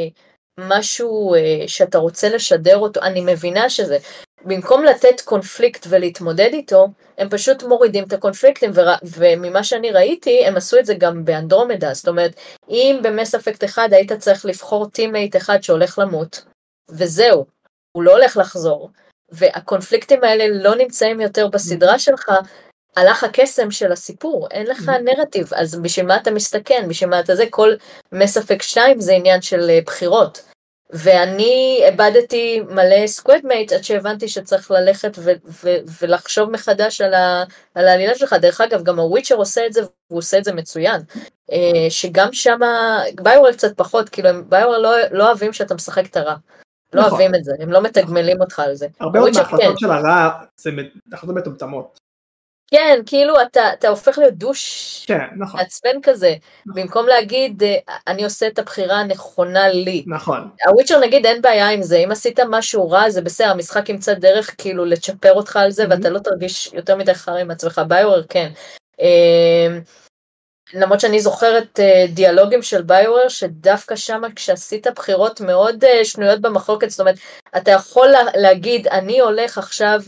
משהו שאתה רוצה לשדר אותו, אני מבינה שזה, במקום לתת קונפליקט ולהתמודד איתו, הם פשוט מורידים את הקונפליקטים, וממה שאני ראיתי, הם עשו את זה גם באנדרומדה, זאת אומרת, אם במס אפקט אחד היית צריך לבחור טימייט אחד שהולך למות, וזהו, הוא לא הולך לחזור, והקונפליקטים האלה לא נמצאים יותר בסדרה שלך, הלך הקסם של הסיפור, אין לך נרטיב, אז בשביל מה אתה מסתכן, בשביל מה אתה זה, כל Mass Effect 2 זה עניין של בחירות, ואני איבדתי מלא סקוודמייט עד שהבנתי שצריך ללכת ולחשוב מחדש על העלילה שלך. דרך אגב, גם הוויצ'ר עושה את זה, והוא עושה את זה מצוין, שגם שם, ביואר קצת פחות, כאילו ביואר לא אוהבים שאתה משחק את הרע, לא אוהבים את זה, הם לא מתגמלים אותך על זה. הרבה מאוד מההחלטות של הרע זה החלטות מטומטמות. כן, כאילו אתה הופך להיות דוש מעצבן כזה, במקום להגיד, אני עושה את הבחירה הנכונה לי. נכון. הוויצ'ר נגיד אין בעיה עם זה, אם עשית משהו רע, זה בסדר, המשחק ימצא דרך כאילו לצ'פר אותך על זה, ואתה לא תרגיש יותר מדי חרא עם עצמך. ביואר, כן. למרות שאני זוכרת דיאלוגים של ביואר, שדווקא שם כשעשית בחירות מאוד שנויות במחלוקת, זאת אומרת, אתה יכול להגיד, אני הולך עכשיו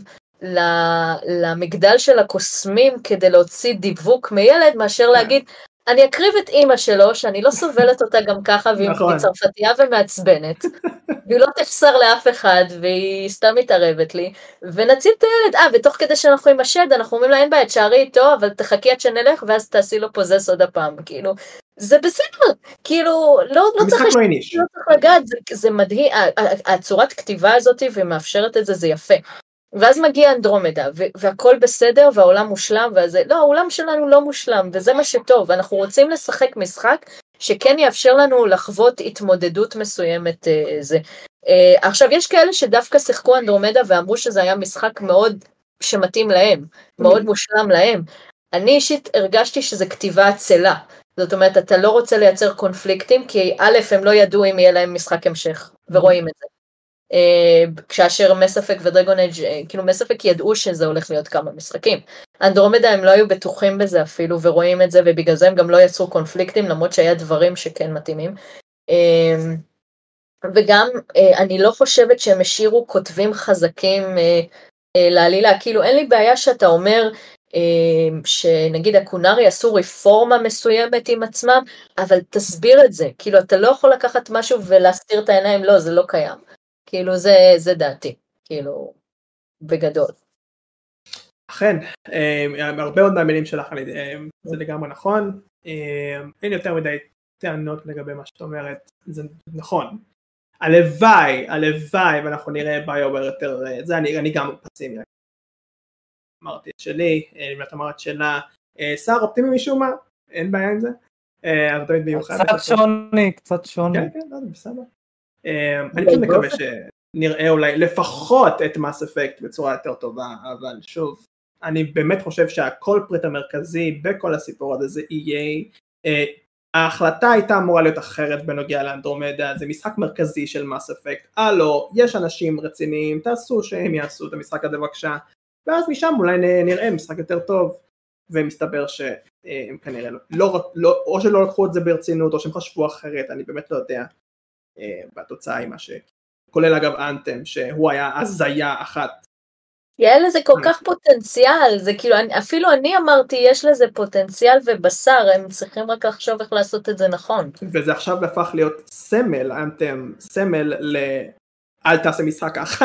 למגדל של הקוסמים כדי להוציא דיווק מילד, מאשר להגיד, אני אקריב את אמא שלו, שאני לא סובלת אותה גם ככה, והיא צרפתייה ומעצבנת, והיא לא תחסר לאף אחד, והיא סתם מתערבת לי, ונציל את הילד, ותוך כדי שאנחנו עם השד, אנחנו אומרים לה, אין בעיה, תשארי איתו, אבל תחכי עד שנלך, ואז תעשי לו פוזס עוד הפעם, כאילו, זה בסדר, כאילו, לא צריך לגעת, זה מדהים, הצורת כתיבה הזאת, ומאפשרת את זה, זה יפה. ואז מגיע אנדרומדה, והכל בסדר, והעולם מושלם, לא, העולם שלנו לא מושלם, וזה מה שטוב, אנחנו רוצים לשחק משחק, שכן יאפשר לנו לחוות התמודדות מסוימת זה. עכשיו, יש כאלה שדווקא שיחקו אנדרומדה, ואמרו שזה היה משחק מאוד שמתאים להם, מאוד מושלם להם. אני אישית הרגשתי שזה כתיבה עצלה, זאת אומרת, אתה לא רוצה לייצר קונפליקטים, כי א', הם לא ידעו אם יהיה להם משחק המשך, ורואים את זה. כשאשר Mass Effect ודרגון אייג' כאילו Mass Effect ידעו שזה הולך להיות כמה משחקים. אנדרומדה הם לא היו בטוחים בזה אפילו ורואים את זה, ובגלל זה הם גם לא יצרו קונפליקטים, למרות שהיה דברים שכן מתאימים. וגם אני לא חושבת שהם השאירו כותבים חזקים לעלילה, כאילו אין לי בעיה שאתה אומר שנגיד הקונארי עשו רפורמה מסוימת עם עצמם, אבל תסביר את זה, כאילו אתה לא יכול לקחת משהו ולהסתיר את העיניים, לא, זה לא קיים. כאילו זה דעתי, כאילו, בגדול. אכן, הרבה עוד מהמילים שלך, זה לגמרי נכון, אין יותר מדי טענות לגבי מה שאת אומרת, זה נכון. הלוואי, ואנחנו נראה ביואר יותר, זה אני גם פסימי. אמרתי את שלי, אם את אמרת שלה, שר אופטימי משום מה, אין בעיה עם זה, אבל תמיד מיוחד. קצת שוני. כן, זה בסדר. אני פשוט מקווה שנראה אולי לפחות את Mass Effect בצורה יותר טובה, אבל שוב, אני באמת חושב שהכל פריט המרכזי בכל הסיפור הזה זה EA, ההחלטה הייתה אמורה להיות אחרת בנוגע לאנדרומדה, זה משחק מרכזי של Mass Effect, יש אנשים רציניים, תעשו שהם יעשו את המשחק הזה בבקשה, ואז משם אולי נראה משחק יותר טוב, ומסתבר שהם כנראה לא, או שלא לקחו את זה ברצינות, או שהם חשבו אחרת, אני באמת לא יודע, בתוצאה היא מה כולל אגב אנתם, שהוא היה הזיה אחת. יהיה לזה כל כך פוטנציאל, זה כאילו, אפילו אני אמרתי, יש לזה פוטנציאל ובשר, הם צריכים רק לחשוב איך לעשות את זה נכון. וזה עכשיו הפך להיות סמל, אנתם, סמל אל תעשה משחק ככה,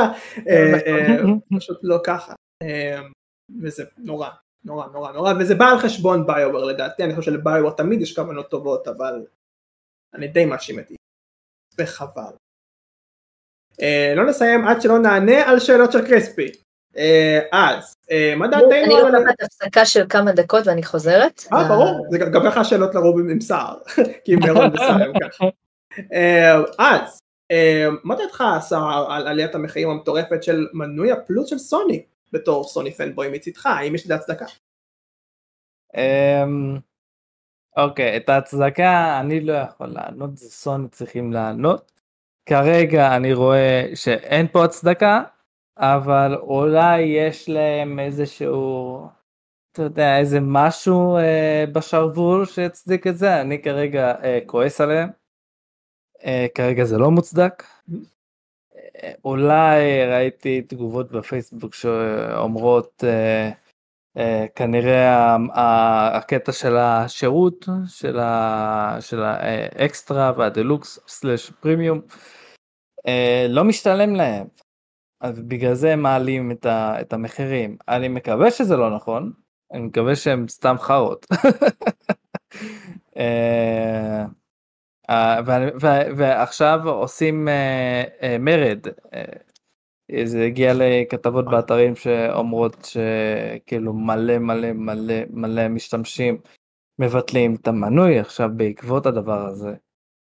פשוט לא ככה, וזה נורא, וזה בא על חשבון ביואר לדעתי, אני חושב שלביואר תמיד יש כוונות טובות, אבל אני די מאשים את זה, וחבל. לא נסיים עד שלא נענה על שאלות של קריספי. אז, מה דעתנו? אני לוקחת הפסקה של כמה דקות ואני חוזרת. ברור, זה גם ככה שאלות לרוב עם סער, כי מרון וסער הם ככה. אז, מה דעתך סער על עליית המחירים המטורפת של מנוי הפלוס של סוני, בתור סוני פנבוי מצדך, האם יש לזה הצדקה? אוקיי, את ההצדקה אני לא יכול לענות, זה סוני צריכים לענות. כרגע אני רואה שאין פה הצדקה, אבל אולי יש להם איזשהו, אתה יודע, איזה משהו בשרוול שהצדיק את זה, אני כרגע כועס עליהם, כרגע זה לא מוצדק. אולי ראיתי תגובות בפייסבוק שאומרות, כנראה הקטע של השירות, של האקסטרה והדלוקס סלש פרימיום, לא משתלם להם. אז בגלל זה הם מעלים את המחירים. אני מקווה שזה לא נכון, אני מקווה שהם סתם חרות. ועכשיו עושים מרד, זה הגיע לכתבות באתרים שאומרות שכאילו מלא מלא מלא מלא משתמשים מבטלים את המנוי עכשיו בעקבות הדבר הזה,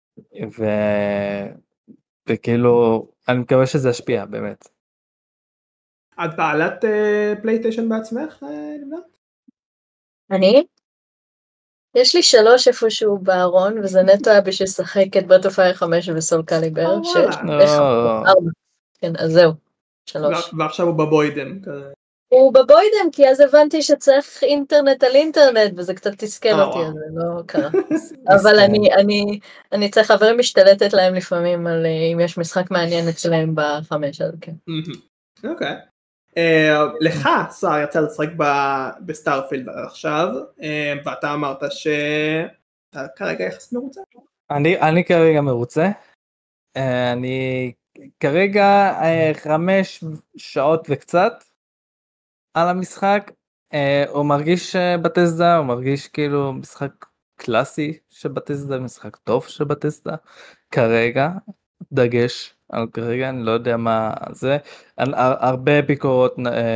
וכאילו אני מקווה שזה ישפיע באמת. את בעלת פלייסטיישן בעצמך, לבנת? אני? יש לי 3 איפשהו בארון, וזה נטו היה בשביל לשחק את ברט אוף פייר 5 וסול קליבר 6. 4. כן, אז זהו. 3. ועכשיו הוא בבוידם. הוא בבוידם, כי אז הבנתי שצריך אינטרנט על אינטרנט, וזה קצת תסכל אותי, אז זה לא קרה. אבל אני צריך חברים משתלטת להם לפעמים, על אם יש משחק מעניין אצלהם ב5, אז כן. אוקיי. לך, שר, יצא לשחק בסטארפילד עכשיו, ואתה אמרת שאתה כרגע יחס מרוצה? אני כרגע מרוצה. אני כרגע 5 שעות וקצת על המשחק. הוא מרגיש בטסדה, הוא מרגיש כאילו משחק קלאסי שבטסדה, משחק טוב שבטסדה. כרגע, דגש על כרגע, אני לא יודע מה זה. הרבה ביקורות,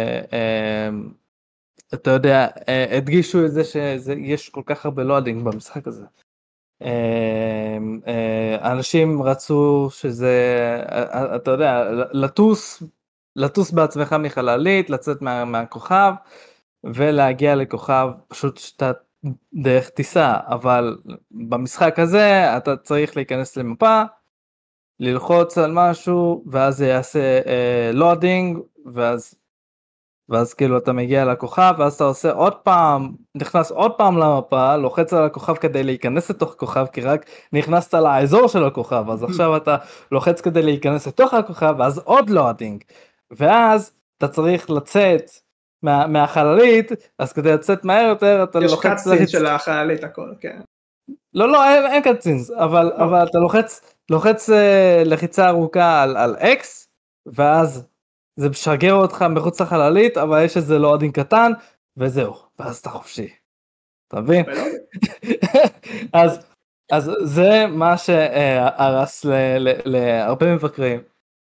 אתה יודע, הדגישו את זה שיש כל כך הרבה לואדינג במשחק הזה. אנשים רצו שזה, אתה יודע, לטוס בעצמך מחללית, לצאת מהכוכב ולהגיע לכוכב פשוט שאתה דרך טיסה, אבל במשחק הזה אתה צריך להיכנס למפה, ללחוץ על משהו ואז זה יעשה לואדינג, ואז כאילו אתה מגיע לכוכב, ואז אתה עושה עוד פעם, נכנס עוד פעם למפה, לוחץ על הכוכב כדי להיכנס לתוך כוכב, כי רק נכנסת לאזור של הכוכב, אז עכשיו אתה לוחץ כדי להיכנס לתוך הכוכב, ואז עוד לואדינג, ואז אתה צריך לצאת מהחללית, אז כדי לצאת מהר יותר, אתה לוחץ... יש קאטסין של החללית הכל, כן. לא, אין קאטסינס, אבל אתה לוחץ לחיצה ארוכה על X, ואז זה משגר אותך מחוץ לחללית, אבל יש איזה לואדינג קטן, וזהו, ואז אתה חופשי. אתה מבין? אז זה מה שהרס להרבה מבקרים.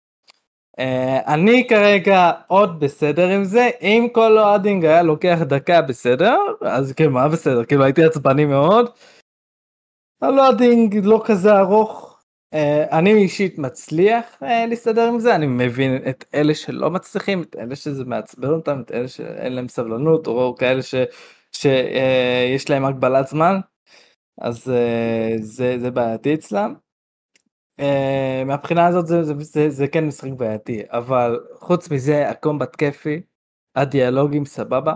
אני כרגע עוד בסדר עם זה, אם כל לואדינג היה לוקח דקה בסדר, אז כאילו מה בסדר? כאילו הייתי עצבני מאוד. הלואדינג לא כזה ארוך. אני אישית מצליח להסתדר עם זה, אני מבין את אלה שלא מצליחים, את אלה שזה מעצבן אותם, את אלה שאין להם סבלנות, או כאלה שיש להם הגבלת זמן, אז זה בעייתי אצלם. מהבחינה הזאת זה כן משחק בעייתי, אבל חוץ מזה הקומבט כיפי, הדיאלוגים סבבה,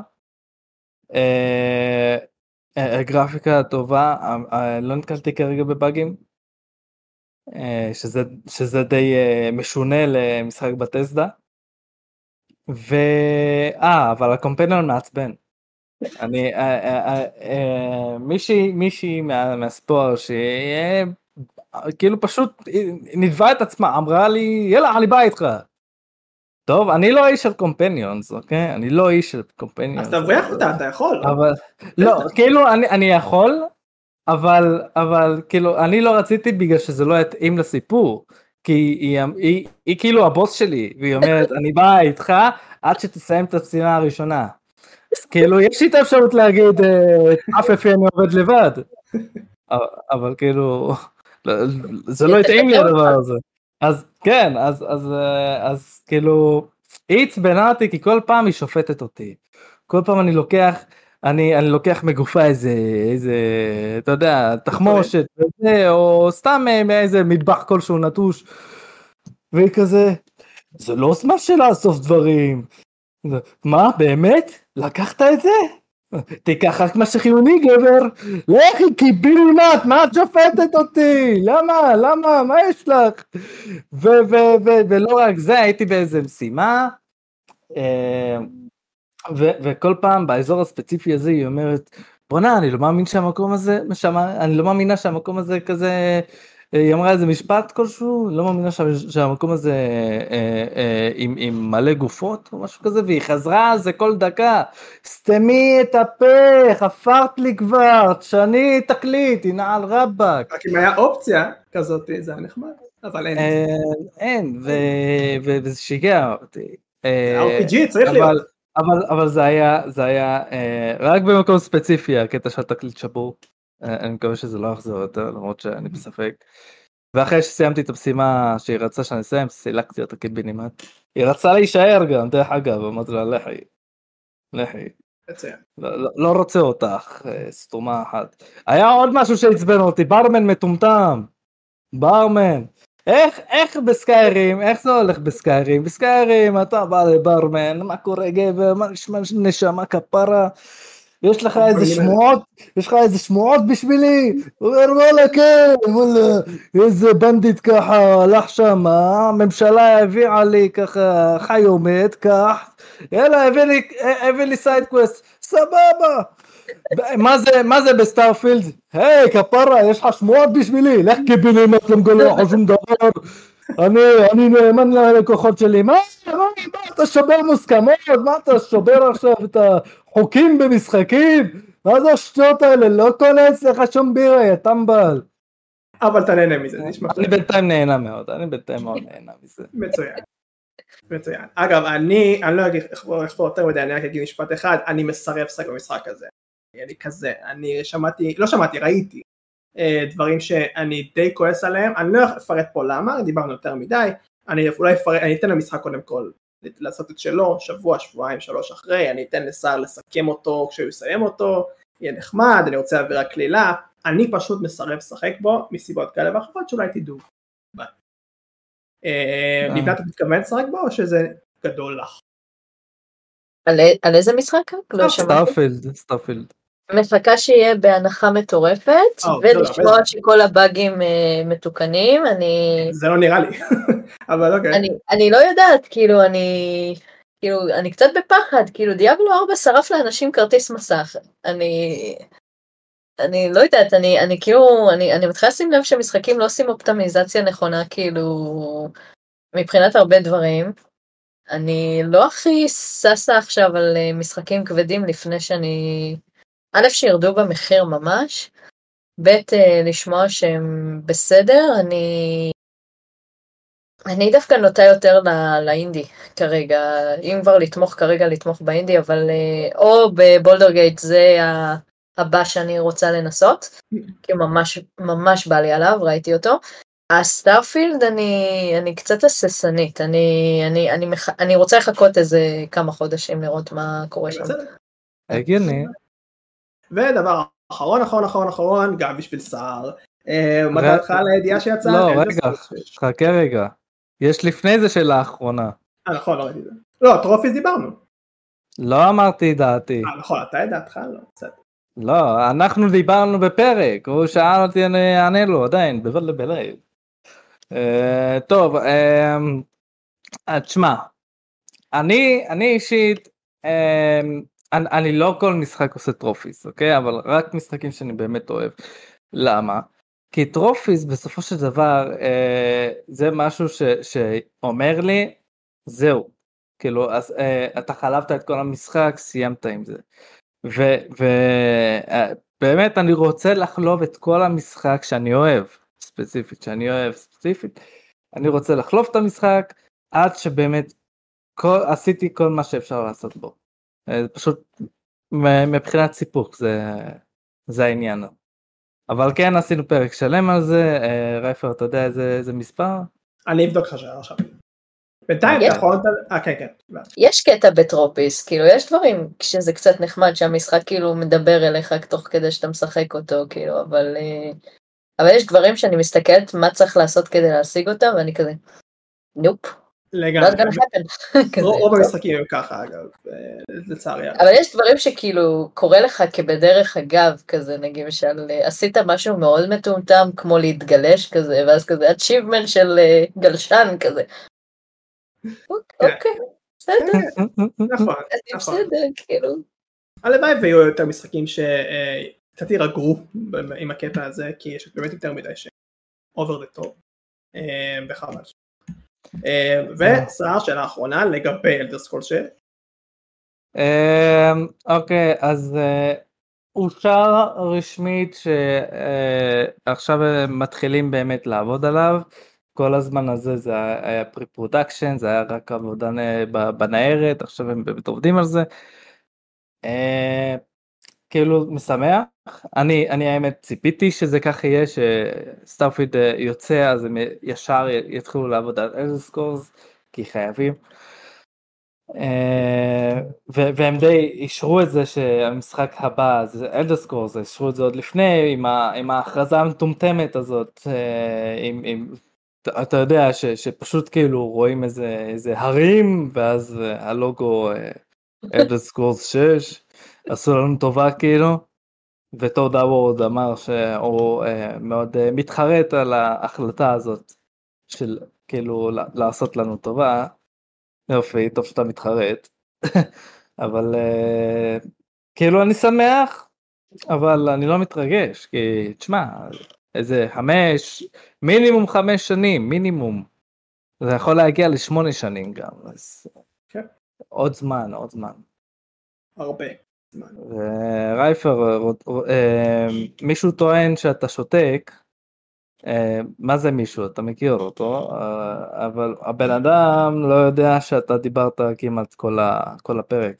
הגרפיקה טובה, לא נתקלתי כרגע בבאגים, שזה די משונה למשחק בטסדה, אבל הקומפניון מעצבן. אני מישהי מהספור כאילו פשוט נדבה את עצמה, אמרה לי יאללה אני בא איתך. טוב, אני לא איש של קומפניונס, אוקיי? אני לא איש של קומפניונס. אז תבריח אותה, אתה יכול. לא, כאילו אני יכול, אבל כאילו אני לא רציתי בגלל שזה לא יתאים לסיפור, כי היא כאילו הבוס שלי, והיא אומרת אני באה איתך עד שתסיים את המשימה הראשונה. אז כאילו יש לי את האפשרות להגיד אף אפי אני עובד לבד, אבל כאילו זה לא יתאים לי הדבר הזה. אז כן, אז כאילו היא עצבנה אותי כי כל פעם היא שופטת אותי, כל פעם אני לוקח מגופה איזה אתה יודע תחמושת וזה, או סתם מאיזה מטבח כלשהו נטוש, והיא כזה זה לא זמן של לאסוף דברים. מה באמת? לקחת את זה? תיקח רק מה שחיוני גבר. לכי קיבילות, מה את שופטת אותי? למה? מה יש לך? ולא רק זה, הייתי באיזה משימה, וכל פעם באזור הספציפי הזה היא אומרת, בונה, אני לא מאמין שהמקום הזה, אני לא מאמינה שהמקום הזה כזה היא אמרה איזה משפט כלשהו, לא מאמינה שהמקום הזה עם מלא גופות או משהו כזה, והיא חזרה על זה כל דקה, סתמי את הפה, חפרת לי כבר, תשני תקליט, היא נעל רבק. רק אם היה אופציה כזאת, זה היה נחמד, אבל אין. אין, וזה שיגע אותי. RPG צריך להיות. אבל זה היה רק במקום ספציפי, הקטע של התקליט שבור. אני מקווה שזה לא יחזור יותר, למרות שאני בספק. ואחרי שסיימתי את המשימה שהיא רצה שאני אסיים, סילקתי אותה קיבינימט. היא רצה להישאר גם, דרך אגב, אמרתי לה, לכי. לא רוצה אותך, סתומה אחת. היה עוד משהו שהצבן אותי, ברמן מטומטם. ברמן. איך בסקיירים, איך זה הולך בסקיירים? בסקיירים אתה בא לברמן, מה קורה גבר, מה נשמע נשמה כפרה? יש לך איזה שמועות בשבילי? הוא אומר וואלה כן, וואלה, איזה בנדיט ככה הלך שם, הממשלה הביאה לי ככה חי ומת, כך, יאללה הביא לי סייד קווסט, סבבה. מה זה בסטארפילד? היי כפרה, יש לך שמועות בשבילי? לך קיבינימט לא מגלה לך שום דבר, אני נאמן ללקוחות שלי. מה אתה שובר מוסכמות? מה אתה שובר עכשיו את החוקים במשחקים? מה זה השטויות האלה? לא קונה אצלך שום בירה, יא טמבל. אבל אתה נהנה מזה. אני בינתיים נהנה מאוד, נהנה מזה. מצוין. אגב, אני לא אגיד איך יותר מדי, אני רק אגיד משפט אחד, אני מסרב לשחק במשחק הזה. אני כזה, ראיתי דברים שאני די כועס עליהם, אני לא אפרט פה למה, דיברנו יותר מדי, אני אתן למשחק קודם כל לעשות את שלו, שבוע, שבועיים, 3 אחרי, אני אתן לשר לסכם אותו כשהוא יסיים אותו, יהיה נחמד, אני רוצה אווירה כלילה, אני פשוט מסרב לשחק בו, מסיבות כאלה ואחרות שאולי תדעו. לבנת אתה מתכוון לשחק בו או שזה גדול לך? על איזה משחק? סטארפילד. מחכה שיהיה בהנחה מטורפת, ולשמוע שכל הבאגים מתוקנים, זה לא נראה לי, אבל אוקיי. אני לא יודעת, כאילו אני קצת בפחד, כאילו דיאבלו 4 שרף לאנשים כרטיס מסך, אני לא יודעת, אני מתחילה לשים לב שמשחקים לא עושים אופטימיזציה נכונה, כאילו, מבחינת הרבה דברים, אני לא הכי ססה עכשיו על משחקים כבדים לפני שאני... א' שירדו במחיר ממש, ב' לשמוע שהם בסדר, אני דווקא נוטה יותר לאינדי כרגע, אם כבר לתמוך באינדי, אבל או בבולדר גייט זה הבא שאני רוצה לנסות, כי ממש בא לי עליו, ראיתי אותו. הסטארפילד אני קצת הססנית, אני רוצה לחכות איזה כמה חודשים לראות מה קורה שם. הגיוני. ודבר אחרון, גם בשביל שר, מה דעתך על הידיעה שיצאה? לא, רגע, חכה רגע. יש לפני זה שאלה האחרונה. נכון, לא ראיתי את זה. לא, טרופיס דיברנו. לא אמרתי דעתי. נכון, אתה את דעתך? לא, בסדר. לא, אנחנו דיברנו בפרק, הוא שאל אותי, אני אענה לו עדיין, בלייב. טוב, תשמע, אני אישית, אני לא כל משחק עושה טרופיס, אוקיי? אבל רק משחקים שאני באמת אוהב. למה? כי טרופיס בסופו של דבר, זה משהו שאומר לי, זהו. כאילו, אז אתה חלבת את כל המשחק, סיימת עם זה. ובאמת אני רוצה לחלוב את כל המשחק שאני אוהב, ספציפית, אני רוצה לחלוב את המשחק, עד שבאמת עשיתי כל מה שאפשר לעשות בו. פשוט מבחינת סיפוק זה העניין. אבל כן עשינו פרק שלם על זה. רייפר, אתה יודע איזה מספר? אני אבדוק לך עכשיו. בינתיים אתה יכול... כן. יש קטע בטרופיס, כאילו יש דברים שזה קצת נחמד שהמשחק כאילו מדבר אליך תוך כדי שאתה משחק אותו, כאילו, אבל יש דברים שאני מסתכלת מה צריך לעשות כדי להשיג אותם, ואני כזה, נופ. לגמרי. רוב המשחקים הם ככה, אגב, לצערי. אבל יש דברים שכאילו קורה לך כבדרך אגב, כזה נגיד, עשית משהו מאוד מטומטם, כמו להתגלש כזה, ואז כזה, achievement של גלשן כזה. אוקיי, בסדר. נכון. בסדר, כאילו. הלוואי ויהיו יותר משחקים שקצת יירגעו עם הקטע הזה, כי יש באמת יותר מדי over the top, וחבל. וסער שאלה אחרונה לגבי אלדר סקרולס 6. אוקיי, אז אושר רשמית שעכשיו מתחילים באמת לעבוד עליו, כל הזמן הזה זה היה פרי-פרודקשן, זה היה רק עבודה בניירת, עכשיו הם באמת עובדים על זה, כאילו משמח, אני האמת ציפיתי שזה כך יהיה, שסטארפילד יוצא אז הם ישר יתחילו לעבוד על אלדר סקרולס, כי חייבים, והם די אישרו את זה שהמשחק הבא זה אלדר סקרולס, אישרו את זה עוד לפני עם ההכרזה המטומטמת הזאת, אתה יודע שפשוט כאילו רואים איזה הרים ואז הלוגו אלדר סקרולס 6, עשו לנו טובה כאילו, וטוד האוורד אמר שהוא מאוד מתחרט על ההחלטה הזאת של כאילו לעשות לנו טובה. יופי, טוב שאתה מתחרט, אבל כאילו אני שמח, אבל אני לא מתרגש, כי תשמע, איזה מינימום 5 שנים, מינימום, זה יכול להגיע ל8 שנים גם, אז עוד זמן. הרבה זמן. רייפר, מישהו טוען שאתה שותק, מה זה מישהו? אתה מכיר אותו, אבל הבן אדם לא יודע שאתה דיברת כמעט כל הפרק.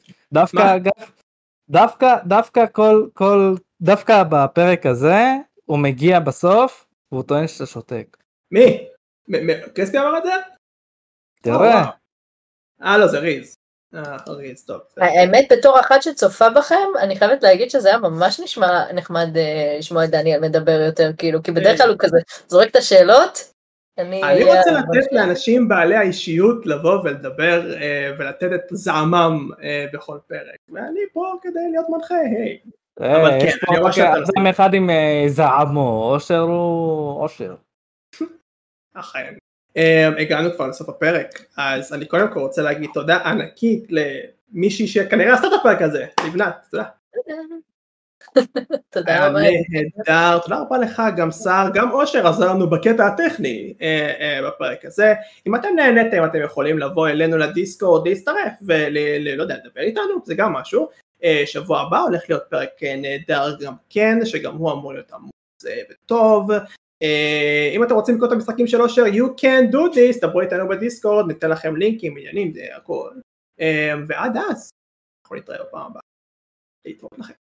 דווקא בפרק הזה, הוא מגיע בסוף, והוא טוען שאתה שותק. מי? קריספי אמר את זה? תראה. לא, זה ריז. ריז, טוב. האמת, בתור אחת שצופה בכם, אני חייבת להגיד שזה היה ממש נשמע נחמד לשמוע את דניאל מדבר יותר, כאילו, כי בדרך כלל הוא כזה זורק את השאלות. אני רוצה לתת לאנשים בעלי האישיות לבוא ולדבר ולתת את זעמם בכל פרק, ואני פה כדי להיות מנחה, היי. אבל כן, אני ממש שאתה עושה. אדם אחד עם זעמו, אושר הוא אושר. אכן. הגענו כבר לסוף הפרק, אז אני קודם כל רוצה להגיד תודה ענקית למישהי שכנראה עשתה את הפרק הזה, לבנת, תודה. תודה רבה. נהדר, תודה רבה לך, גם שר, גם אושר עזר לנו בקטע הטכני בפרק הזה. אם אתם נהנתם, אתם יכולים לבוא אלינו לדיסקורד, להצטרף ולא יודע, לדבר איתנו, זה גם משהו. שבוע הבא הולך להיות פרק נהדר גם כן, שגם הוא אמור להיות עמוס וטוב. אם אתם רוצים לקרוא את המשחקים של אושר, you can do this, דברו איתנו בדיסקורד, ניתן לכם לינקים, עניינים, זה הכל. ועד אז, אנחנו נתראה בפעם הבאה. להתראות לכם.